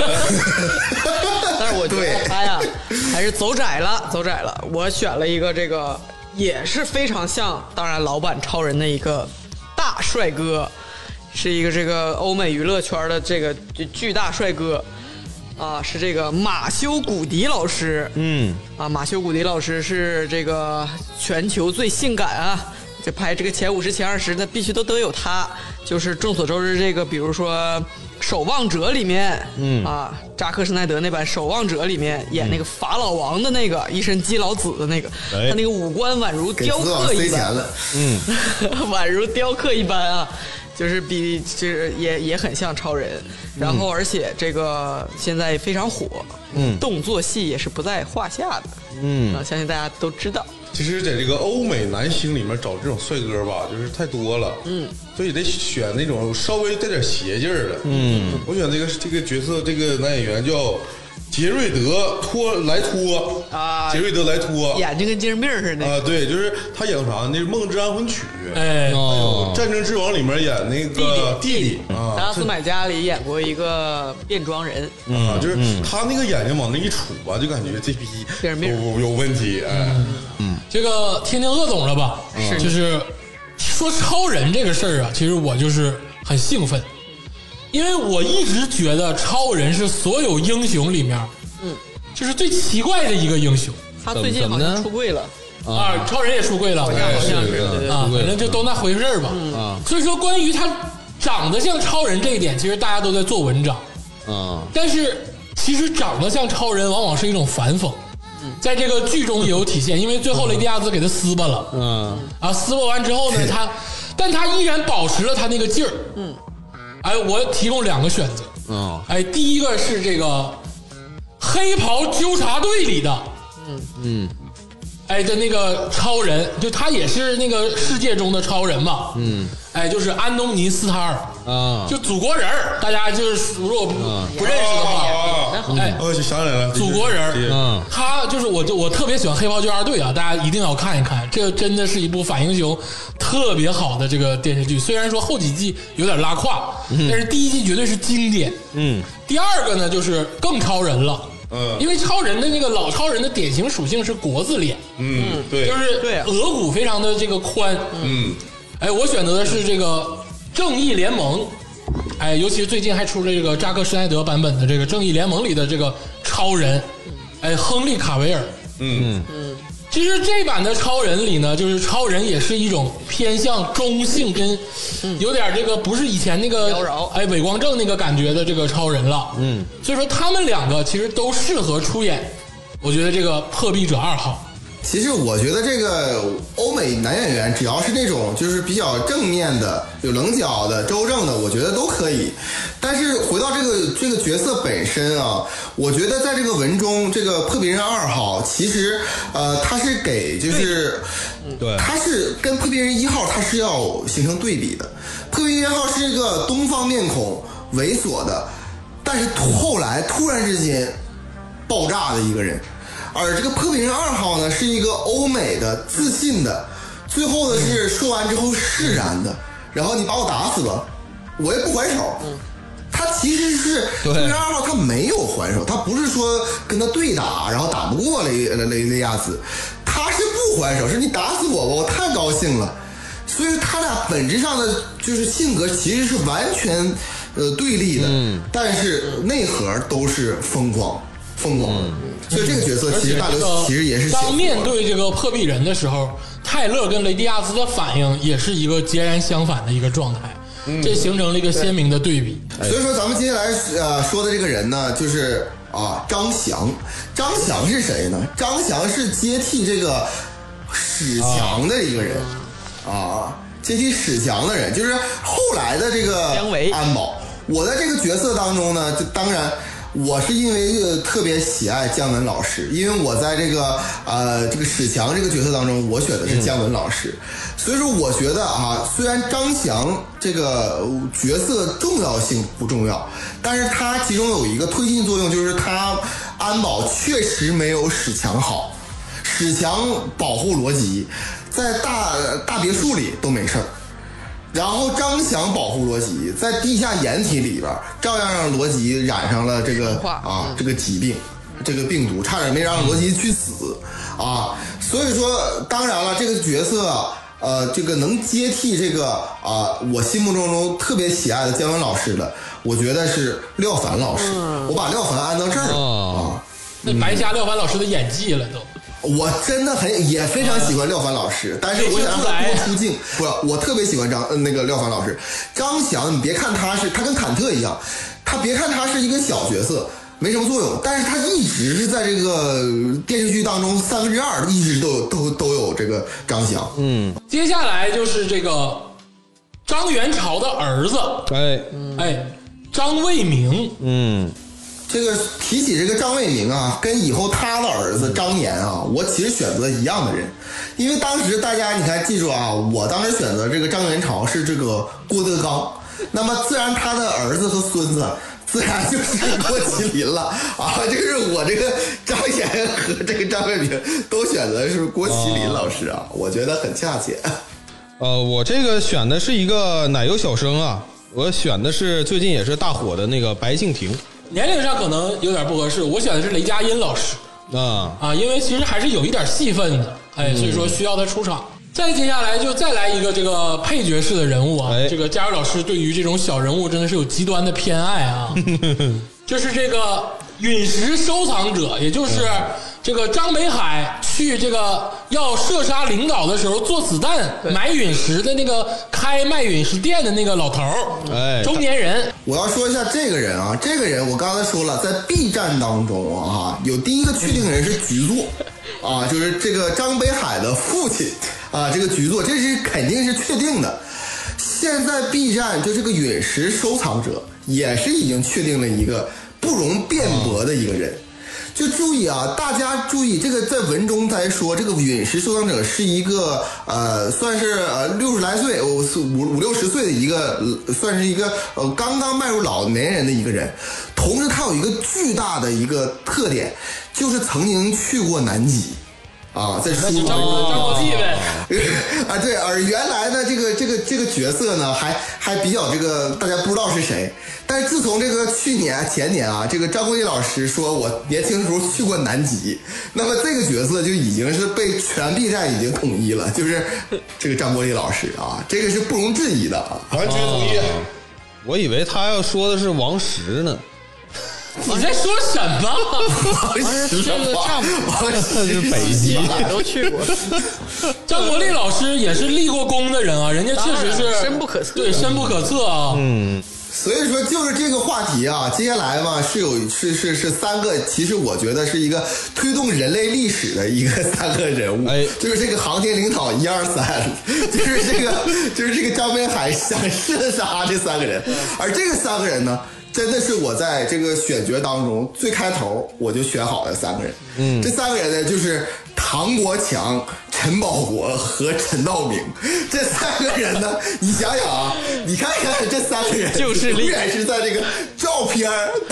是我觉得他呀还是走窄了。我选了一个这个也是非常像，当然老版超人的一个大帅哥，是一个这个欧美娱乐圈的这个巨大帅哥是这个马修古迪老师。马修古迪老师是这个全球最性感啊，这拍这个前50前20那必须都有他，就是众所周知这个比如说守望者里面扎克施耐德那版守望者里面演那个法老王的那个一身基佬子的那个，他那个五官宛如雕刻一般，宛如雕刻一般啊，就是就是也很像超人，然后而且这个现在非常火，动作戏也是不在话下的，相信大家都知道。 其实在这个欧美男星里面找这种帅哥吧，就是太多了，所以得选那种稍微带点邪劲儿的。我选这个角色，这个男演员叫杰瑞德莱托杰瑞德莱托， 眼睛跟精神病似的对，就是他演啥？那是《梦之安魂曲》， 还有《战争之王》里面演那个弟弟达拉斯买家里演过一个变装人， 就是他那个眼睛往那一杵吧，就感觉这逼有问题。 这个听鄂总了吧？就是说超人这个事儿啊，其实我就是很兴奋，因为我一直觉得超人是所有英雄里面， 就是最奇怪的一个英雄他最近好像出柜了。 啊，超人也出柜了， 好像是啊，反正就都那回事儿吧。啊，所以说关于他长得像超人这一点，其实大家都在做文章。啊，但是其实长得像超人往往是一种反讽，在这个剧中也有体现，因为最后雷迪亚兹给他撕巴了。撕巴完之后呢，但他依然保持了他那个劲儿。哎，我提供2个选择。哎，第一个是这个黑袍纠察队里的。哎的那个超人，就他也是那个世界中的超人嘛，哎，就是安东尼斯塔尔啊，就祖国人儿，大家就是如果不认识的话，哎， 我想起来了， 祖国人儿，他就是我特别喜欢黑袍纠察队啊，大家一定要看一看，这真的是一部反英雄特别好的这个电视剧，虽然说后几季有点拉胯，但是第一季绝对是经典。第二个呢就是更超人了。因为超人的那个老超人的典型属性是国字脸， 对， 就是额骨非常的这个宽，哎，我选择的是这个正义联盟，哎，尤其是最近还出了这个扎克施耐德版本的这个正义联盟里的这个超人，哎，亨利卡维尔，其实这版的超人里呢，就是超人也是一种偏向中性跟有点这个不是以前那个哎伪光正那个感觉的这个超人了，所以说他们2个其实都适合出演，我觉得这个破壁者2号。 其实我觉得这个欧美男演员只要是那种就是比较正面的、有棱角的、周正的，我觉得都可以。但是回到这个角色本身啊，我觉得在这个文中，这个破壁人2号其实他是给就是对，他是跟破壁人1号他是要形成对比的。破壁人1号是一个东方面孔、猥琐的，但是后来突然之间爆炸的一个人。而这个破壁人2号呢，是一个欧美的、自信的，最后呢是说完之后释然的，然后你把我打死吧，我也不还手。他其实是破壁人2号，他没有还手，他不是说跟他对打，然后打不过雷亚兹，他是不还手，是你打死我吧，我太高兴了。所以他俩本质上的就是性格其实是完全对立的，但是内核都是疯狂。所以这个角色其实大刘其实也是当面对这个破壁人的时候，泰勒跟雷迪亚兹的反应也是一个截然相反的一个状态，这形成了一个鲜明的对比。 所以说咱们接下来说的这个人呢，就是张翔。张翔是谁呢？张翔是接替这个史强的一个人接替史强的人，就是后来的这个安保。我在这个角色当中呢，就当然。我是因为特别喜爱姜文老师，因为我在这个史强这个角色当中，我选的是姜文老师，所以说我觉得虽然张翔这个角色重要性不重要，但是他其中有一个推进作用，就是他安保确实没有史强好，史强保护罗辑，在大别墅里都没事儿。然后张翔保护罗辑，在地下掩体里边，照样让罗辑染上了这个这个疾病，这个病毒，差点没让罗辑去死所以说，当然了，这个角色这个能接替这个我心目中特别喜爱的姜文老师的，我觉得是廖凡老师。我把廖凡安到这儿了那白瞎廖凡老师的演技了都。 我真的也非常喜欢廖凡老师，但是我想让他多出镜。不是，我特别喜欢那个廖凡老师。张翔，你别看他跟坎特一样，别看他是一个小角色，没什么作用，但是他一直是在这个电视剧当中2/3一直都有这个张翔。 接下来就是这个张元朝的儿子，张卫民。 这个提起这个张卫民跟以后他的儿子张岩我其实选择一样的人，因为当时大家你看记住我当时选择这个张元朝是这个郭德纲，那么自然他的儿子和孙子自然就是郭麒麟了这个是我这个张岩和这个张卫民都选择是郭麒麟老师我觉得很恰切。 我这个选的是一个奶油小生我选的是最近也是大火的那个白敬亭。 年龄上可能有点不合适，我选的是雷佳音老师因为其实还是有一点戏份的，所以说需要他出场。再接下来就再来一个这个配角式的人物这个佳茹老师对于这种小人物真的是有极端的偏爱就是这个陨石收藏者，也就是这个张北海去这个要射杀领导的时候做子弹买陨石的那个开卖陨石店的那个老头儿，中年人。 我要说一下这个人啊，这个人我刚才说了，在 B 站当中啊，有第一个确定人是局座啊，就是这个张北海的父亲啊，这个局座，这是肯定是确定的。现在 B 站就这个陨石收藏者也是已经确定了一个不容辩驳的一个人。就注意啊，大家注意，这个在文中才说，这个陨石收藏者是一个算是60来岁，50、60岁的一个，算是一个刚刚迈入老年人的一个人。同时，他有一个巨大的一个特点，就是曾经去过南极。啊，在书中张国立呗啊，对，而原来呢，这个角色呢，还比较这个大家不知道是谁，但是自从这个前年啊，这个张国立老师说我年轻的时候去过南极，那么这个角色就已经是被全 B 站已经统一了，就是这个张国立老师啊，这个是不容置疑的啊， 完全同意。 我以为他要说的是王石呢。 你在说什么？ 王石是北极都去过。 张国立老师也是立过功的人啊，人家确实是深不可测， 对，深不可测啊。 所以说就是这个话题啊，接下来嘛是三个，其实我觉得是一个推动人类历史的一个三个人物，就是这个航天领导1、2、3，就是这个张北海想射杀这三个人，而这个三个人呢，真的是我在这个选角当中最开头我就选好的三个人。这三个人呢，就是唐国强、陈宝国和陈道明。这三个人呢，你想想啊，你看看这三个人， 就是永远是在这个照片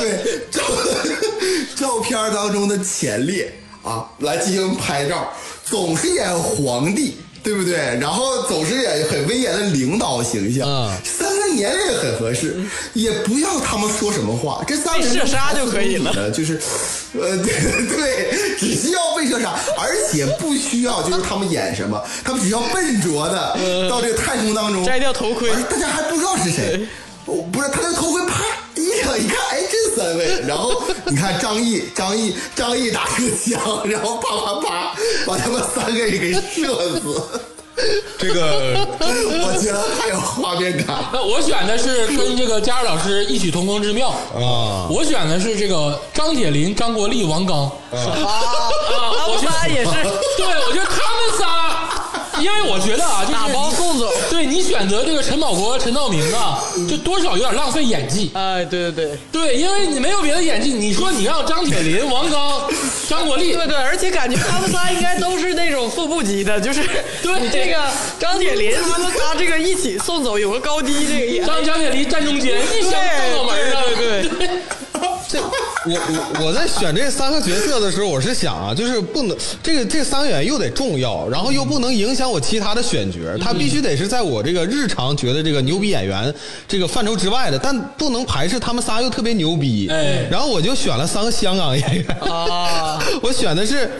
照片当中的前列啊，来进行拍照，总是演皇帝。对不对？然后总是也很威严的领导形象，三个年龄也很合适，也不要他们说什么话，这三个人射杀就可以了， 就是对，只需要被射杀，而且不需要就是他们演什么，他们只要笨拙的到这个太空当中摘掉头盔， 大家还不知道是谁。不是他那个头盔啪一扯一看，哎，这三位，然后你看张译打个枪，然后啪把他们三个人给射死。这个我觉得太有画面感。 那我选的是跟这个佳儿老师异曲同工之妙啊，我选的是这个张铁林、张国立、王刚我仨也是， 对，我觉得他们仨，因为我觉得啊，就是打包送走。 对你选择这个陈宝国、陈道明啊，就多少有点浪费演技。 哎，对， 因为你没有别的演技，你说你让张铁林、王刚、张国立， 对，而且感觉他们仨应该都是那种副部级的，就是对这个张铁林他们仨这个一起送走，有个高低这个演。 张铁林站中间，一枪送到门上， 对。 这我在选这三个角色的时候，我是想啊，就是不能这三个演员又得重要，然后又不能影响我其他的选角，他必须得是在我这个日常觉得这个牛逼演员这个范畴之外的，但不能排斥他们仨又特别牛逼。然后我就选了三个香港演员啊，我选的是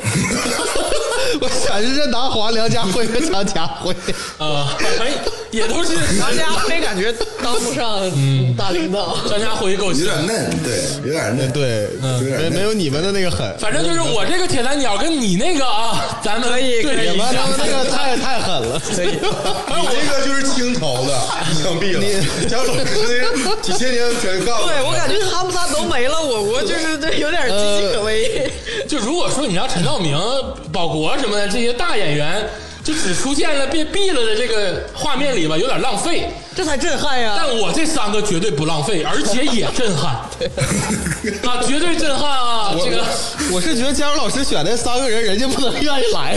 任达华、梁家辉和张家辉啊，也都是梁家辉感觉当不上大领导， 张家辉够有点嫩，对，有点嫩， 对，没有你们的那个狠。 反正就是我这个铁三角跟你那个啊，咱们可以， 你们那个太狠了，可以。 你这个就是清朝的，枪毙了。贾老师几千年全干了。 对，我感觉他们仨都没了，我就是有点岌岌可危。 就如果说你让陈道明、保国什么的这些大演员，就只出现了变毙了的这个画面里吧，有点浪费， 这才震撼呀！ 但我这三个绝对不浪费，而且也震撼啊，绝对震撼啊！这个我是觉得佳茹老师选的三个人，人家不能愿意来，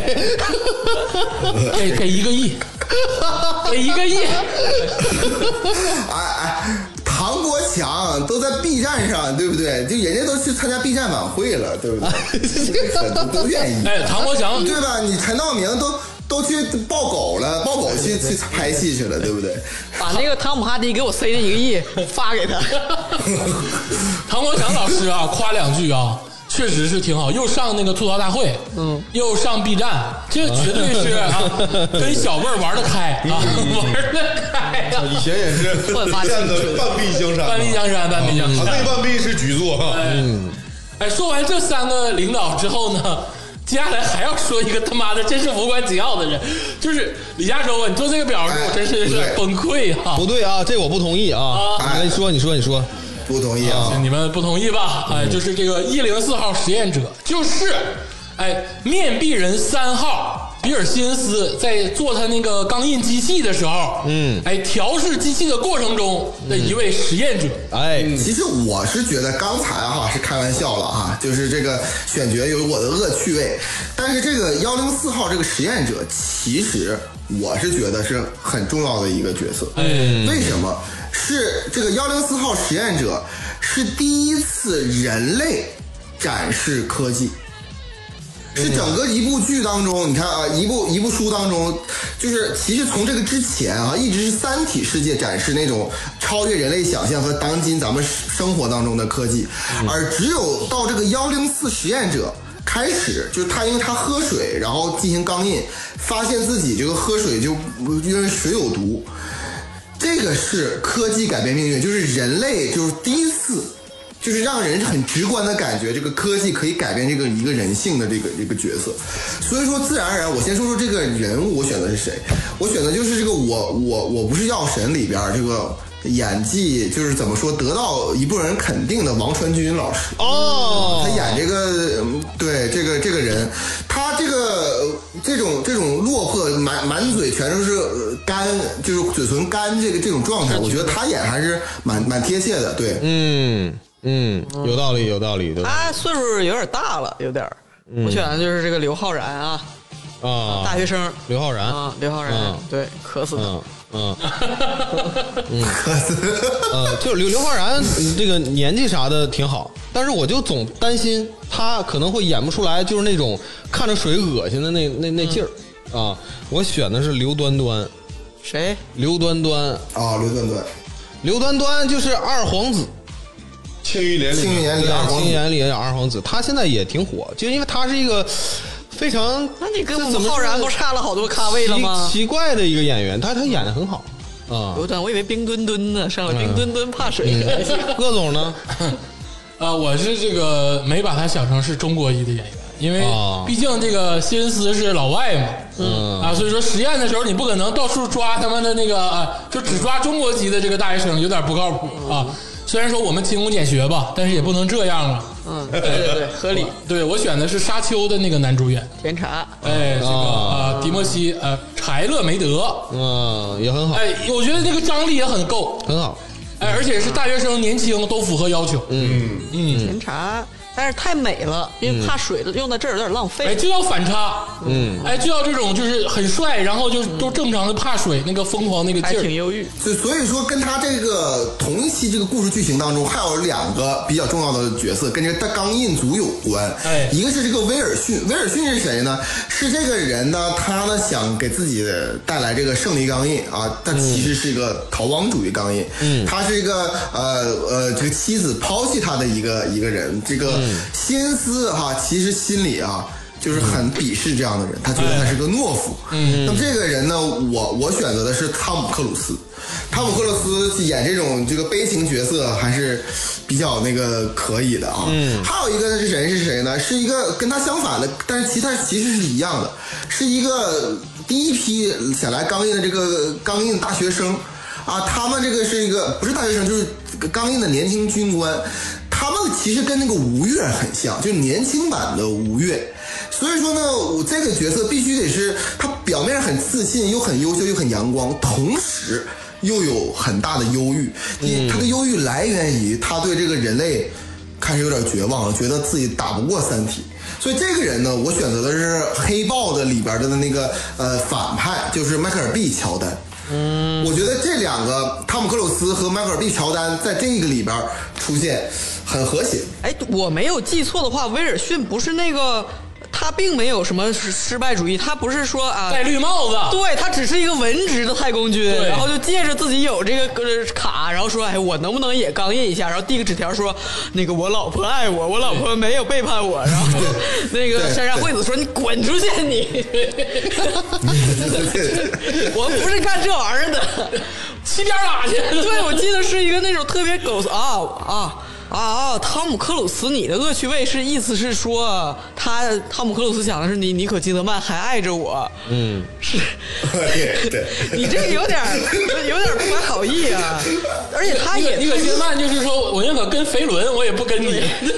给1个亿，给1个亿。 唐国强都在 B 站上，对不对？就人家都去参加 B 站晚会了，对不对？都愿意。 哎，唐国强对吧？你陈道明都去抱狗了，抱狗去拍戏去了，对不对？ 把那个汤姆哈迪给我塞的1个亿发给他。 唐国强老师啊，夸2句啊。确实是挺好，又上那个吐槽大会，又上 B 站，这绝对是啊，跟小辈玩得开啊，玩得开啊。 以前也是 B 站的半壁江山， 半壁江山，半壁江山， 那半壁是局座。 哎，说完这3个领导之后呢，接下来还要说一个他妈的真是无关紧要的人，就是李嘉洲啊！你做这个表，我真是有点崩溃啊！ 不对啊，这我不同意啊！你说， 不同意啊！ 你们不同意吧？哎，就是这个104号实验者，就是面壁人3号。比尔辛斯在做他那个钢印机器的时候，调试机器的过程中的一位实验者。 其实我是觉得刚才是开玩笑了啊，就是这个选角有我的恶趣味，但是这个104号这个实验者，其实我是觉得是很重要的一个角色。为什么？是这个104号实验者是第一次人类展示科技。是整个一部剧当中，你看啊，一部书当中，就是其实从这个之前一直是三体世界展示那种超越人类想象和当今咱们生活当中的科技，而只有到这个104实验者开始，就是他因为他喝水，然后进行钢印，发现自己这个喝水就因为水有毒，这个是科技改变命运，就是人类就是第一次。就是让人很直观的感觉，这个科技可以改变一个人性的这个角色。所以说，自然而然，我先说说这个人物，我选的是谁？我选的就是这个我不是药神里边这个演技，就是怎么说得到一部分人肯定的王传君老师。他演这个对这个人，他这种落魄满嘴全都是干，就是嘴唇干这种状态，我觉得他演还是蛮贴切的。对， 有道理。 他岁数有点大了，有点。我选的就是这个刘昊然啊，大学生刘昊然刘昊然，对，渴死他。 就是刘昊然这个年纪啥的挺好，但是我就总担心他可能会演不出来，就是那种看着水恶心的那劲儿啊。我选的是刘端端。 谁？ 刘端端啊， 刘端端就是二皇子。 庆余年里二皇子，他现在也挺火，就因为他是一个非常， 那你跟我们浩然不差了好多咖位了吗？ 奇怪的一个演员，他演的很好啊。 刘端，我以为冰墩墩呢，上了冰墩墩怕水。 鄂总呢？ 我是这个没把他想成是中国裔的演员，因为毕竟这个辛斯是老外嘛，所以说实验的时候你不可能到处抓他们的那个就只抓中国籍的这个大学生，有点不靠谱啊。虽然说我们勤工俭学吧，但是也不能这样啊。 对，合理。 对，我选的是《沙丘》的那个男主演甜茶。 这个迪莫西柴勒梅德， 也很好。 我觉得这个张力也很够， 很好。 而且是大学生，年轻都符合要求。 甜茶。但是太美了，因为怕水用在这儿有点浪费。 就要反差，就要这种就是很帅，然后就都正常的怕水那个疯狂那个劲儿， 还挺忧郁。 所以说跟他这个同一期这个故事剧情当中，还有2个比较重要的角色跟这个钢印组有关。一个是这个威尔逊，威尔逊是谁呢？是这个人呢，他呢想给自己带来这个胜利钢印啊，他其实是一个逃亡主义钢印。他是一个这个妻子抛弃他的一个人，这个。辛斯其实心里就是很鄙视这样的人，他觉得他是个懦夫。那么这个人呢，我选择的是汤姆克鲁斯。汤姆克鲁斯演这种这个悲情角色还是比较那个可以的啊。还有一个人是谁呢？是一个跟他相反的，但是其实是一样的，是一个第一批想来钢印的这个钢印大学生他们这个是一个不是大学生，就是钢印的年轻军官。他们其实跟那个吴越很像，就是年轻版的吴越。所以说呢，我这个角色必须得是他表面很自信，又很优秀，又很阳光，同时又有很大的忧郁。他的忧郁来源于他对这个人类开始有点绝望了，觉得自己打不过三体。所以这个人呢，我选择的是黑豹的里边的那个反派，就是迈克尔 B 乔丹。我觉得这2个汤姆克鲁斯和迈克尔 B 乔丹在这个里边出现很和谐。 我没有记错的话，威尔逊不是那个，他并没有什么失败主义，他不是说戴绿帽子， 对，他只是一个文职的太空军，然后就借着自己有这个卡，然后说我能不能也钢印一下，然后递个纸条说那个我老婆爱我，我老婆没有背叛我，然后那个山山惠子说你滚出去你，我们不是干这玩意儿的， 去边哪去？ 对，我记得是一个那种特别狗啊，汤姆克鲁斯，你的恶趣味是意思是说汤姆克鲁斯想的是尼可基德曼还爱着我，是， 对， 你这个有点不怀好意啊，而且他也尼可基德曼就是说我宁可跟肥伦，我也不跟你，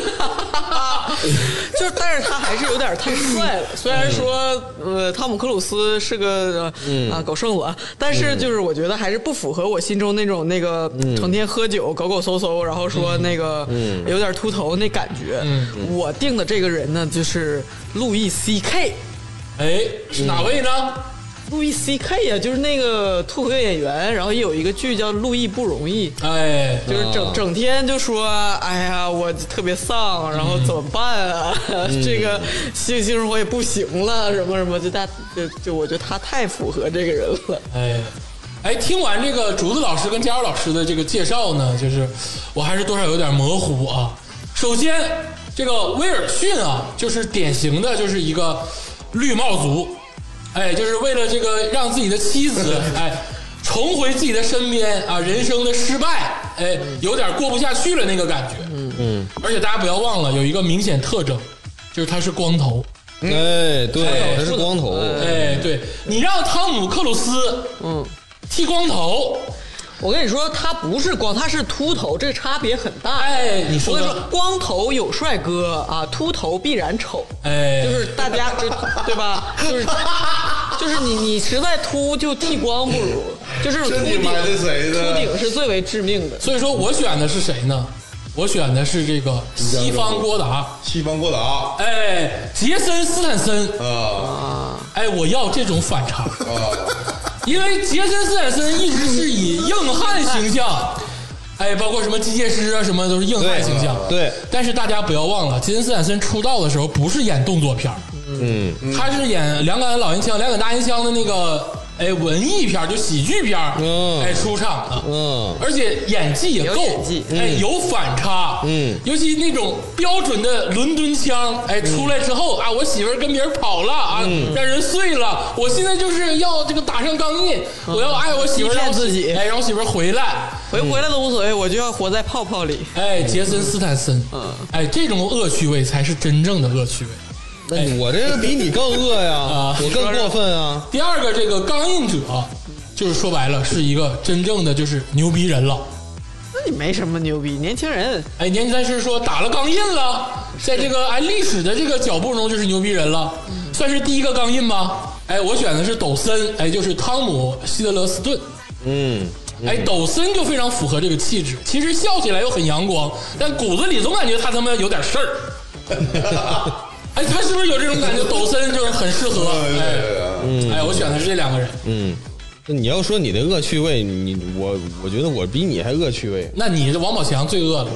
就是但是他还是有点太帅了，虽然说汤姆克鲁斯是个狗剩子，但是就是我觉得还是不符合我心中那个成天喝酒狗嗖嗖，然后说那个有点秃头那感觉。我定的这个人呢，就是路易 CK。 哎，是哪位呢？ 路易 CK 呀，就是那个脱口秀演员，然后也有一个剧叫《路易不容易》， 哎， 就是整天就说，哎呀，我特别丧，然后怎么办啊？这个性生活也不行了，什么什么，就我觉得他太符合这个人了。 哎，听完这个竹子老师跟佳茹老师的这个介绍呢，就是我还是多少有点模糊啊。首先，这个威尔逊啊，就是典型的就是一个绿帽族。哎，就是为了这个让自己的妻子重回自己的身边啊，人生的失败有点过不下去了那个感觉。而且大家不要忘了有一个明显特征，就是他是光头。 哎，对，他是光头。 哎，对，你让汤姆克鲁斯剃光头。 我跟你说，他不是光，他是秃头，这个差别很大。 哎，你说， 我跟你说，光头有帅哥啊，秃头必然丑。 哎， 就是大家对吧？就是你实在秃就剃光不如，就是秃顶是最为致命的。 所以说我选的是谁呢？我选的是这个西方郭达，哎，杰森斯坦森啊，哎，我要这种反差啊。因为杰森斯坦森一直是以硬汉形象，哎，包括什么机械师啊，什么都是硬汉形象。 对， 但是大家不要忘了，杰森斯坦森出道的时候不是演动作片，他是演两杆老烟枪、两杆大烟枪的那个文艺片，就喜剧片，出场的，而且演技也够，有反差，尤其那种标准的伦敦腔，出来之后啊，我媳妇儿跟别人跑了啊，让人碎了，我现在就是要这个打上钢印，我要爱我媳妇儿，让自己， 让我媳妇儿回来， 回来都无所谓，我就要活在泡泡里。 杰森斯坦森，这种恶趣味才是真正的恶趣味。 那我这个比你更恶呀，我更过分啊！ 第二个，这个钢印者，就是说白了是一个真正的就是牛逼人了。 那你没什么牛逼，年轻人。 年轻人是说打了钢印了，在这个历史的这个脚步中就是牛逼人了，算是第一个钢印吧。我选的是抖森，就是汤姆希德勒斯顿。抖森就非常符合这个气质，其实笑起来又很阳光，但骨子里总感觉他妈有点事儿。他是不是有这种感觉？抖森就是很适合。我选的是这两个人。 那你要说你的恶趣味，我觉得我比你还恶趣味。 那你是王宝强最恶了。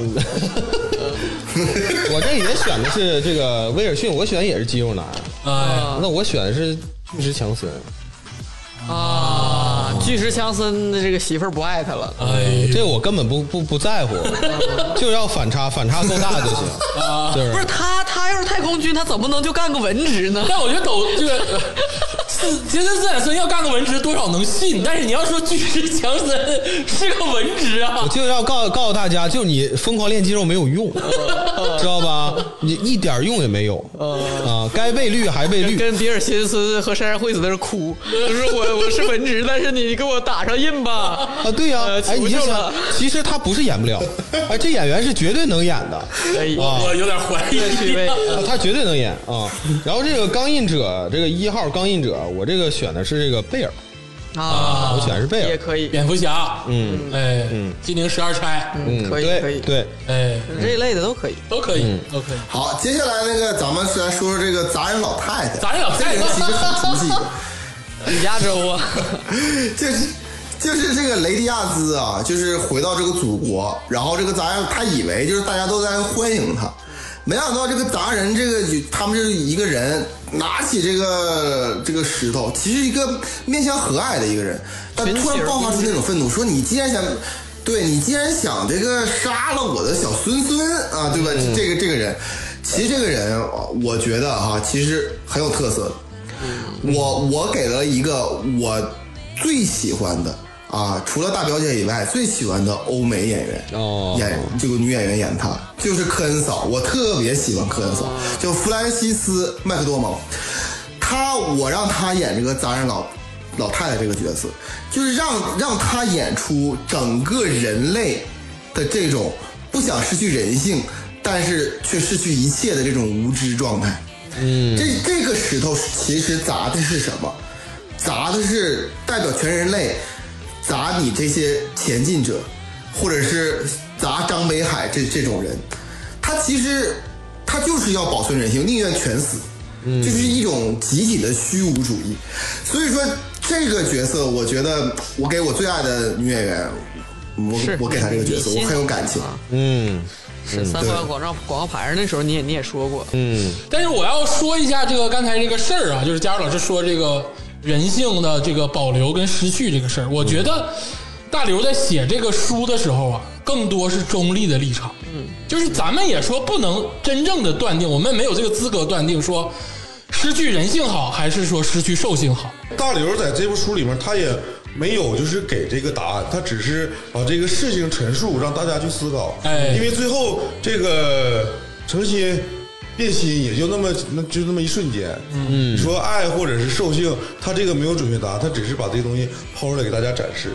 我这也选的是这个威尔逊，我选也是肌肉男。那我选的是巨石强森。 巨石强森的这个媳妇儿不爱他了， 这个我根本不在乎，就要反差够大就行。 不是他要是太空军，他怎么能就干个文职呢？ 但我觉得这个杰森斯坦森要干个文职多少能信，但是你要说巨石强森是个文职啊， 我就要告诉大家，就你疯狂练肌肉没有用，知道吧？你一点用也没有该被绿还被绿， 跟比尔辛斯和山山惠子在这哭，就是我是文职，但是你给我打上印吧。 对呀，你就想，其实他不是演不了，这演员是绝对能演的。 我有点怀疑， 他绝对能演啊。然后这个钢印者，这个1号钢印者，我这个选的是这个贝尔我选的是贝尔， 也可以。 蝙蝠侠，金陵12钗， 可以， 对， 这一类的都可以。 好，接下来那个咱们来说说这个杂人老太太。 杂人老太太其实很出戏， 李嘉洲啊， 就是这个雷迪亚兹啊，就是回到这个祖国，然后这个杂人他以为就是大家都在欢迎他，没想到这个杂人他们是一个人拿起这个石头，其实一个面向和蔼的一个人，但突然爆发出那种愤怒，说你既然想这个杀了我的小孙孙啊，对吧？这个人，其实这个人我觉得其实很有特色的。我给了一个我最喜欢的啊，除了大表姐以外，最喜欢的欧美演员演这个女演员演她，就是科恩嫂，我特别喜欢科恩嫂，就弗兰西斯麦克多蒙，我让她演这个杂人老太太这个角色，就是让她演出整个人类的这种不想失去人性，但是却失去一切的这种无知状态。这个石头其实砸的是什么？砸的是代表全人类，砸你这些前进者，或者是砸张北海这种人。他其实他就是要保存人性，宁愿全死，就是一种集体的虚无主义。所以说这个角色，我觉得我给我最爱的女演员，我给她这个角色，我很有感情。 是三环广告牌上那时候你也说过， 但是我要说一下这个刚才这个事儿啊，就是佳茹老师说这个人性的这个保留跟失去这个事儿，我觉得大刘在写这个书的时候啊，更多是中立的立场。就是咱们也说不能真正的断定，我们没有这个资格断定说失去人性好还是说失去兽性好。 大刘在这部书里面他也没有就是给这个答案，他只是把这个事情陈述让大家去思考。因为最后这个诚心变心也就那么一瞬间。你说爱或者是兽性，他这个没有准确答案，他只是把这个东西抛出来给大家展示。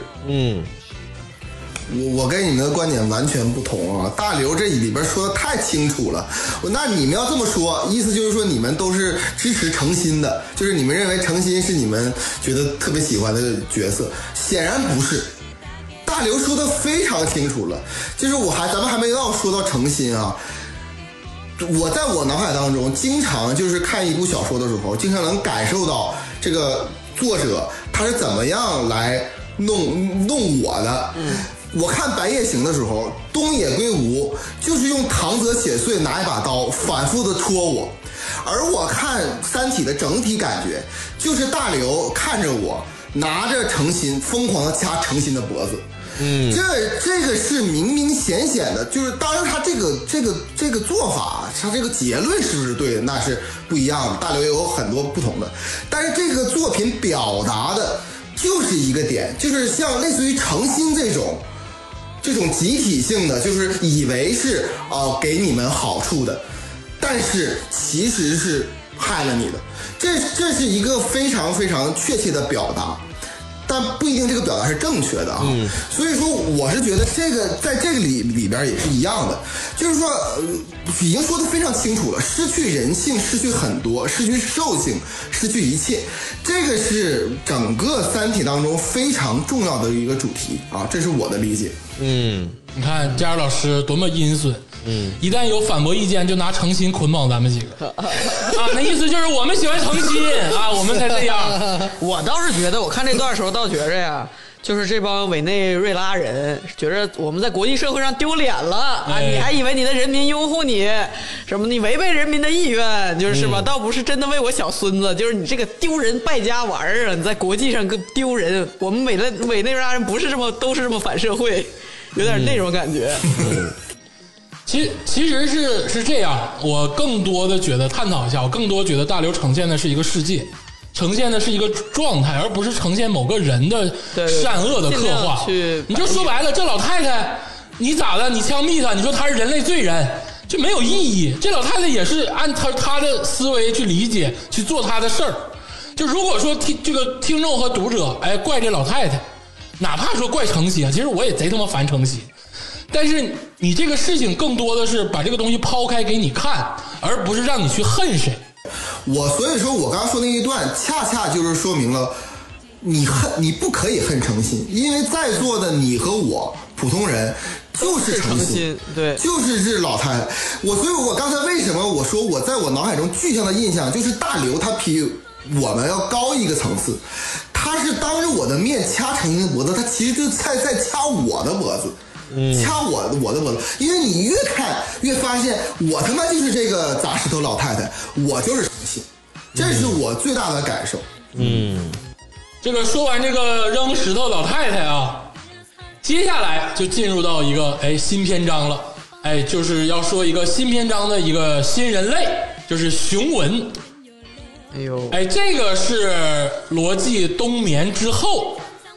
我跟你们的观点完全不同啊！大刘这里边说的太清楚了，那你们要这么说，意思就是说你们都是支持诚心的，就是你们认为诚心是你们觉得特别喜欢的角色，显然不是。大刘说的非常清楚了，就是咱们还没有说到诚心啊。我在我脑海当中，经常就是看一部小说的时候，经常能感受到这个作者他是怎么样来弄我的。我看《白夜行》的时候，东野圭吾就是用唐泽写穗拿一把刀反复的戳我，而我看《三体》的整体感觉就是大刘看着我拿着诚心疯狂的掐诚心的脖子。这个是明明显显的，就是当然他这个做法，他这个结论是不是对的，那是不一样的。大刘也有很多不同的，但是这个作品表达的就是一个点，就是像类似于诚心这种集体性的，就是以为是给你们好处的，但是其实是害了你的。这是一个非常非常确切的表达，但不一定这个表达是正确的啊。所以说我是觉得这个在这个里边也是一样的，就是说已经说得非常清楚了，失去人性，失去很多，失去兽性，失去一切，这个是整个三体当中非常重要的一个主题啊，这是我的理解。 你看佳茹老师多么阴损，一旦有反驳意见就拿诚心捆绑咱们几个啊，那意思就是我们喜欢诚心啊，我们才这样。 我倒是觉得，我看这段的时候倒觉着呀，就是这帮委内瑞拉人觉着我们在国际社会上丢脸了啊！你还以为你的人民拥护你，什么你违背人民的意愿，就是吧？倒不是真的为我小孙子，就是你这个丢人败家玩意儿啊！你在国际上更丢人。我们委内瑞拉人不是都是这么反社会，有点那种感觉。 其实是这样，我更多的觉得探讨一下，我更多觉得大刘呈现的是一个世界。呈现的是一个状态，而不是呈现某个人的善恶的刻画。你就说白了，这老太太你咋的？你枪毙她，你说她是人类罪人，这没有意义。这老太太也是按她的思维去理解去做她的事儿。就如果说这个听众和读者怪这老太太，哪怕说怪程曦，其实我也贼他妈烦程曦。但是你这个事情更多的是把这个东西抛开给你看，而不是让你去恨谁。 所以说我刚刚说那一段恰恰就是说明了你不可以恨诚心，因为在座的你和我普通人就是诚心， 对， 就是这老太太。所以我刚才为什么我说我在我脑海中具象的印象就是大刘他比我们要高一个层次，他是当着我的面掐诚心的脖子，他其实就在掐我的脖子。掐我的脖子，因为你越看越发现我他妈就是这个砸石头老太太，我就是诚心，这是我最大的感受。 这个说完这个扔石头老太太啊，接下来就进入到一个新篇章了，就是要说一个新篇章的一个新人类，就是熊文。这个是罗辑冬眠之后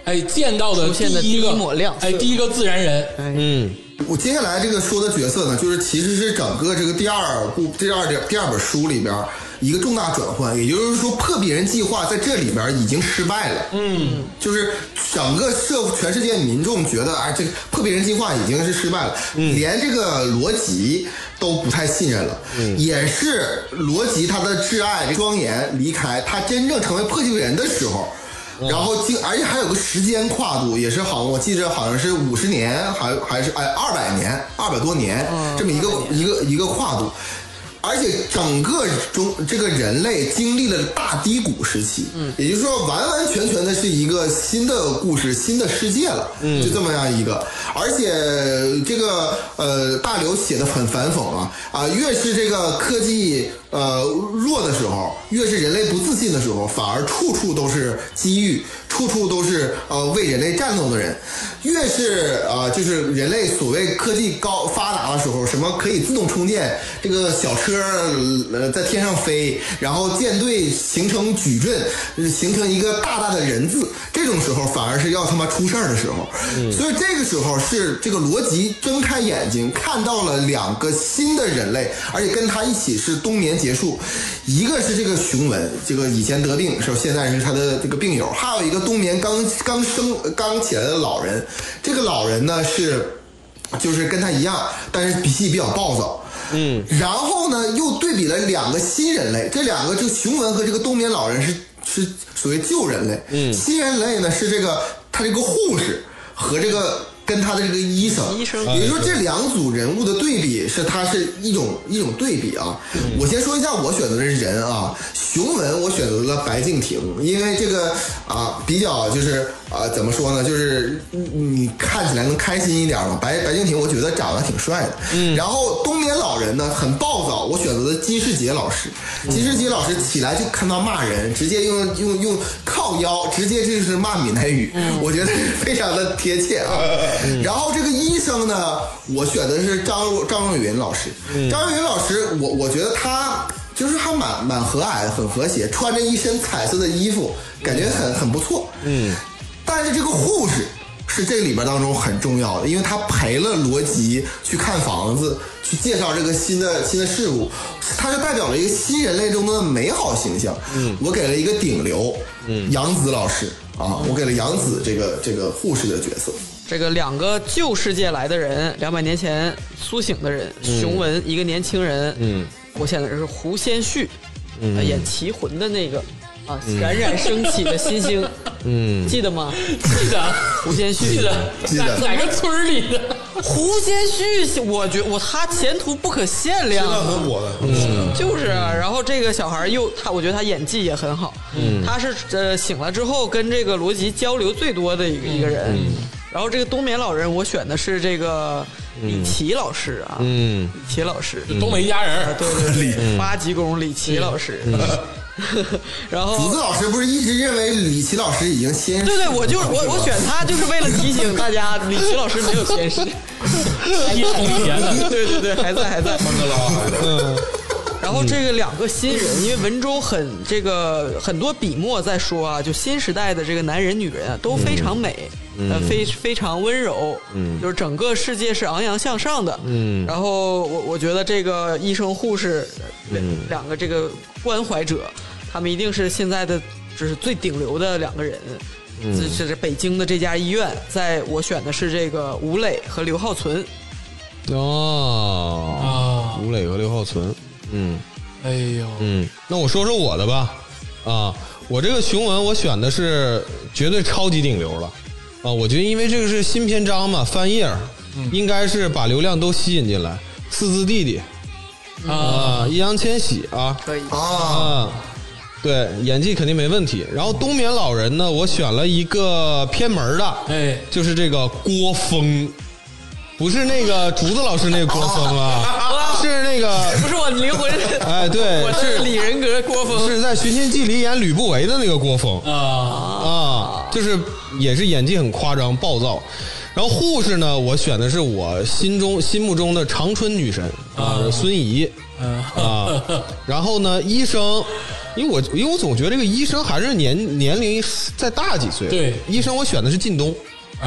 见到的出现的第一个第一抹亮色第一个自然人。 我接下来这个说的角色呢，就是其实是整个这个第二本书里边一个重大转换，也就是说破壁人计划在这里边已经失败了。就是整个全世界民众觉得这个破壁人计划已经是失败了，连这个罗辑都不太信任了。也是罗辑他的挚爱庄严离开，他真正成为破壁人的时候。然后而且还有个时间跨度，也是我记着好像是50年，还是200年，200多年，这么一个跨度。而且整个这个人类经历了大低谷时期，也就是说完完全全的是一个新的故事、新的世界了，就这么样一个。而且这个大刘写的很反讽越是这个科技弱的时候，越是人类不自信的时候，反而处处都是机遇，处处都是为人类战斗的人。越是就是人类所谓科技发达的时候，什么可以自动充电，这个小车在天上飞，然后舰队形成矩阵，形成一个大大的人字，这种时候反而是要他妈出事儿的时候。所以这个时候是这个罗辑睁开眼睛看到了2个新的人类，而且跟他一起是冬眠结束。一个是这个熊文，这个以前得病是现在是他的这个病友，还有一个冬眠刚起来的老人。这个老人呢就是跟他一样，但是脾气比较暴躁。然后呢又对比了2个新人类，这2个就熊文和这个冬眠老人是属于旧人类。新人类呢是他这个护士和这个跟他的这个医生，也就是说这2组人物的对比它是一种对比啊。我先说一下我选择的是人啊，熊文我选择了白敬亭，因为这个比较就是怎么说呢，就是你看起来能开心一点嘛。白敬亭我觉得长得挺帅的。然后冬眠老人呢很暴躁，我选择的金世杰老师。金世杰老师起来就看到骂人，直接用靠腰，直接就是骂闽南语，我觉得是非常的贴切啊。然后这个医生呢，我选的是张若昀老师。张若昀老师，我觉得他就是还蛮和蔼的，很和谐，穿着一身彩色的衣服，感觉很不错。但是这个护士是这里边当中很重要的，因为他陪了罗辑去看房子，去介绍这个新的事物，他是代表了一个新人类中的美好形象。我给了一个顶流，杨紫老师我给了杨紫这个护士的角色。 这个2个旧世界来的人，200年前苏醒的人，熊文一个年轻人，我选的是胡先煦，演棋魂的那个冉冉升起的新星，记得吗？ 记得， 胡先煦， 记得哪个村里的？ 胡先煦，我觉得他前途不可限量， 现在很火的。 就是。然后这个小孩我觉得他演技也很好，他是醒了之后跟这个罗辑交流最多的一个人。然后这个冬眠老人，我选的是这个李琦老师李琦老师， 东北一家人， 对8级功李琦老师。然后竹子老师不是一直认为李琦老师已经仙逝？ 对，我选他就是为了提醒大家，李琦老师没有仙逝， 一重年的， 对，还在。 曼德拉。 然后这个2个新人，因为文中很多笔墨在说就新时代的这个男人女人都非常美，非常温柔，就是整个世界是昂扬向上的。然后我觉得这个医生护士两个这个关怀者，他们一定是现在的就是最顶流的2个人。这是北京的这家医院，我选的是这个吴磊和刘浩存。 吴磊和刘浩存。 哎呦， 那我说说我的吧。我这个熊文我选的是绝对超级顶流了我觉得因为这个是新篇章嘛，翻页应该是把流量都吸引进来。四字弟弟易烊千玺可以对，演技肯定没问题。然后冬眠老人呢，我选了一个偏门的，就是这个郭峰，不是那个竹子老师那个郭峰是那个不是我灵魂对， 我是李人格郭峰， 是在《寻秦记》里演吕不韦的那个郭峰就是也是演技很夸张暴躁。然后护士呢，我选的是我心目中的长春女神孙怡然后呢，医生因为我总觉得这个医生还是年龄再大几岁。 对， 医生我选的是靳东。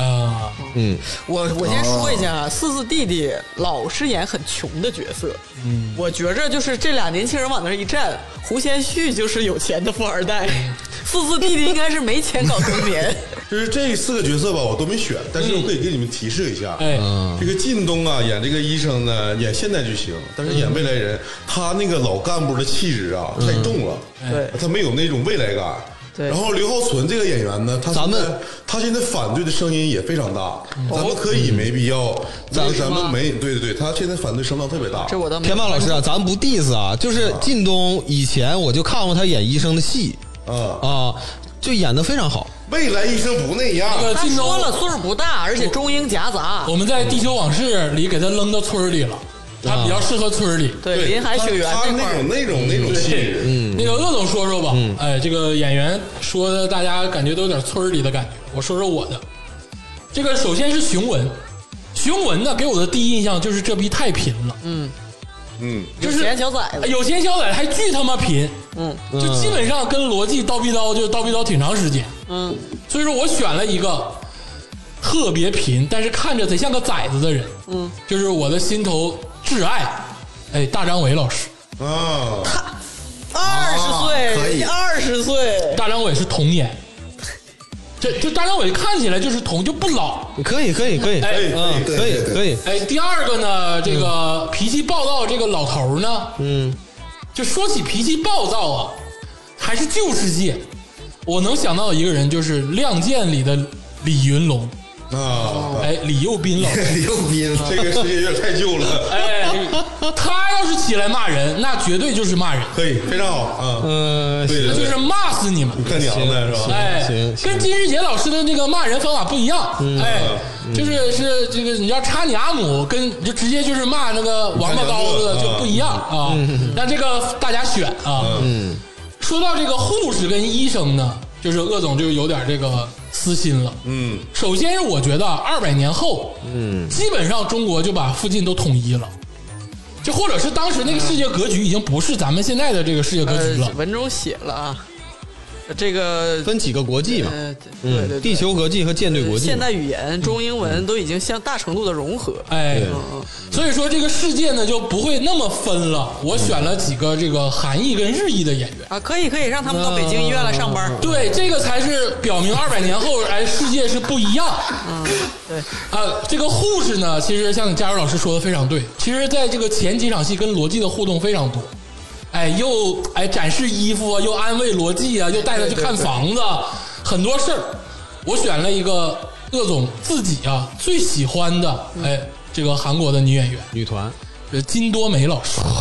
我先说一下，四四弟弟老是演很穷的角色。我觉着就是这俩年轻人往那一站，胡先煦就是有钱的富二代，四四弟弟应该是没钱搞更年。 就是这4个角色吧，我都没选，但是我可以给你们提示一下。这个靳东啊，演这个医生呢，演现代剧情，但是演未来人，他那个老干部的气质啊，太重了， 对， 他没有那种未来感。然后刘浩存这个演员呢，他现在反对的声音也非常大，咱们可以没必要，咱们没对，他现在反对声浪特别大。 这我倒没。 天霸老师啊，咱们不 diss 啊，就是靳东以前我就看过他演医生的戏，就演得非常好。 未来医生不那样， 他说了岁数不大，而且中英夹杂。 我们在《地球往事》里给他扔到村里了。他比较适合村里， 对林海雪原那种气质。 那个鄂总说说吧，这个演员说的大家感觉都有点村里的感觉。我说说我的，这个首先是熊文，熊文呢给我的第一印象就是这逼太贫了，就是有钱小崽子， 有钱小崽子还巨他妈贫，就基本上跟罗辑叨逼叨就叨逼叨挺长时间，所以说我选了一个特别贫，但是看着贼像个崽子的人，就是我的心头挚爱，大张伟老师啊， 他20岁， 可以 20岁， 大张伟是童颜，这大张伟看起来就是童，就不老， 可以，可以。第二个呢，这个脾气暴躁这个老头呢，就说起脾气暴躁啊，还是旧世界，我能想到一个人就是《亮剑》里的李云龙。李幼斌老师， 李幼斌， 这个世界有点太旧了。 他要是起来骂人，那绝对就是骂人， 可以，非常好对， 就是骂死你们， 看娘的是吧？ 跟金世杰老师的那个骂人方法不一样，就是这个你要插你阿姆，跟就直接就是骂那个王八羔子就不一样啊。那这个大家选啊。说到这个护士跟医生呢，就是鄂总就有点这个私心了。首先是我觉得200年后，基本上中国就把附近都统一了，就或者是当时那个世界格局已经不是咱们现在的这个世界格局了。 文中写了啊，这个分几个国际嘛， 对， 地球国际和舰队国际， 现代语言中英文都已经相大程度的融合。 所以说这个世界呢就不会那么分了。我选了几个这个韩裔跟日裔的演员啊，可以让他们到北京医院来上班。 对，这个才是表明200年后世界是不一样。 对这个护士呢，其实像佳茹老师说的非常对，其实在这个前几场戏跟罗辑的互动非常多。又展示衣服啊，又安慰罗辑啊，又带他去看房子，很多事儿。我选了一个鄂总自己最喜欢的这个韩国的女演员女团， 金多美老师。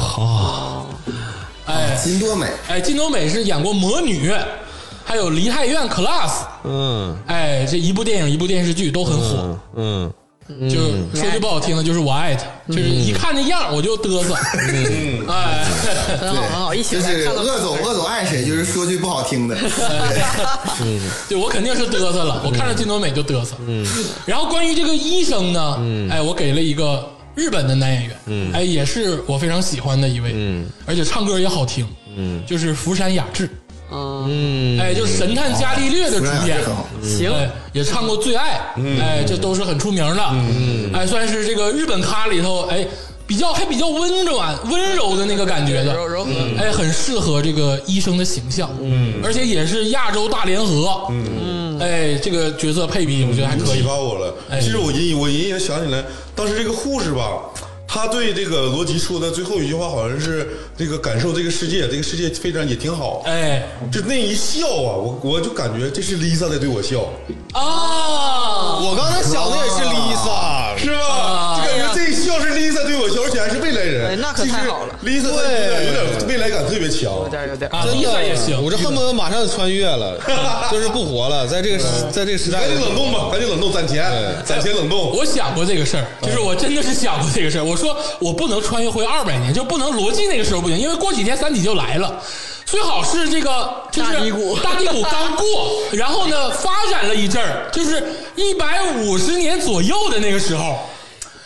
金多美， 金多美是演过《魔女》，还有《梨泰院 Class》。这一部电影一部电视剧都很火。就说句不好听的，就是我爱他，就是一看那样我就嘚瑟。 很好，一起来看。 鄂总爱谁，就是说句不好听的。 对，我肯定是嘚瑟了，我看着金多美就嘚瑟。然后关于这个医生呢，我给了一个日本的男演员，也是我非常喜欢的一位，而且唱歌也好听，就是福山雅治。就是神探伽利略的主演， 行， 也唱过《最爱》，这都是很出名的，算是这个日本咖里头，比较温柔的那个感觉的，很适合这个医生的形象，而且也是亚洲大联合，这个角色配比我觉得还可以。 启发我了，其实我隐隐想起来，当时这个护士吧。他对这个罗辑说的最后一句话好像是这个感受这个世界，这个世界非常也挺好。就那一笑啊，我就感觉这是 Lisa 在对我笑啊！我刚才想的也是 Lisa， 是吧？就感觉这一笑是 Lisa 对我笑，而且还是未来人， 那可太好了。 Lisa 有点未来感特别强， 有点 ，Lisa 也行。 我这恨不得马上穿越了，就是不活了，在这个时代， 赶紧冷冻吧，赶紧冷冻，攒钱冷冻。 我想过这个事儿，就是我真的是想过这个事儿。我说我不能穿越回200年，就不能罗辑那个时候不行，因为过几天3体就来了，最好是这个就是大低谷刚过，然后呢发展了一阵儿，就是150年左右的那个时候，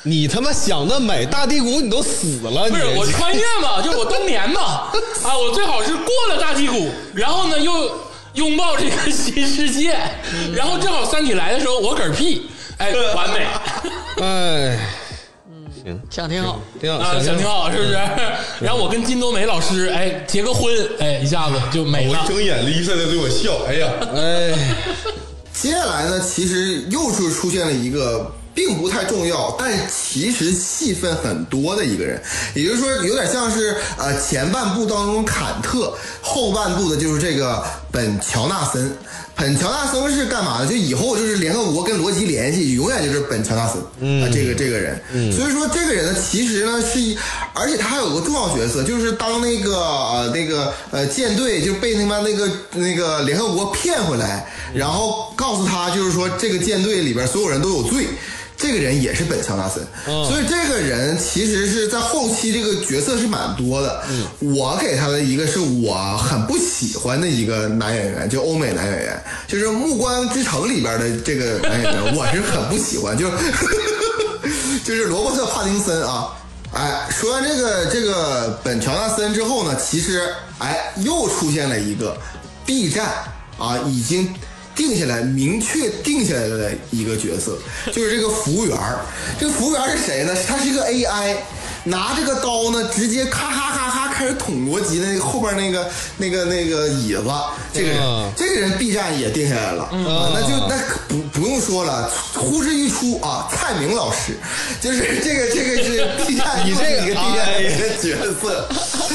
你他妈想得美，大地谷你都死了， 不是我穿越嘛，就我冬眠嘛，啊，我最好是过了大地谷，然后呢又拥抱这个新世界，然后正好三体来的时候我嗝屁，哎，完美， 哎，行， 想挺好， 挺好， 啊，想挺好，是不是？然后我跟金多美老师，哎，结个婚，哎，一下子就没了。 我睁眼，Lisa在对我笑，哎呀， 哎， 接下来呢，其实又是出现了一个并不太重要，但其实戏份很多的一个人，也就是说，有点像是前半部当中坎特，后半部的就是这个本乔纳森。本乔纳森是干嘛的？就以后就是联合国跟罗辑联系，永远就是本乔纳森这个人。所以说这个人呢，其实呢是，而且他还有个重要角色，就是当那个舰队就被那个联合国骗回来，然后告诉他就是说这个舰队里边所有人都有罪。这个人也是本乔纳森，所以这个人其实是在后期这个角色是蛮多的。我给他的一个是我很不喜欢的一个男演员，就欧美男演员，就是《暮光之城》里边的这个男演员，我是很不喜欢，就是罗伯特·帕丁森啊。哎，说完这个本乔纳森之后呢，其实又出现了一个 B 站啊已经明确定下来的一个角色，就是这个服务员。这个服务员是谁呢？他是一个 AI， 拿这个刀呢，直接咔咔咔咔开始捅罗辑的那个后边那个椅子。这个人 B 站也定下来了，那不用说了，呼之欲出啊！蔡明老师，就是这个是 B 站一个 B 站的一个角色，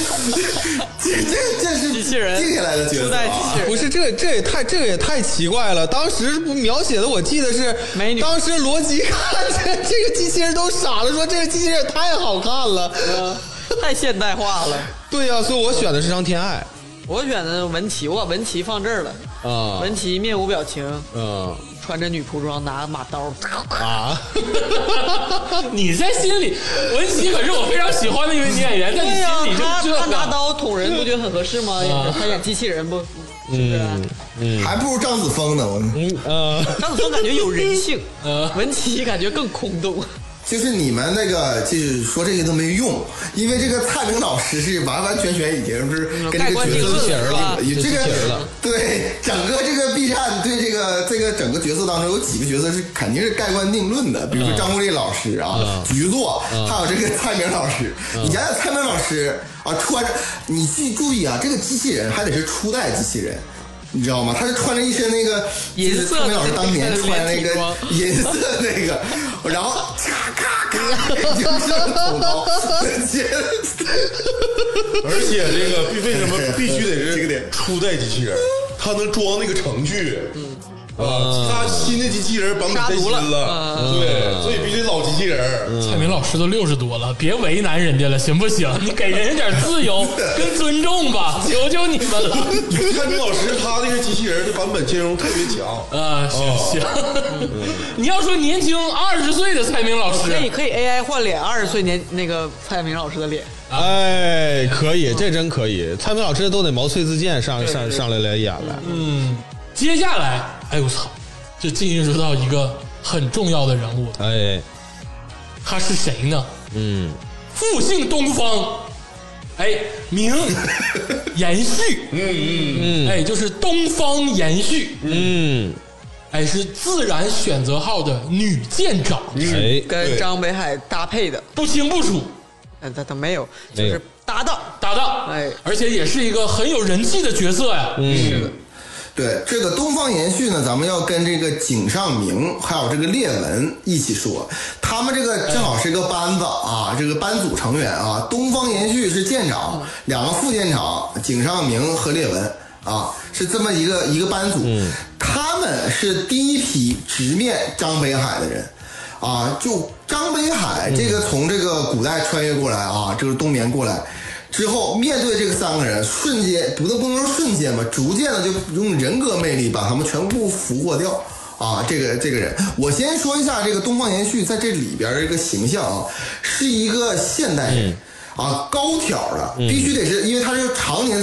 这是机器人定下来的角色啊。 不是这个也太奇怪了。当时描写的我记得是美女， 当时罗辑看着这个机器人都傻了，说这个机器人也太好看了， 太现代化了。 对呀，所以我选的是张天爱。 我选的文琪，我把文琪放这儿了啊。 文琪面无表情，穿着女仆装，拿马刀啊。 你在心里，文琪可是我非常喜欢的一位女演员，在你心里他拿刀捅人，不觉得很合适吗？他演机器人不？是不是？ 还不如张子枫呢。 张子枫感觉有人性，文琪感觉更空洞。 就是你们那个，就是说这些都没用，因为这个蔡明老师是完完全全已经是跟这个角色写了，这个对整个这个 B 站对这个整个角色当中有几个角色是肯定是盖棺定论的，比如说张国立老师啊，局座，还有这个蔡明老师。你想想蔡明老师啊，穿着你注意啊，这个机器人还得是初代机器人。你知道吗？他是穿着一身那个银色的， 蔡明老师当年穿那个银色那个，然后咔咔咔就是捅刀， 而且这个为什么必须得是初代机器人？他能装那个程序。他新的机器人版本更新了，对，所以必须老机器人。 蔡明老师都60多了，别为难人家了，行不行？你给人家点自由跟尊重吧，求求你们了。 蔡明老师他那个机器人的版本兼容特别强啊，行。你要说年轻20岁的蔡明老师， 可以 AI 换脸，20岁那个蔡明老师的脸。 哎，可以，这真可以。蔡明老师都得毛遂自荐上来演了。 接下来，哎我操，就进入到一个很重要的人物。 哎， 他是谁呢？复姓东方，哎，名延续，哎，就是东方延续，哎，是自然选择号的女舰长， 跟张北海搭配的， 不清不楚。 他没有，就是搭档， 哎，而且也是一个很有人气的角色呀。 是的。对这个东方延续呢，咱们要跟这个井上明还有这个列文一起说，他们这个正好是一个班子啊，这个班组成员啊，东方延续是舰长，两个副舰长井上明和列文啊，是这么一个班组，他们是第一批直面张北海的人啊，就张北海这个从这个古代穿越过来啊，这个冬眠过来。之后面对这个3个人，瞬间不能说瞬间吧，逐渐的就用人格魅力把他们全部俘获掉啊！这个人，我先说一下这个东方延续在这里边这个形象啊，是一个现代人啊，高挑的，必须得是因为他是常年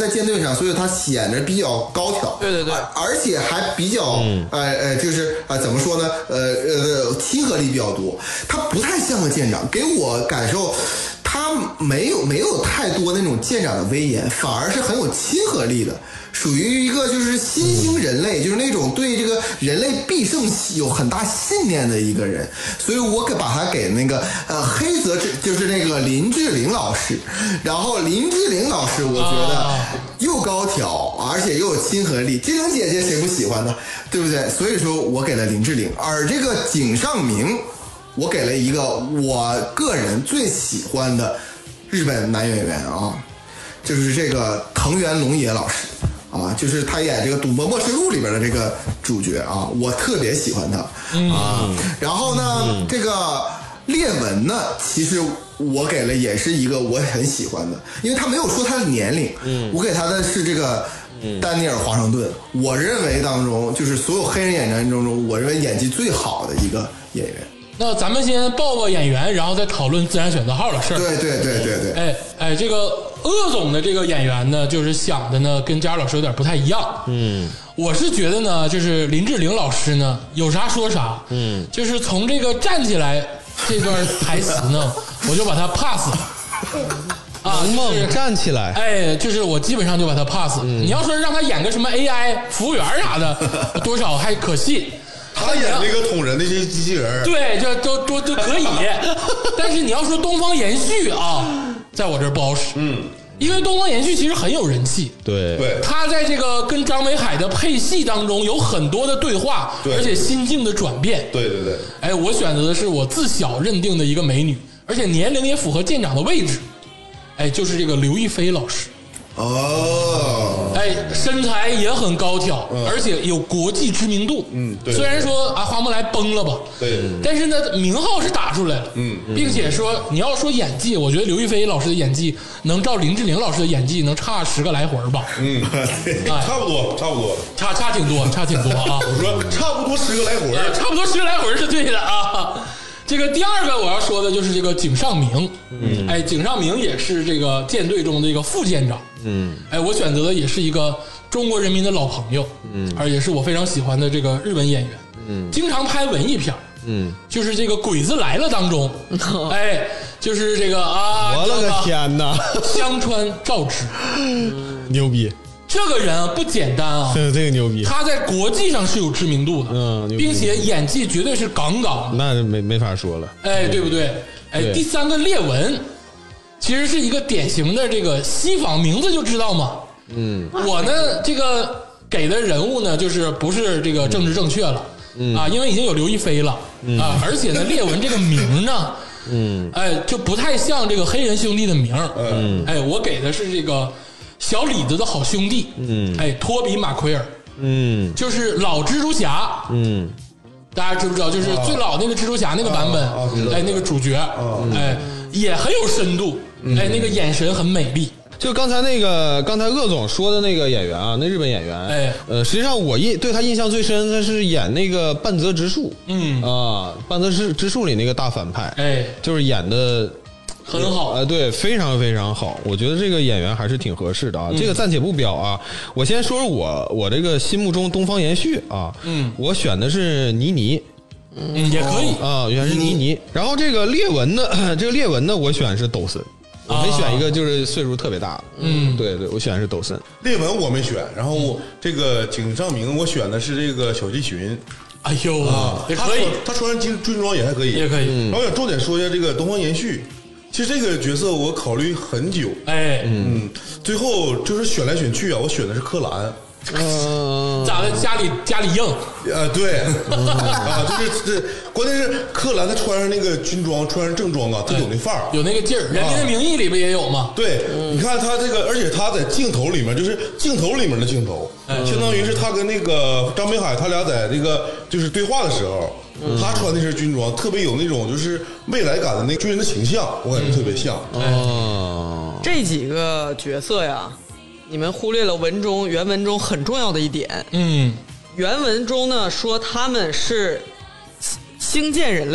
在舰队上，所以他显得比较高挑， 对对对， 而且还比较就是怎么说呢？亲和力比较多，他不太像个舰长，给我感受。他没有太多那种舰长的威严，反而是很有亲和力的，属于一个就是新兴人类，就是那种对这个人类必胜有很大信念的一个人，所以我把他给那个黑泽就是那个林志玲老师，然后林志玲老师我觉得又高挑，而且又有亲和力，志玲姐姐谁不喜欢呢？对不对？所以说我给了林志玲，而这个井上明。我给了一个我个人最喜欢的日本男演员啊，就是这个藤原龙也老师啊，就是他演这个《赌博默示录》里边的这个主角啊，我特别喜欢他啊。然后呢，这个列文呢，其实我给了也是一个我很喜欢的，因为他没有说他的年龄，我给他的是这个丹尼尔·华盛顿，我认为当中就是所有黑人演员中，我认为演技最好的一个演员。 那咱们先报报演员，然后再讨论自然选择号的事儿。 对。 哎，这个鄂总的这个演员呢，就是想的呢，跟佳老师有点不太一样。我是觉得呢，就是林志玲老师呢，有啥说啥。就是从这个站起来这段台词呢，我就把它 pass 了。 萌萌站起来， 哎，就是我基本上就把它 pass。你要说让他演个什么 AI 服务员啥的，多少还可信。 他演那个捅人的这些机器人， 对，这都可以。但是你要说东方延续啊，在我这儿不好使。因为东方延续其实很有人气。 对， 他在这个跟张北海的配戏当中有很多的对话，而且心境的转变。 对。 哎，我选择的是我自小认定的一个美女，而且年龄也符合舰长的位置。哎，就是这个刘亦菲老师。哎，身材也很高挑，而且有国际知名度。 对。 虽然说花木兰崩了吧， 对， 但是呢，名号是打出来了。并且说你要说演技，我觉得刘亦菲老师的演技能照林志玲老师的演技能差10个来回吧。 差不多， 差挺多啊。 我说差不多10个来回， 差不多10个来回是对的啊。这个第二个我要说的就是这个井上明。哎，井上明也是这个舰队中的一个副舰长。哎，我选择的也是一个中国人民的老朋友，而也是我非常喜欢的这个日本演员。经常拍文艺片。就是这个《鬼子来了》当中，哎，就是这个啊， 我了个天哪， 香川照之， 牛逼。 这个人不简单啊， 这个牛逼， 他在国际上是有知名度的，并且演技绝对是杠杠， 那没法说了， 哎，对不对？哎，第三个列文，其实是一个典型的这个西方，名字就知道嘛。我呢这个给的人物呢，就是不是这个政治正确了，因为已经有刘亦菲了，而且呢，列文这个名呢，哎，就不太像这个黑人兄弟的名，哎，我给的是这个。小李子的好兄弟，哎，托比马奎尔，就是老蜘蛛侠，大家知不知道？就是最老那个蜘蛛侠那个版本，哎，那个主角，哎，也很有深度，哎，那个眼神很美丽。 就刚才鄂总说的那个演员啊，那日本演员， 哎， 实际上我对他印象最深，他是演那个半泽直树，半泽直树里那个大反派， 哎， 就是演的。 很好对，非常非常好，我觉得这个演员还是挺合适的啊。这个暂且不表啊，我先说说我这个心目中东方延续啊，我选的是倪妮， 也可以啊，原来是倪妮。然后这个列文呢，我选的是抖森，我没选一个就是岁数特别大的，对，我选的是抖森。 列文我没选，然后这个井上明我选的是这个小栗旬。 哎呦也可以， 他穿军装也还可以， 也可以。 然后我想重点说一下这个东方延续。其实这个角色我考虑很久， 哎， 最后就是选来选去啊，我选的是柯蓝， 咋的？家里硬， 对，就是这，关键是柯蓝他穿上那个军装，穿上正装啊，他有那范儿， 有那个劲儿。人民的名义里边也有嘛？ 对，你看他这个，而且他在镜头里面，就是镜头里面的镜头，相当于是他跟那个张北海他俩在这个就是对话的时候。他穿的是军装，特别有那种就是未来感的那军人的形象，我感觉特别像。 这几个角色呀，你们忽略了原文中很重要的一点。原文中呢说他们是星舰人类，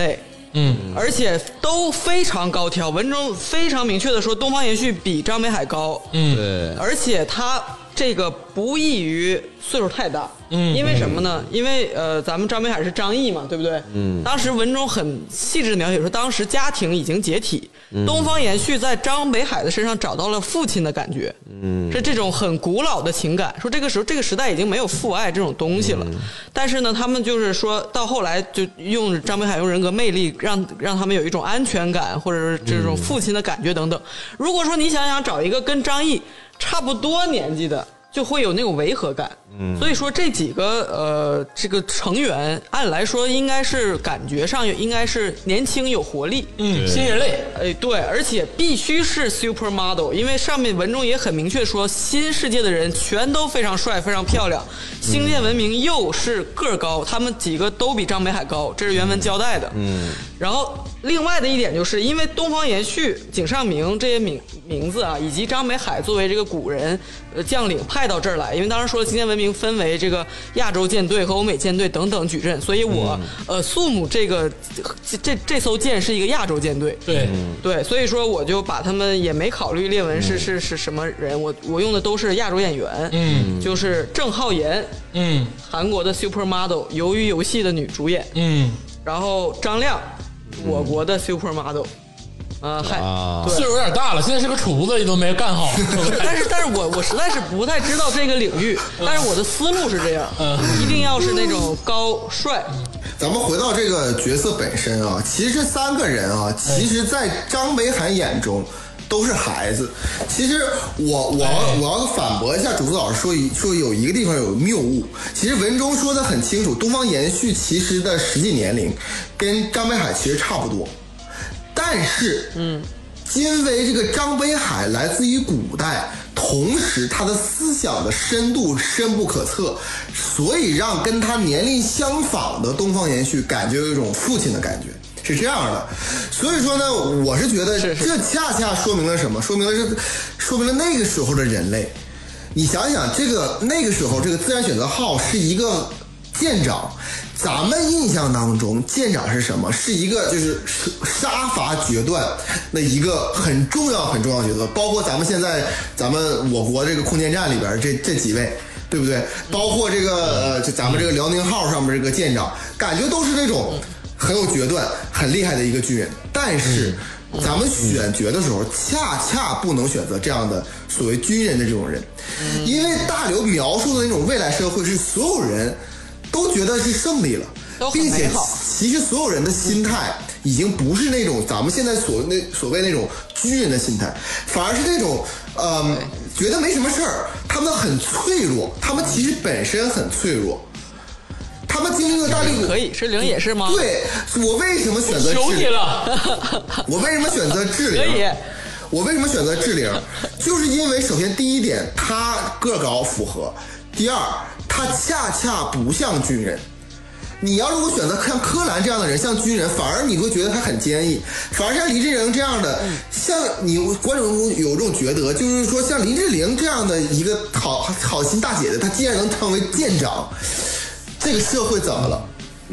而且都非常高挑。文中非常明确的说，东方延续比张北海高， 对， 而且他这个不异于岁数太大，因为什么呢？因为咱们张北海是张译嘛，对不对？当时文中很细致的描写说，当时家庭已经解体，东方延续在张北海的身上找到了父亲的感觉，是这种很古老的情感。说这个时候这个时代已经没有父爱这种东西了，但是呢，他们就是说到后来就用张北海用人格魅力让他们有一种安全感，或者是这种父亲的感觉等等。如果说你想找一个跟张译差不多年纪的，就会有那种违和感。所以说这几个这个成员按来说应该是感觉上应该是年轻有活力， 新人类， 对，而且必须是 super model， 因为上面文中也很明确说，新世界的人全都非常帅非常漂亮，星舰文明又是个儿高，他们几个都比张北海高，这是原文交代的。然后另外的一点就是因为东方延续、井上明这些名字啊，以及张北海作为这个古人将领派到这儿来，因为当时说了星舰文明分为这个亚洲舰队和欧美舰队等等矩阵，所以我苏姆这艘舰是一个亚洲舰队，对，所以说我就把他们也没考虑列文是什么人，我用的都是亚洲演员，就是郑浩妍，韩国的 super model 鱿鱼游戏的女主演，然后张亮，我国的 super model。对， 岁数有点大了，现在是个厨子，也都没干好。 但是我实在是不太知道这个领域，但是我的思路是这样，一定要是那种高帅。 咱们回到这个角色本身啊，其实这3个人啊，其实在张北海眼中都是孩子。其实我要反驳一下主子老师说有一个地方有谬误。其实文中说的很清楚，东方延续其实的实际年龄跟张北海其实差不多。但是，因为这个张北海来自于古代，同时他的思想的深度深不可测，所以让跟他年龄相仿的东方延续感觉有一种父亲的感觉，是这样的。所以说呢，我是觉得这恰恰说明了什么？说明了那个时候的人类。你想想，那个时候这个自然选择号是一个舰长。咱们印象当中，舰长是什么？是一个就是杀伐决断的一个很重要角色，包括咱们我国这个空间站里边这几位，对不对？包括这个就咱们这个辽宁号上面这个舰长，感觉都是那种很有决断、很厉害的一个军人。但是咱们选角的时候，恰不能选择这样的所谓军人的这种人，因为大刘描述的那种未来社会是所有人都觉得是胜利了，并且其实所有人的心态已经不是那种咱们现在所谓那种军人的心态，反而是那种觉得没什么事儿，他们很脆弱，他们其实本身很脆弱。他们经历了大力可以是灵也是吗？ 对，我为什么选择求你了？ 我为什么选择志玲？ 可以。 我为什么选择志玲？就是因为首先第一点，他个高符合；第二，他恰不像军人。你要如果选择像柯蓝这样的人，像军人，反而你会觉得他很坚毅；反而像林志玲这样的，像你观众中有这种觉得，就是说像林志玲这样的一个好心大姐的，她竟然能成为舰长，这个社会怎么了？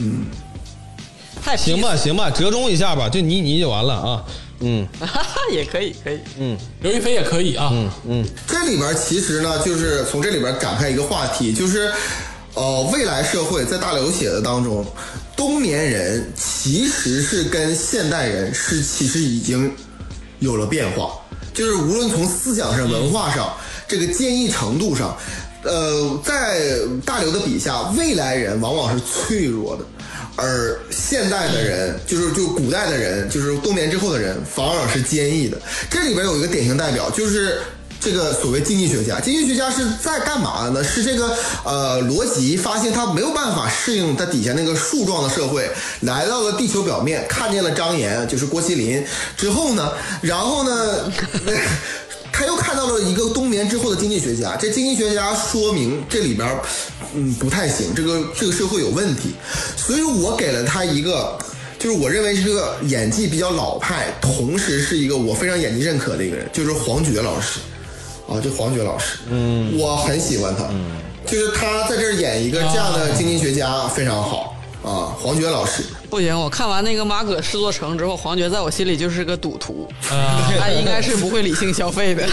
行吧，折中一下吧，就你就完了啊。 也可以， 刘亦菲也可以啊。 这里边其实呢，就是从这里边展开一个话题，就是未来社会在大刘写的当中，冬眠人其实是跟现代人其实已经有了变化，就是无论从思想上、文化上，这个坚毅程度上，在大刘的笔下，未来人往往是脆弱的。而现代的人，就古代的人，就是冬眠之后的人，反而是坚毅的。这里边有一个典型代表，就是这个所谓经济学家。经济学家是在干嘛呢？是这个罗辑发现他没有办法适应他底下那个树状的社会，来到了地球表面，看见了张岩，就是郭麒麟之后呢，然后呢他又看到了一个冬眠之后的经济学家，这经济学家说明这里边不太行，这个社会有问题，所以我给了他一个，就是我认为是个演技比较老派，同时是一个我非常演技认可的一个人，就是黄觉老师啊，这黄觉老师，我很喜欢他，就是他在这儿演一个这样的经济学家非常好啊，黄觉老师。 不行，我看完那个马可试做成之后，黄觉在我心里就是个赌徒，他应该是不会理性消费的。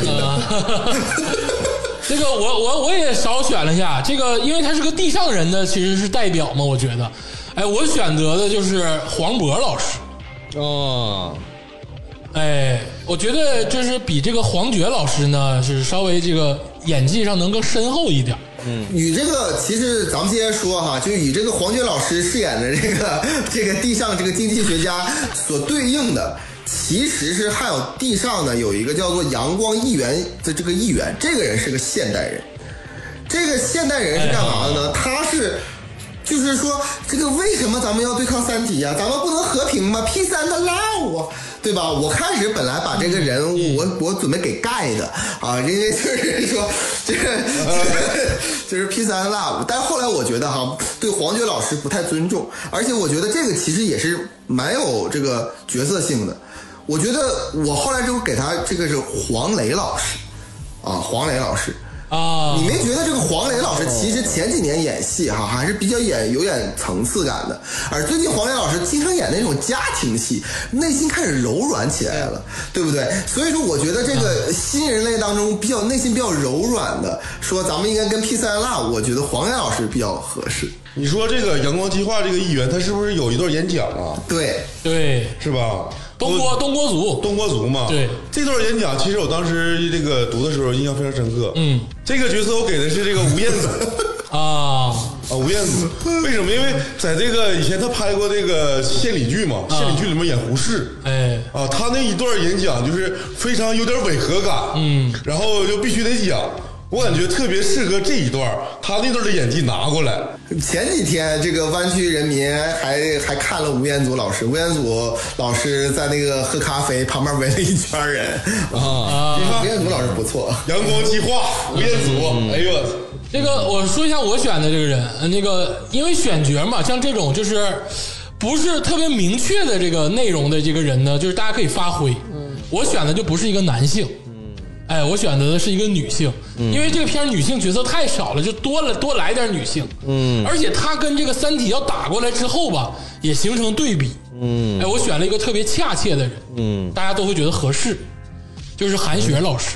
这个我也少选了一下，这个因为他是个地上人的，其实是代表嘛，我觉得，哎，我选择的就是黄渤老师。 哦， 哎，我觉得就是比这个黄觉老师呢，是稍微这个演技上能更深厚一点。 与这个其实咱们接着说哈，就与这个黄觉老师饰演的这个地上这个经济学家所对应的，其实是还有地上呢有一个叫做阳光议员的这个议员，这个人是个现代人。这个现代人是干嘛的呢？他是就是说这个为什么咱们要对抗三体呀？咱们不能和平吗 ？Peace and love 啊，对吧？我开始本来把这个人物我准备给盖的啊，因为就是说这个就是 Peace and love， 但是后来我觉得哈，对黄觉老师不太尊重，而且我觉得这个其实也是蛮有这个角色性的。我觉得我后来就给他这个是黄磊老师啊，黄磊老师。 啊， 你没觉得这个黄磊老师其实前几年演戏哈还是比较有点层次感的，而最近黄磊老师经常演那种家庭戏，内心开始柔软起来了，对不对？所以说我觉得这个新人类当中内心比较柔软的，说咱们应该跟 Peace and Love， 我觉得黄磊老师比较合适。 你说这个阳光计划这个议员，他是不是有一段演讲啊？ 对， 是吧？ 东郭族嘛。对， 这段演讲，其实我当时这个读的时候印象非常深刻。这个角色我给的是这个吴彦祖吴彦祖，为什么？因为在这个以前他拍过这个献礼剧嘛，献礼剧里面演胡适，他那一段演讲就是非常有点违和感，然后就必须得讲。我感觉特别适合这一段，他那段的演技拿过来。 前几天这个湾区人民还看了吴彦祖老师，吴彦祖老师在那个喝咖啡，旁边围了一圈人啊。吴彦祖老师不错， 阳光计划，吴彦祖，哎呦， 这个我说一下我选的这个人，那个因为选角嘛，像这种就是不是特别明确的这个内容的这个人呢，就是大家可以发挥。我选的就不是一个男性。我选择的是一个女性，因为这个片女性角色太少了，就多来点女性，而且她跟这个三体要打过来之后吧，也形成对比，我选了一个特别恰切的人，大家都会觉得合适，就是韩雪老师。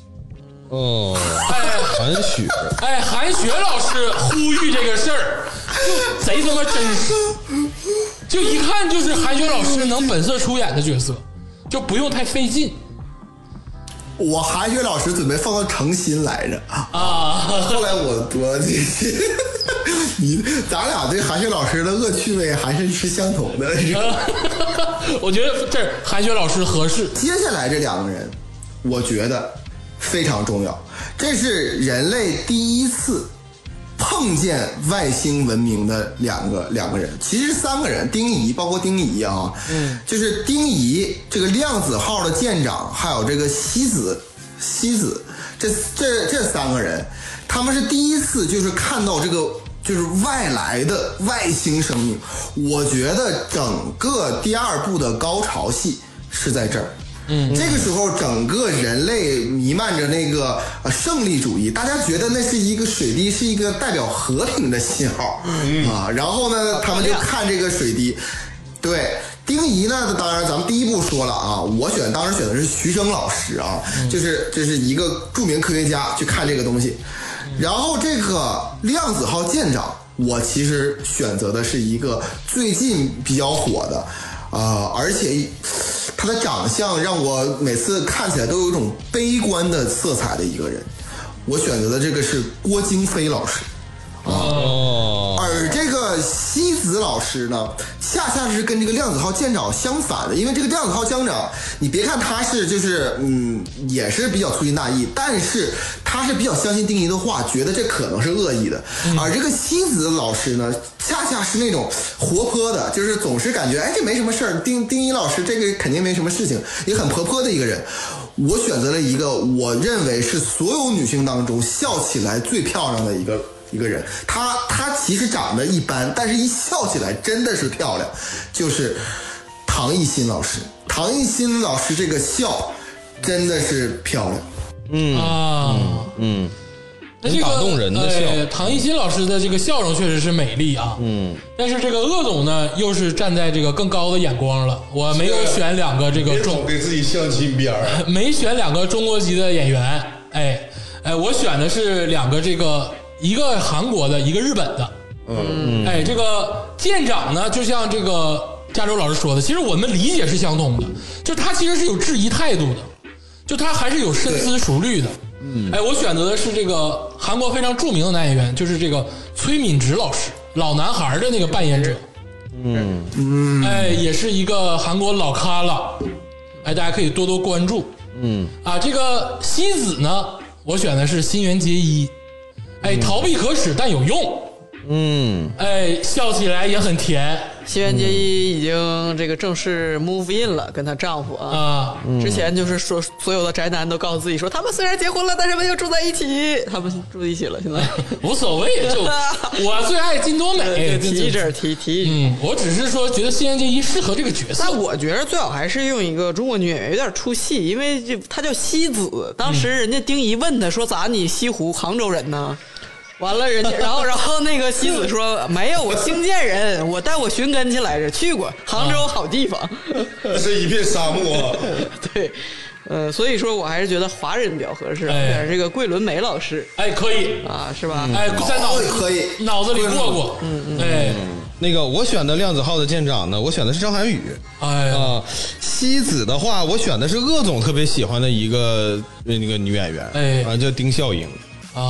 韩雪， 韩雪老师呼吁这个事儿，就贼他妈真实，就一看就是韩雪老师能本色出演的角色，就不用太费劲。 我韩雪老师准备放到诚心来着后来我咱俩对韩雪老师的恶趣味还是相同的。 我觉得这韩雪老师合适。 接下来这两个人，我觉得非常重要，这是人类第一次碰见外星文明的两个人，其实三个人，丁仪，包括丁仪啊，就是丁仪这个量子号的舰长，还有这个西子，这三个人，他们是第一次就是看到这个就是外来的外星生命。我觉得整个第二部的高潮戏是在这儿。这个时候整个人类弥漫着那个胜利主义，大家觉得那是一个水滴，是一个代表和平的信号然后呢他们就看这个水滴。对，丁仪呢当然咱们第一部说了我当时选的是徐峥老师就是一个著名科学家去看这个东西。然后这个量子号舰长，我其实选择的是一个最近比较火的而且他的长相让我每次看起来都有一种悲观的色彩的一个人，我选择的这个是郭京飞老师而这个西子老师呢，恰恰是跟这个量子号舰长相反的。因为这个量子号舰长，你别看他是也是比较粗心大意，但是他是比较相信丁仪的话，觉得这可能是恶意的。而这个西子老师呢，恰恰是那种活泼的，就是总是感觉这没什么事儿，丁仪老师这个肯定没什么事情，也很活泼的一个人。我选择了一个我认为是所有女性当中笑起来最漂亮的一个人，她其实长得一般，但是一笑起来真的是漂亮，就是唐艺昕老师。唐艺昕老师这个笑真的是漂亮。 那这个很打动人的笑。 唐艺昕老师的这个笑容确实是美丽啊，但是这个鄂总呢，又是站在这个更高的眼光了。我没有选两个这个别总给自己相亲边儿， 没选两个中国籍的演员，我选的是两个这个一个韩国的，一个日本的。这个舰长呢，就像这个加州老师说的，其实我们理解是相通的，就他其实是有质疑态度的，就他还是有深思熟虑的。我选择的是这个韩国非常著名的男演员，就是这个崔敏植老师，老男孩的那个扮演者。也是一个韩国老咖了，大家可以多多关注。这个西子呢，我选的是新垣结衣。逃避可耻但有用。笑起来也很甜。 新垣结衣已经这个正式 move in 了，跟她丈夫之前就是说所有的宅男都告诉自己说，他们虽然结婚了，但是没有住在一起。他们住在一起了，现在无所谓。就我最爱金多美， 提一阵提。 我只是说觉得新垣结衣适合这个角色。 但我觉得最好还是用一个中国女演员，有点出戏，因为她叫西子。当时人家丁仪问她说：“咋你西湖杭州人呢？”完了，人家然后那个西子说没有，我兴建人，我带我寻根去来着，去过杭州好地方， 是一片沙漠。 对，所以说我还是觉得华人比较合适，这个桂纶镁老师， 可以啊，是吧？ 在脑子里过， 那个我选的量子号的舰长呢，我选的是张涵予。西子的话，我选的是鄂总特别喜欢的一个那个女演员，叫丁孝英。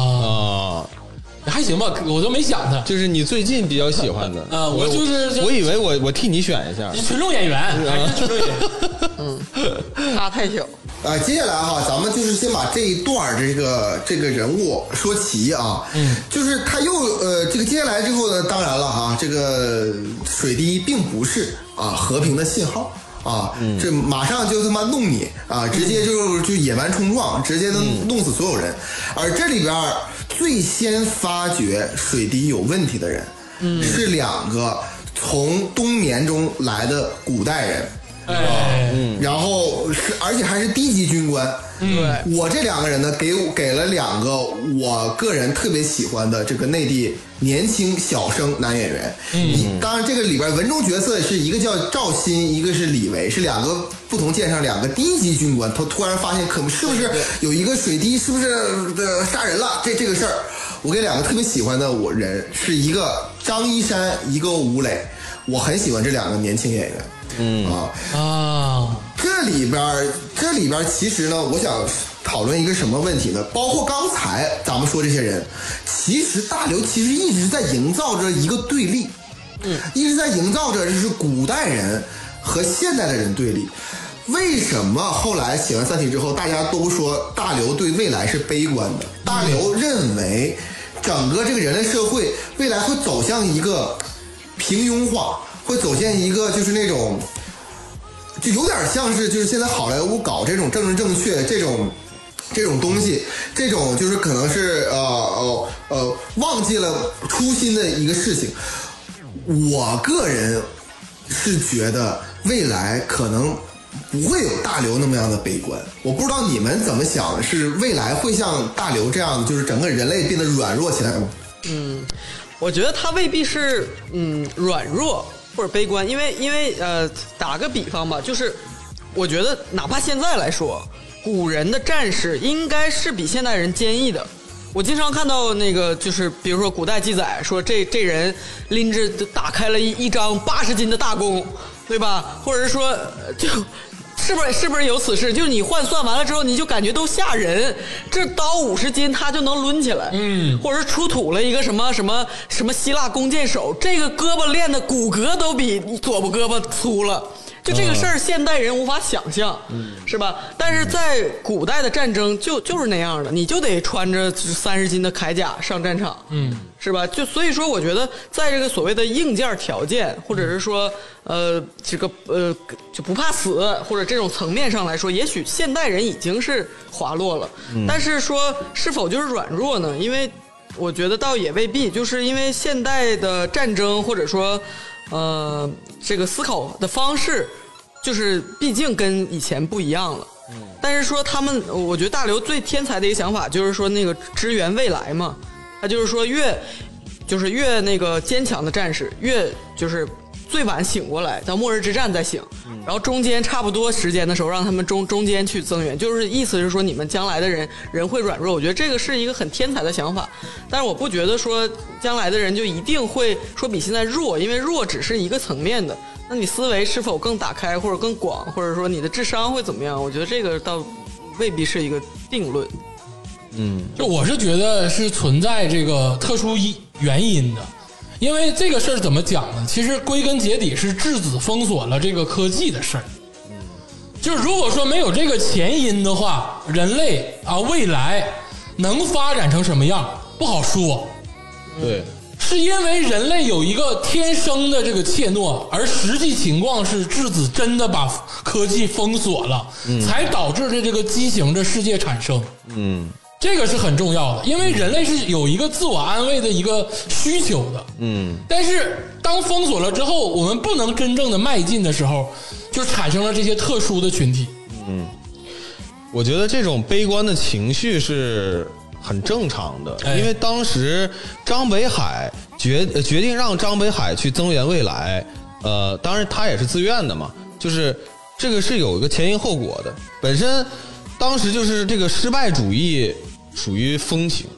还行吧，我都没想他， 就是你最近比较喜欢的我以为我替你选一下群众演员，群众演员， 他太小。 接下来咱们就是先把这一段这个人物说齐啊，就是他又这个接下来之后呢，当然了这个水滴并不是和平的信号。这马上就他妈弄你直接就野蛮冲撞，直接能弄死所有人。而这里边最先发觉水滴有问题的人，是两个从冬眠中来的古代人，然后而且还是低级军官。我这两个人呢，给了两个我个人特别喜欢的这个内地年轻小生男演员。当然这个里边文中角色是一个叫赵鑫，一个是李维，是两个不同舰上两个低级军官。他突然发现是不是有一个水滴是不是杀人了这个事儿，我给两个特别喜欢的人，是一个张一山，一个吴磊。我很喜欢这两个年轻演员。这里边其实呢，我想讨论一个什么问题呢？包括刚才咱们说这些人，其实大刘其实一直在营造着一个对立，一直在营造着就是古代人和现代的人对立。为什么后来写完《三体》之后，大家都说大刘对未来是悲观的？大刘认为整个这个人类社会未来会走向一个平庸化，会走向一个就是那种。就有点像是就是现在好莱坞搞这种政治正确这种东西，这种就是可能是忘记了初心的一个事情。我个人是觉得未来可能不会有大刘那么样的悲观，我不知道你们怎么想，是未来会像大刘这样，就是整个人类变得软弱起来吗？ 我觉得他未必是软弱或者悲观，因为打个比方吧，就是我觉得哪怕现在来说，古人的战士应该是比现代人坚毅的。我经常看到那个就是比如说古代记载说这人拎着打开了一张80斤的大弓，对吧？或者是说是不是有此事？就是你换算完了之后，你就感觉都吓人。这刀50斤，他就能抡起来，或者是出土了一个什么希腊弓箭手，这个胳膊练的骨骼都比左部胳膊粗了。就这个事儿，现代人无法想象，是吧？但是在古代的战争就是那样的，你就得穿着30斤的铠甲上战场，是吧？就所以说，我觉得在这个所谓的硬件条件，或者是说就不怕死，或者这种层面上来说，也许现代人已经是滑落了。但是说是否就是软弱呢？因为我觉得倒也未必，就是因为现代的战争或者说这个思考的方式，就是毕竟跟以前不一样了。 但是说他们，我觉得大刘最天才的一个想法就是说那个支援未来嘛，他就是说越那个坚强的战士越就是最晚醒过来，到末日之战再醒，然后中间差不多时间的时候让他们中间去增援，就是意思是说你们将来的人会软弱。我觉得这个是一个很天才的想法，但是我不觉得说将来的人就一定会说比现在弱，因为弱只是一个层面的。那你思维是否更打开或者更广，或者说你的智商会怎么样？我觉得这个倒未必是一个定论。 就我是觉得是存在这个特殊原因的，因为这个事儿怎么讲呢？其实归根结底是质子封锁了这个科技的事儿。就是如果说没有这个前因的话，人类啊未来能发展成什么样不好说。 对。 是因为人类有一个天生的这个怯懦，而实际情况是质子真的把科技封锁了，才导致的这个畸形的世界产生。这个是很重要的，因为人类是有一个自我安慰的一个需求的。但是当封锁了之后，我们不能真正的迈进的时候，就产生了这些特殊的群体。 我觉得这种悲观的情绪是很正常的，因为当时张北海决定让张北海去增援未来，当然他也是自愿的嘛，就是这个是有一个前因后果的。本身当时就是这个失败主义属于风行，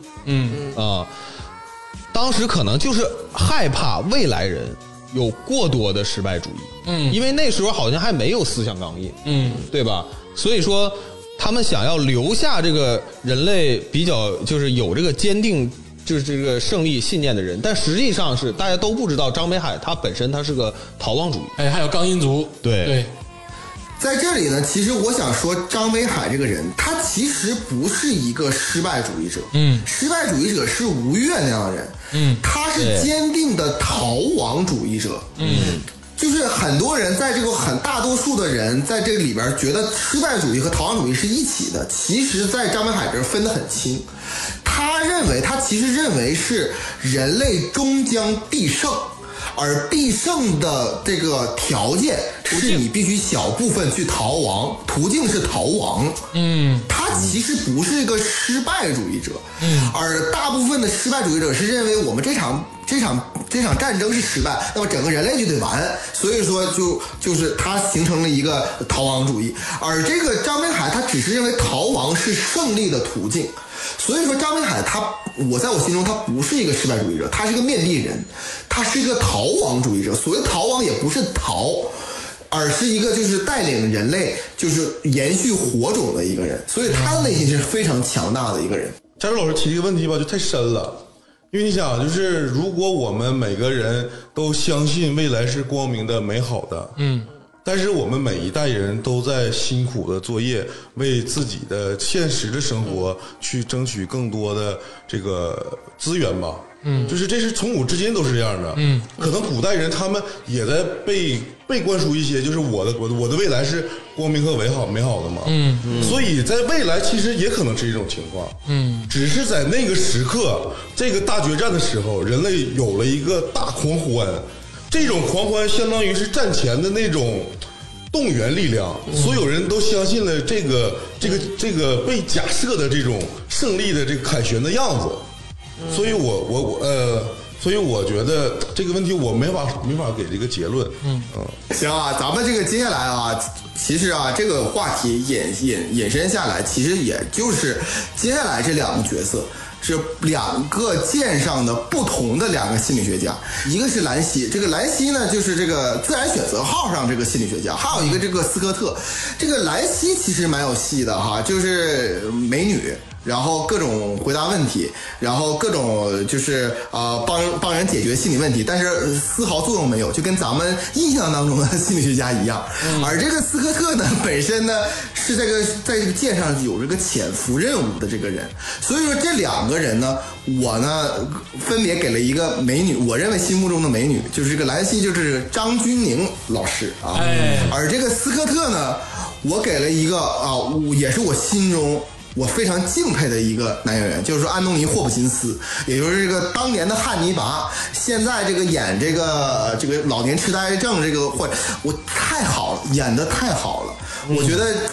当时可能就是害怕未来人有过多的失败主义，因为那时候好像还没有思想钢印，对吧？所以说他们想要留下这个人类比较就是有这个坚定就是这个胜利信念的人，但实际上是大家都不知道张北海他本身他是个逃亡主义， 还有钢印族，对。 在这里呢，其实我想说，张北海这个人，他其实不是一个失败主义者。失败主义者是吴越那样的人。他是坚定的逃亡主义者。就是很多人在这个很大多数的人在这里边觉得失败主义和逃亡主义是一起的，其实在张北海这儿分得很清。他其实认为是人类终将必胜。而必胜的这个条件是你必须小部分去逃亡，途径是逃亡。他其实不是一个失败主义者。而大部分的失败主义者是认为我们这场战争是失败，那么整个人类就得完，所以说就是他形成了一个逃亡主义。而这个张北海他只是认为逃亡是胜利的途径。所以说张北海我在我心中他不是一个失败主义者，他是一个面壁人，他是一个逃亡主义者。所谓逃亡也不是逃，而是一个就是带领人类就是延续火种的一个人，所以他的内心是非常强大的一个人。 加州老师提这个问题吧就太深了，因为你想就是如果我们每个人都相信未来是光明的美好的，但是我们每一代人都在辛苦的作业，为自己的现实的生活去争取更多的这个资源吧。就是这是从古至今都是这样的。可能古代人他们也在被灌输一些，就是我的未来是光明和美好的嘛。所以在未来其实也可能是一种情况。只是在那个时刻，这个大决战的时候，人类有了一个大狂欢。这种狂欢相当于是战前的那种动员力量，所有人都相信了这个被假设的这种胜利的这个凯旋的样子。所以所以我觉得这个问题我没法给这个结论。 行啊，咱们这个接下来啊，其实啊这个话题引申下来，其实也就是接下来这两个角色。是两个剑上的不同的两个心理学家，一个是兰西，这个兰西呢就是这个自然选择号上这个心理学家，还有一个这个斯科特。这个兰西其实蛮有戏的哈，就是美女，然后各种回答问题，然后各种就是帮人解决心理问题，但是丝毫作用没有，就跟咱们印象当中的心理学家一样。而这个斯科特呢本身呢是在这个剑上有这个潜伏任务的这个人，所以说这两个人呢，我呢分别给了一个美女，我认为心目中的美女就是这个兰西，就是张钧甯老师啊。而这个斯科特呢，我给了一个也是我心中我非常敬佩的一个男演员，就是说安东尼·霍普金斯，也就是这个当年的汉尼拔，现在这个演这个老年痴呆症这个我太好了，演得太好了。我觉得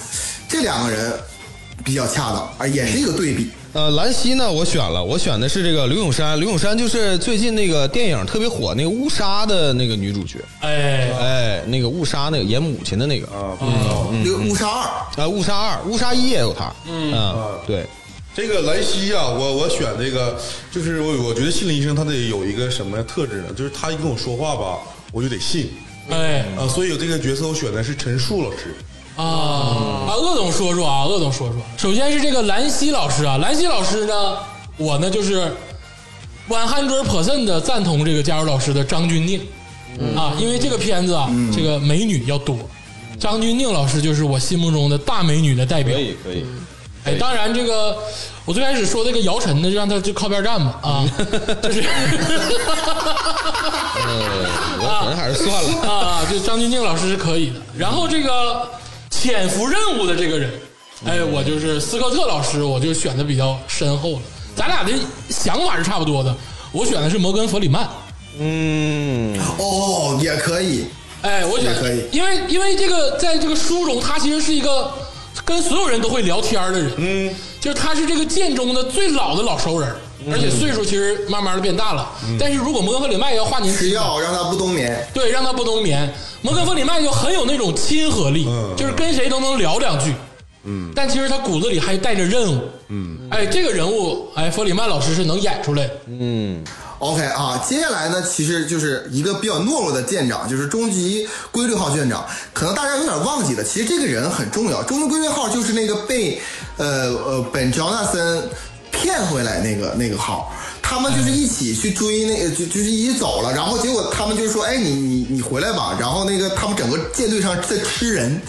这两个人比较恰当，也是一个对比。 兰溪呢，我选的是这个刘永珊。刘永珊就是最近那个电影特别火那个误杀的那个女主角。那个误杀那个演母亲的那个误杀二误杀二，误杀一也有她。对。 这个兰溪啊，我选这个，就是我觉得心理医生他得有一个什么特质呢？就是他一跟我说话吧，我就得信。所以有这个角色我选的是陈数老师。 鄂总说说。首先是这个兰溪老师啊，兰溪老师呢，我呢就是100% 的赞同这个加入老师的张钧甯因为这个片子啊，这个美女要多，张钧甯老师就是我心目中的大美女的代表。 可以。 当然这个我最开始说那个姚晨呢，就让他就靠边站吧就是姚晨还是算了就张钧甯老师是可以的。然后这个潜伏任务的这个人，我就是斯科特老师，我就选的比较深厚了。咱俩的想法是差不多的，我选的是摩根·弗里曼。 也可以。 我选可以， 因为这个在这个书中，他其实是一个跟所有人都会聊天的人。就是他是这个剑中的最老的老熟人，而且岁数其实慢慢的变大了。但是如果摩根·弗里曼要化年轻， 吃药让他不冬眠， 对，让他不冬眠。摩根·弗里曼就很有那种亲和力，就是跟谁都能聊两句。但其实他骨子里还带着任务。这个人物，弗里曼老师是能演出来的。 OK 接下来呢，其实就是一个比较懦弱的舰长，就是终极规律号舰长。可能大家有点忘记了，其实这个人很重要。终极规律号就是那个被本乔纳森骗回来那个号，他们就是一起去追那个，就是一起走了，然后结果他们就说，你回来吧。然后那个他们整个舰队上在吃人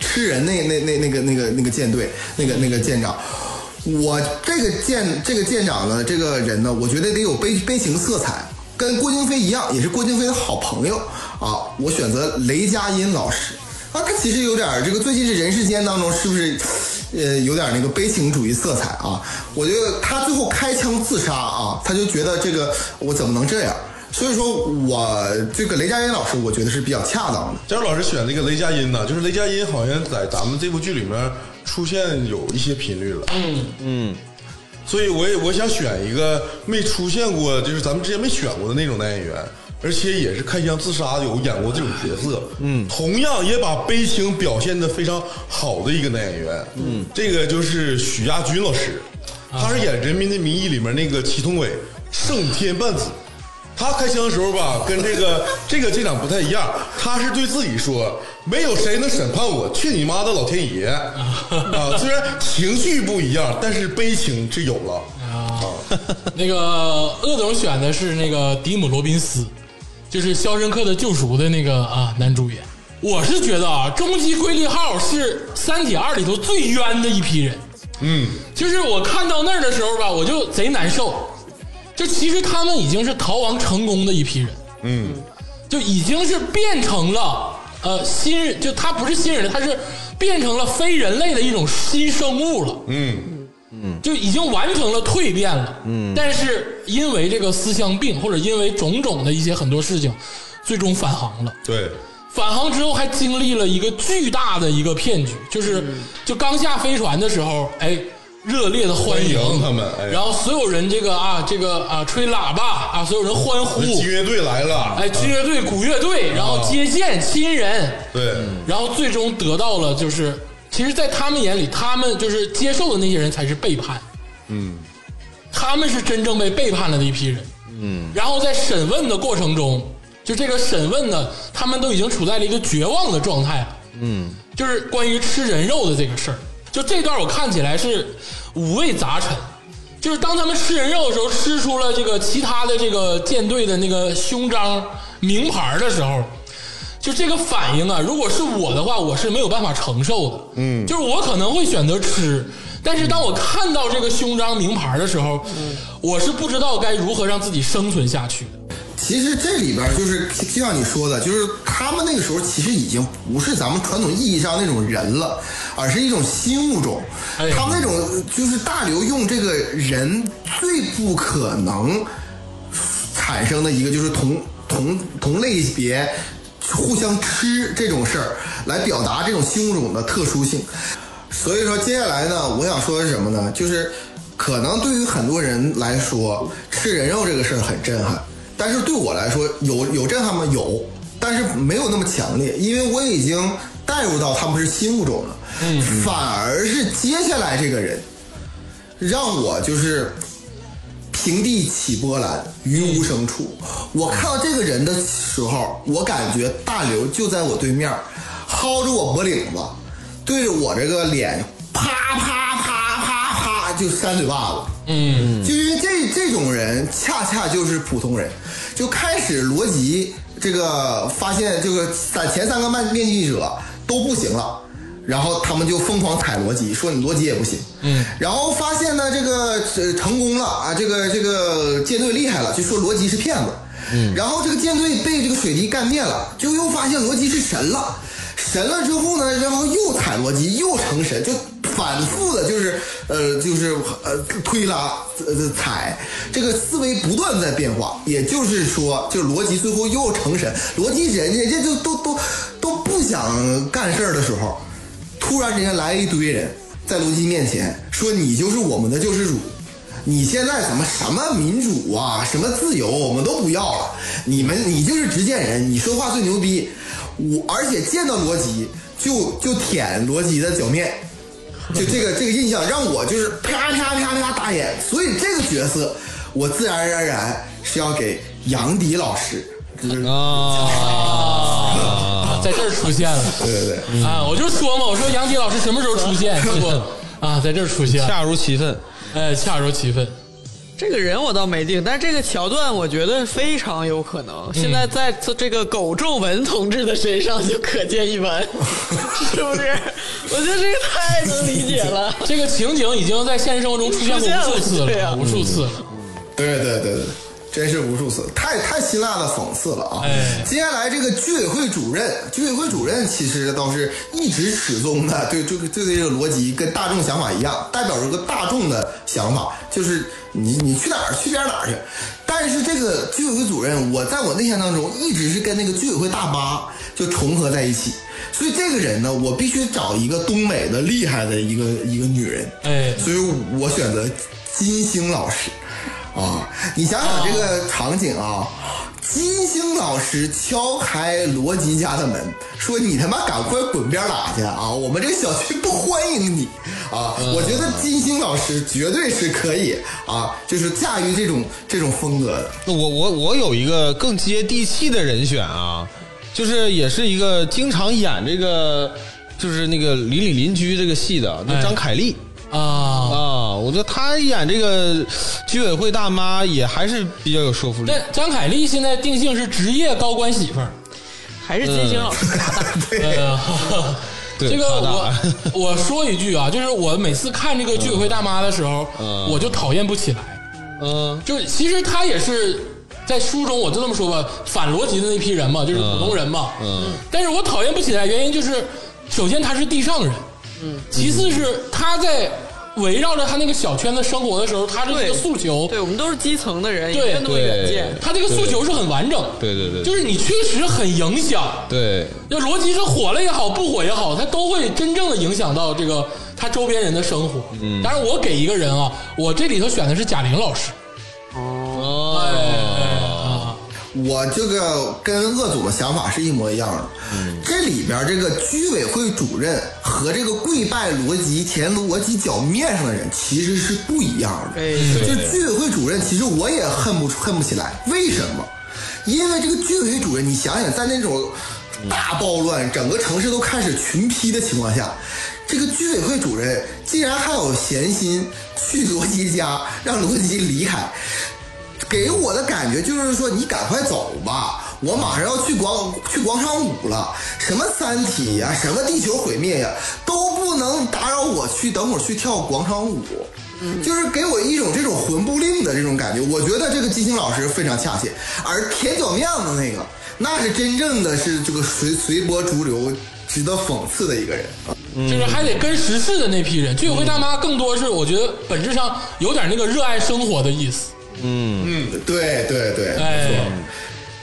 那个舰队那个舰长。我这个舰长呢，这个人呢，我觉得得有悲情色彩，跟郭京飞一样，也是郭京飞的好朋友我选择雷佳音老师他其实有点这个最近是人世间当中是不是有点那个悲情主义色彩我觉得他最后开枪自杀他就觉得这个我怎么能这样。所以说我这个雷佳音老师我觉得是比较恰当的。 加入老师选这个雷佳音呢，就是雷佳音好像在咱们这部剧里面出现有一些频率了。所以我想选一个没出现过，就是咱们之前没选过的那种男演员，而且也是开枪自杀有演过这种角色。同样也把悲情表现得非常好的一个男演员。这个就是许亚军老师，他是演《人民的名义》里面那个祁同伟胜天半子。他开枪的时候吧，跟这个舰长不太一样，他是对自己说，没有谁能审判我，去你妈的老天爷虽然情绪不一样，但是悲情是有了那个鄂总选的是那个迪姆·罗宾斯，就是《肖申克的救赎》的那个男主演。我是觉得终极瑰丽号是《三体2》里头最冤的一批人。就是我看到那儿的时候吧，我就贼难受。就其实他们已经是逃亡成功的一批人，就已经是变成了新人，就他不是新人，他是变成了非人类的一种新生物了，就已经完成了蜕变了，但是因为这个思乡病或者因为种种的一些很多事情，最终返航了。 对， 返航之后还经历了一个巨大的一个骗局，就刚下飞船的时候，热烈的欢迎他们， 然后所有人吹喇叭所有人欢呼， 军乐队来了， 军乐队、鼓乐队，然后接见亲人， 对， 然后最终得到了就是其实在他们眼里，他们就是接受的那些人才是背叛，他们是真正被背叛了的一批人，然后在审问的过程中，就这个审问呢，他们都已经处在了一个绝望的状态了，就是关于吃人肉的这个事儿。就这段我看起来是五味杂陈，就是当他们吃人肉的时候，吃出了这个其他的这个舰队的那个勋章名牌的时候，就这个反应如果是我的话，我是没有办法承受的。就是我可能会选择吃，但是当我看到这个勋章名牌的时候，我是不知道该如何让自己生存下去的。 其实这里边就是就像你说的，就是他们那个时候其实已经不是咱们传统意义上那种人了，而是一种新物种。他们那种就是大刘用这个人最不可能产生的一个就是同类别互相吃这种事儿，来表达这种新物种的特殊性。 所以说接下来呢，我想说的是什么呢？就是可能对于很多人来说，吃人肉这个事儿很震撼，但是对我来说有震撼吗？有，但是没有那么强烈，因为我已经带入到他们是心目中了。反而是接下来这个人让我就是平地起波澜，于无声处。我看到这个人的时候，我感觉大刘就在我对面，薅着我脖领子，对着我这个脸啪啪啪啪啪就扇嘴巴子。就因为这种人恰恰就是普通人。就开始罗辑这个发现这个前3个面具者都不行了，然后他们就疯狂踩罗辑，说你罗辑也不行。然后发现呢这个成功了啊，这个舰队厉害了，就说罗辑是骗子。然后这个舰队被这个水滴干灭了，就又发现罗辑是神了。神了之后呢，然后又踩罗辑，又成神，就反复的就是推拉踩，这个思维不断在变化。也就是说，就是罗辑最后又成神，罗辑人家就都不想干事儿的时候，突然之间来一堆人在罗辑面前说你就是我们的救世主，你现在什么民主啊，什么自由我们都不要了，你就是执剑人，你说话最牛逼。而且见到罗辑就舔罗辑的脚面，就这个印象让我就是啪啪啪啪打眼。所以这个角色我自然而然是要给杨迪老师在这儿出现了。 对我就说嘛，我说杨迪老师什么时候出现？结果在这儿出现， 恰如其分。 恰如其分。 这个人我倒没定，但是这个桥段我觉得非常有可能现在在这个苟仲文同志的身上就可见一斑，是不是？我觉得这个太能理解了。 这个情景已经在现实生活中出现过无数次了，无数次了。 对，真是无数次，太辛辣的讽刺了啊！接下来这个居委会主任其实倒是一直始终的对这个逻辑跟大众想法一样，代表着个大众的想法，就是你去哪儿去边哪儿去。但是这个居委会主任，我在我内心当中一直是跟那个居委会大巴就重合在一起，所以这个人呢，我必须找一个东北的厉害的一个女人，所以我选择金星老师。你想想这个场景啊，金星老师敲开罗辑家的门，说你他妈赶快滚边拉去啊！我们这个小区不欢迎你啊！我觉得金星老师绝对是可以就是驾驭这种风格的。 我有一个更接地气的人选啊，就是也是一个经常演这个就是那个邻里邻居这个戏的，那张凯丽。我觉得他演这个居委会大妈也还是比较有说服力。 但张凯丽现在定性是职业高官媳妇儿， 还是金星老师搭档？ 这个我说一句啊，就是我每次看这个居委会大妈的时候，我就讨厌不起来。就其实他也是在书中，我就这么说吧，反逻辑的那批人嘛，就是普通人嘛。但是我讨厌不起来，原因就是首先他是地上人。其次是他在围绕着他那个小圈子生活的时候，他这个诉求， 对我们都是基层的人，也那么远见， 他这个诉求是很完整， 对， 就是你确实很影响， 对， 就逻辑是火了也好，不火也好，他都会真正的影响到这个他周边人的生活。当然，我给一个人我这里头选的是贾玲老师。 我这个跟鄂总的想法是一模一样的。这里边这个居委会主任和这个跪拜罗辑舔罗辑脚面上的人其实是不一样的。就居委会主任，其实我也恨不起来。为什么？因为这个居委会主任，你想想，在那种大暴乱，整个城市都开始群批的情况下，这个居委会主任竟然还有闲心去罗辑家，让罗辑离开。给我的感觉就是说，你赶快走吧，我马上要去广场舞了，什么三体呀，什么地球毁灭呀，都不能打扰我等会儿去跳广场舞。就是给我一种这种魂不吝的这种感觉。我觉得这个金星老师非常恰切，而舔脚面子那是真正的是这个随波逐流，值得讽刺的一个人。 就是还得跟时事的那批人，居委会大妈更多是我觉得本质上有点那个热爱生活的意思。 对，没错。他很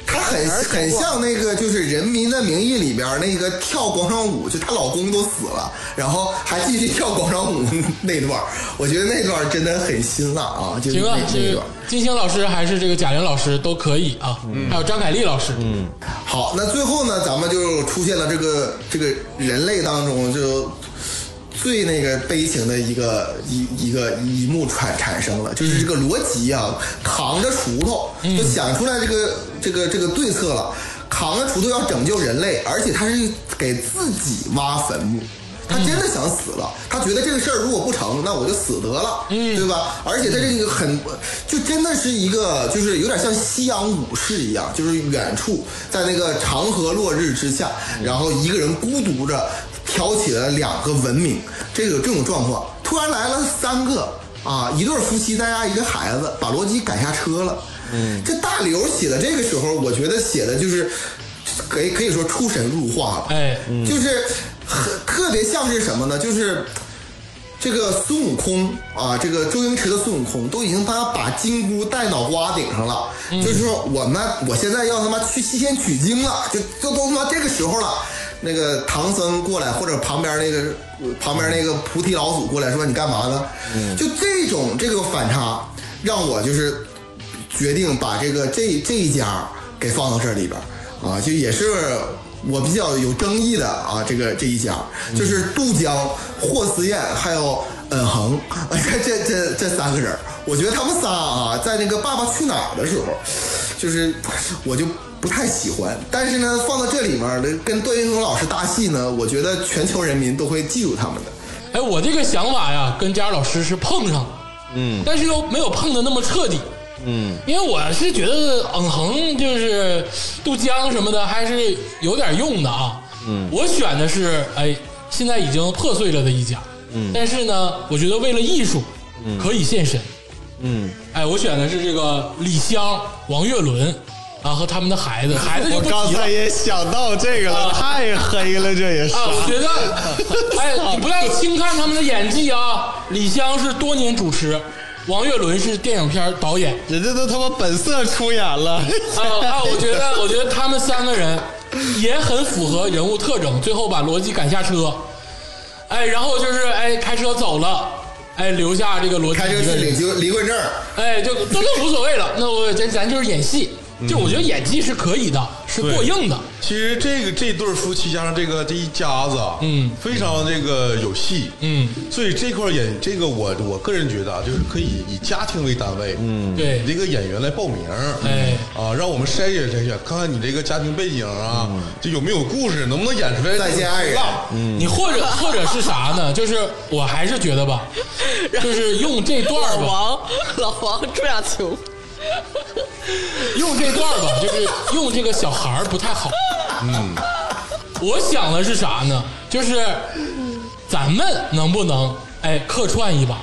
很像那个就是《人民的名义》里边那个跳广场舞，就她老公都死了，然后还继续跳广场舞那段，我觉得那段真的很辛辣啊！就是行啊， 那段。 金星老师还是这个贾玲老师都可以啊，还有张凯丽老师， 好，那最后呢，咱们就出现了这个人类当中就最那个悲情的一幕产生了，就是这个罗辑啊，扛着锄头就想出来这个对策了，扛着锄头要拯救人类，而且他是给自己挖坟墓。他真的想死了，他觉得这个事儿如果不成，那我就死得了，对吧？而且他这个就真的是一个，就是有点像西洋武士一样，就是远处在那个长河落日之下，然后一个人孤独着挑起了2个文明，这种状况，突然来了3个啊，一对夫妻再加一个孩子，把罗辑赶下车了。这大刘写的这个时候，我觉得写的就是可以说出神入化了，就是特别像是什么呢？就是这个孙悟空啊，这个周星驰的孙悟空都已经把金箍戴脑瓜顶上了，就是说我现在要他妈去西天取经了，就都他妈这个时候了。那个唐僧过来，或者旁边那个菩提老祖过来说你干嘛呢？就这个反差，让我就是决定把这一家给放到这里边啊，就也是我比较有争议的啊，这一家就是杜江、霍思燕还有恩恒，这3个人，我觉得他们仨啊，在那个《爸爸去哪儿》的时候，就是我就不太喜欢，但是呢，放到这里面的跟段奕宏老师搭戏呢，我觉得全球人民都会记住他们的。 哎，我这个想法呀，跟佳老师是碰上了，但是又没有碰的那么彻底。因为我是觉得恩恒就是杜江什么的还是有点用的啊。我选的是现在已经破碎了的一家。但是呢，我觉得为了艺术，可以献身。我选的是这个李湘、王岳伦啊和他们的孩子就不提了。 我刚才也想到这个了，太黑了，这也是。 我觉得，你不要轻看他们的演技啊。李湘是多年主持。王岳伦是电影片导演， 人家都他妈本色出演了我觉得他们3个人也很符合人物特征，最后把罗辑赶下车，然后就是开车走了，留下这个罗辑开车去领离婚证， 就都无所谓了。那咱就是演戏，就我觉得演技是可以的，是过硬的。 其实这对夫妻加上这一家子，非常这个有戏，所以这块这个我个人觉得啊，就是可以以家庭为单位， 对， 这个演员来报名，让我们筛选，看看你这个家庭背景啊，就有没有故事，能不能演出来再见爱人。 你或者是啥呢？就是我还是觉得吧，就是用这段吧， 老王朱亚琼。 用这段吧，就是用这个小孩不太好。我想的是啥呢？就是咱们能不能客串一把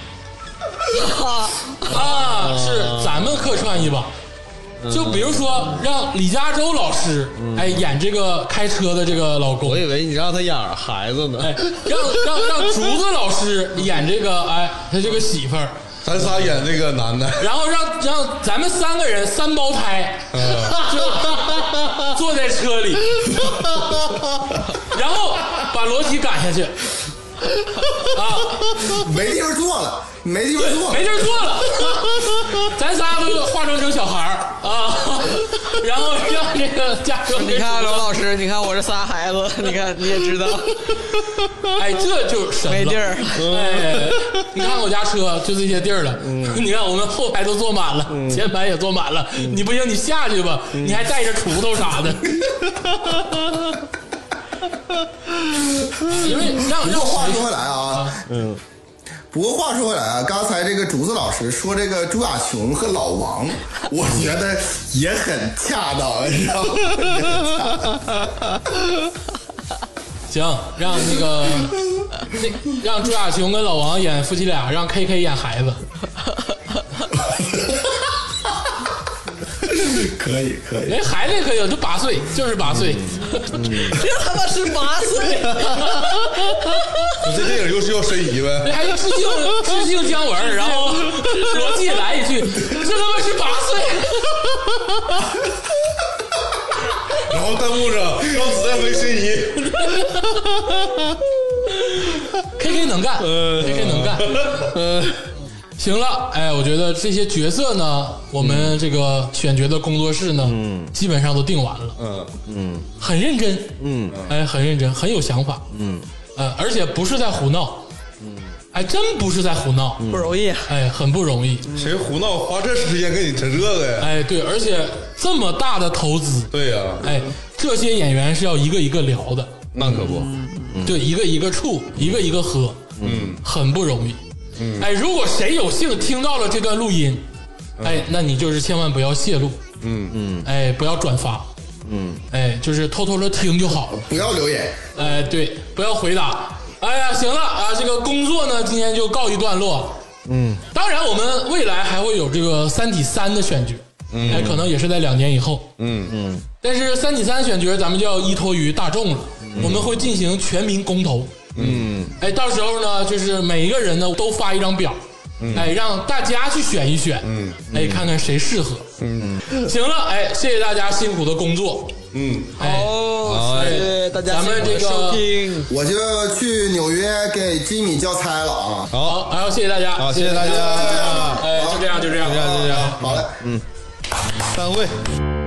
是咱们客串一把。就比如说让李嘉洲老师演这个开车的这个老公， 我以为你让他演孩子呢。 让竹子老师演这个他这个媳妇儿。 咱仨演这个男的， 然后让咱们3个人3胞胎，就坐在车里，然后把罗辑赶下去， 没地方坐了，没地方坐了，咱仨都化妆成小孩然后让这个嘉洲， 你看罗老师，你看我这仨孩子，你看你也知道， 这就神了， 没地儿， 你看我家车就这些地儿了，你看我们后排都坐满了，前排也坐满了，你不行你下去吧，你还带着锄头啥的。因为让话说回来啊，不过话说回来啊，刚才这个竹子老师说这个朱亚琼和老王，我觉得也很恰当，你知道吗？ 行，让朱亚琼跟老王演夫妻俩，让 KK 演孩子。 可以， 孩子也可以，就8岁，就是8岁， 这他妈是8岁， 我这电影又是要申遗呗？ 还致敬姜文，然后罗辑来一句，这他妈是8岁。 后弹幕上让子弹飞身移。 KK 能干，KK 能干。行了，哎，我觉得这些角色呢，我们这个选角的工作室呢，基本上都定完了。很认真，哎，很认真，很有想法，而且不是在胡闹，哎，真不是在胡闹， 不容易， 哎，很不容易。 谁胡闹花这时间跟你整这个呀？ 哎，对，而且这么大的投资， 对呀， 哎，这些演员是要一个一个聊的， 那可不， 对，一个一个处，一个一个喝，很不容易。哎，如果谁有幸听到了这段录音，哎，那你就是千万不要泄露，哎，不要转发，哎，就是偷偷的听就好了， 不要留言。 哎，对，不要回答。哎呀，行了啊，这个工作呢，今天就告一段落。当然，我们未来还会有这个《三体3》的选角，哎，可能也是在2年以后。但是《三体3》选角咱们就要依托于大众了，我们会进行全民公投。哎，到时候呢，就是每一个人呢都发一张表，哎，让大家去选一选，哎，看看谁适合。行了，哎，谢谢大家辛苦的工作。 好，谢谢大家咱们这个收听。 我就去纽约给吉米交差了啊！ 好，还要谢谢大家， 好，谢谢大家， 哎，就这样， 就这样， 好嘞， 散会。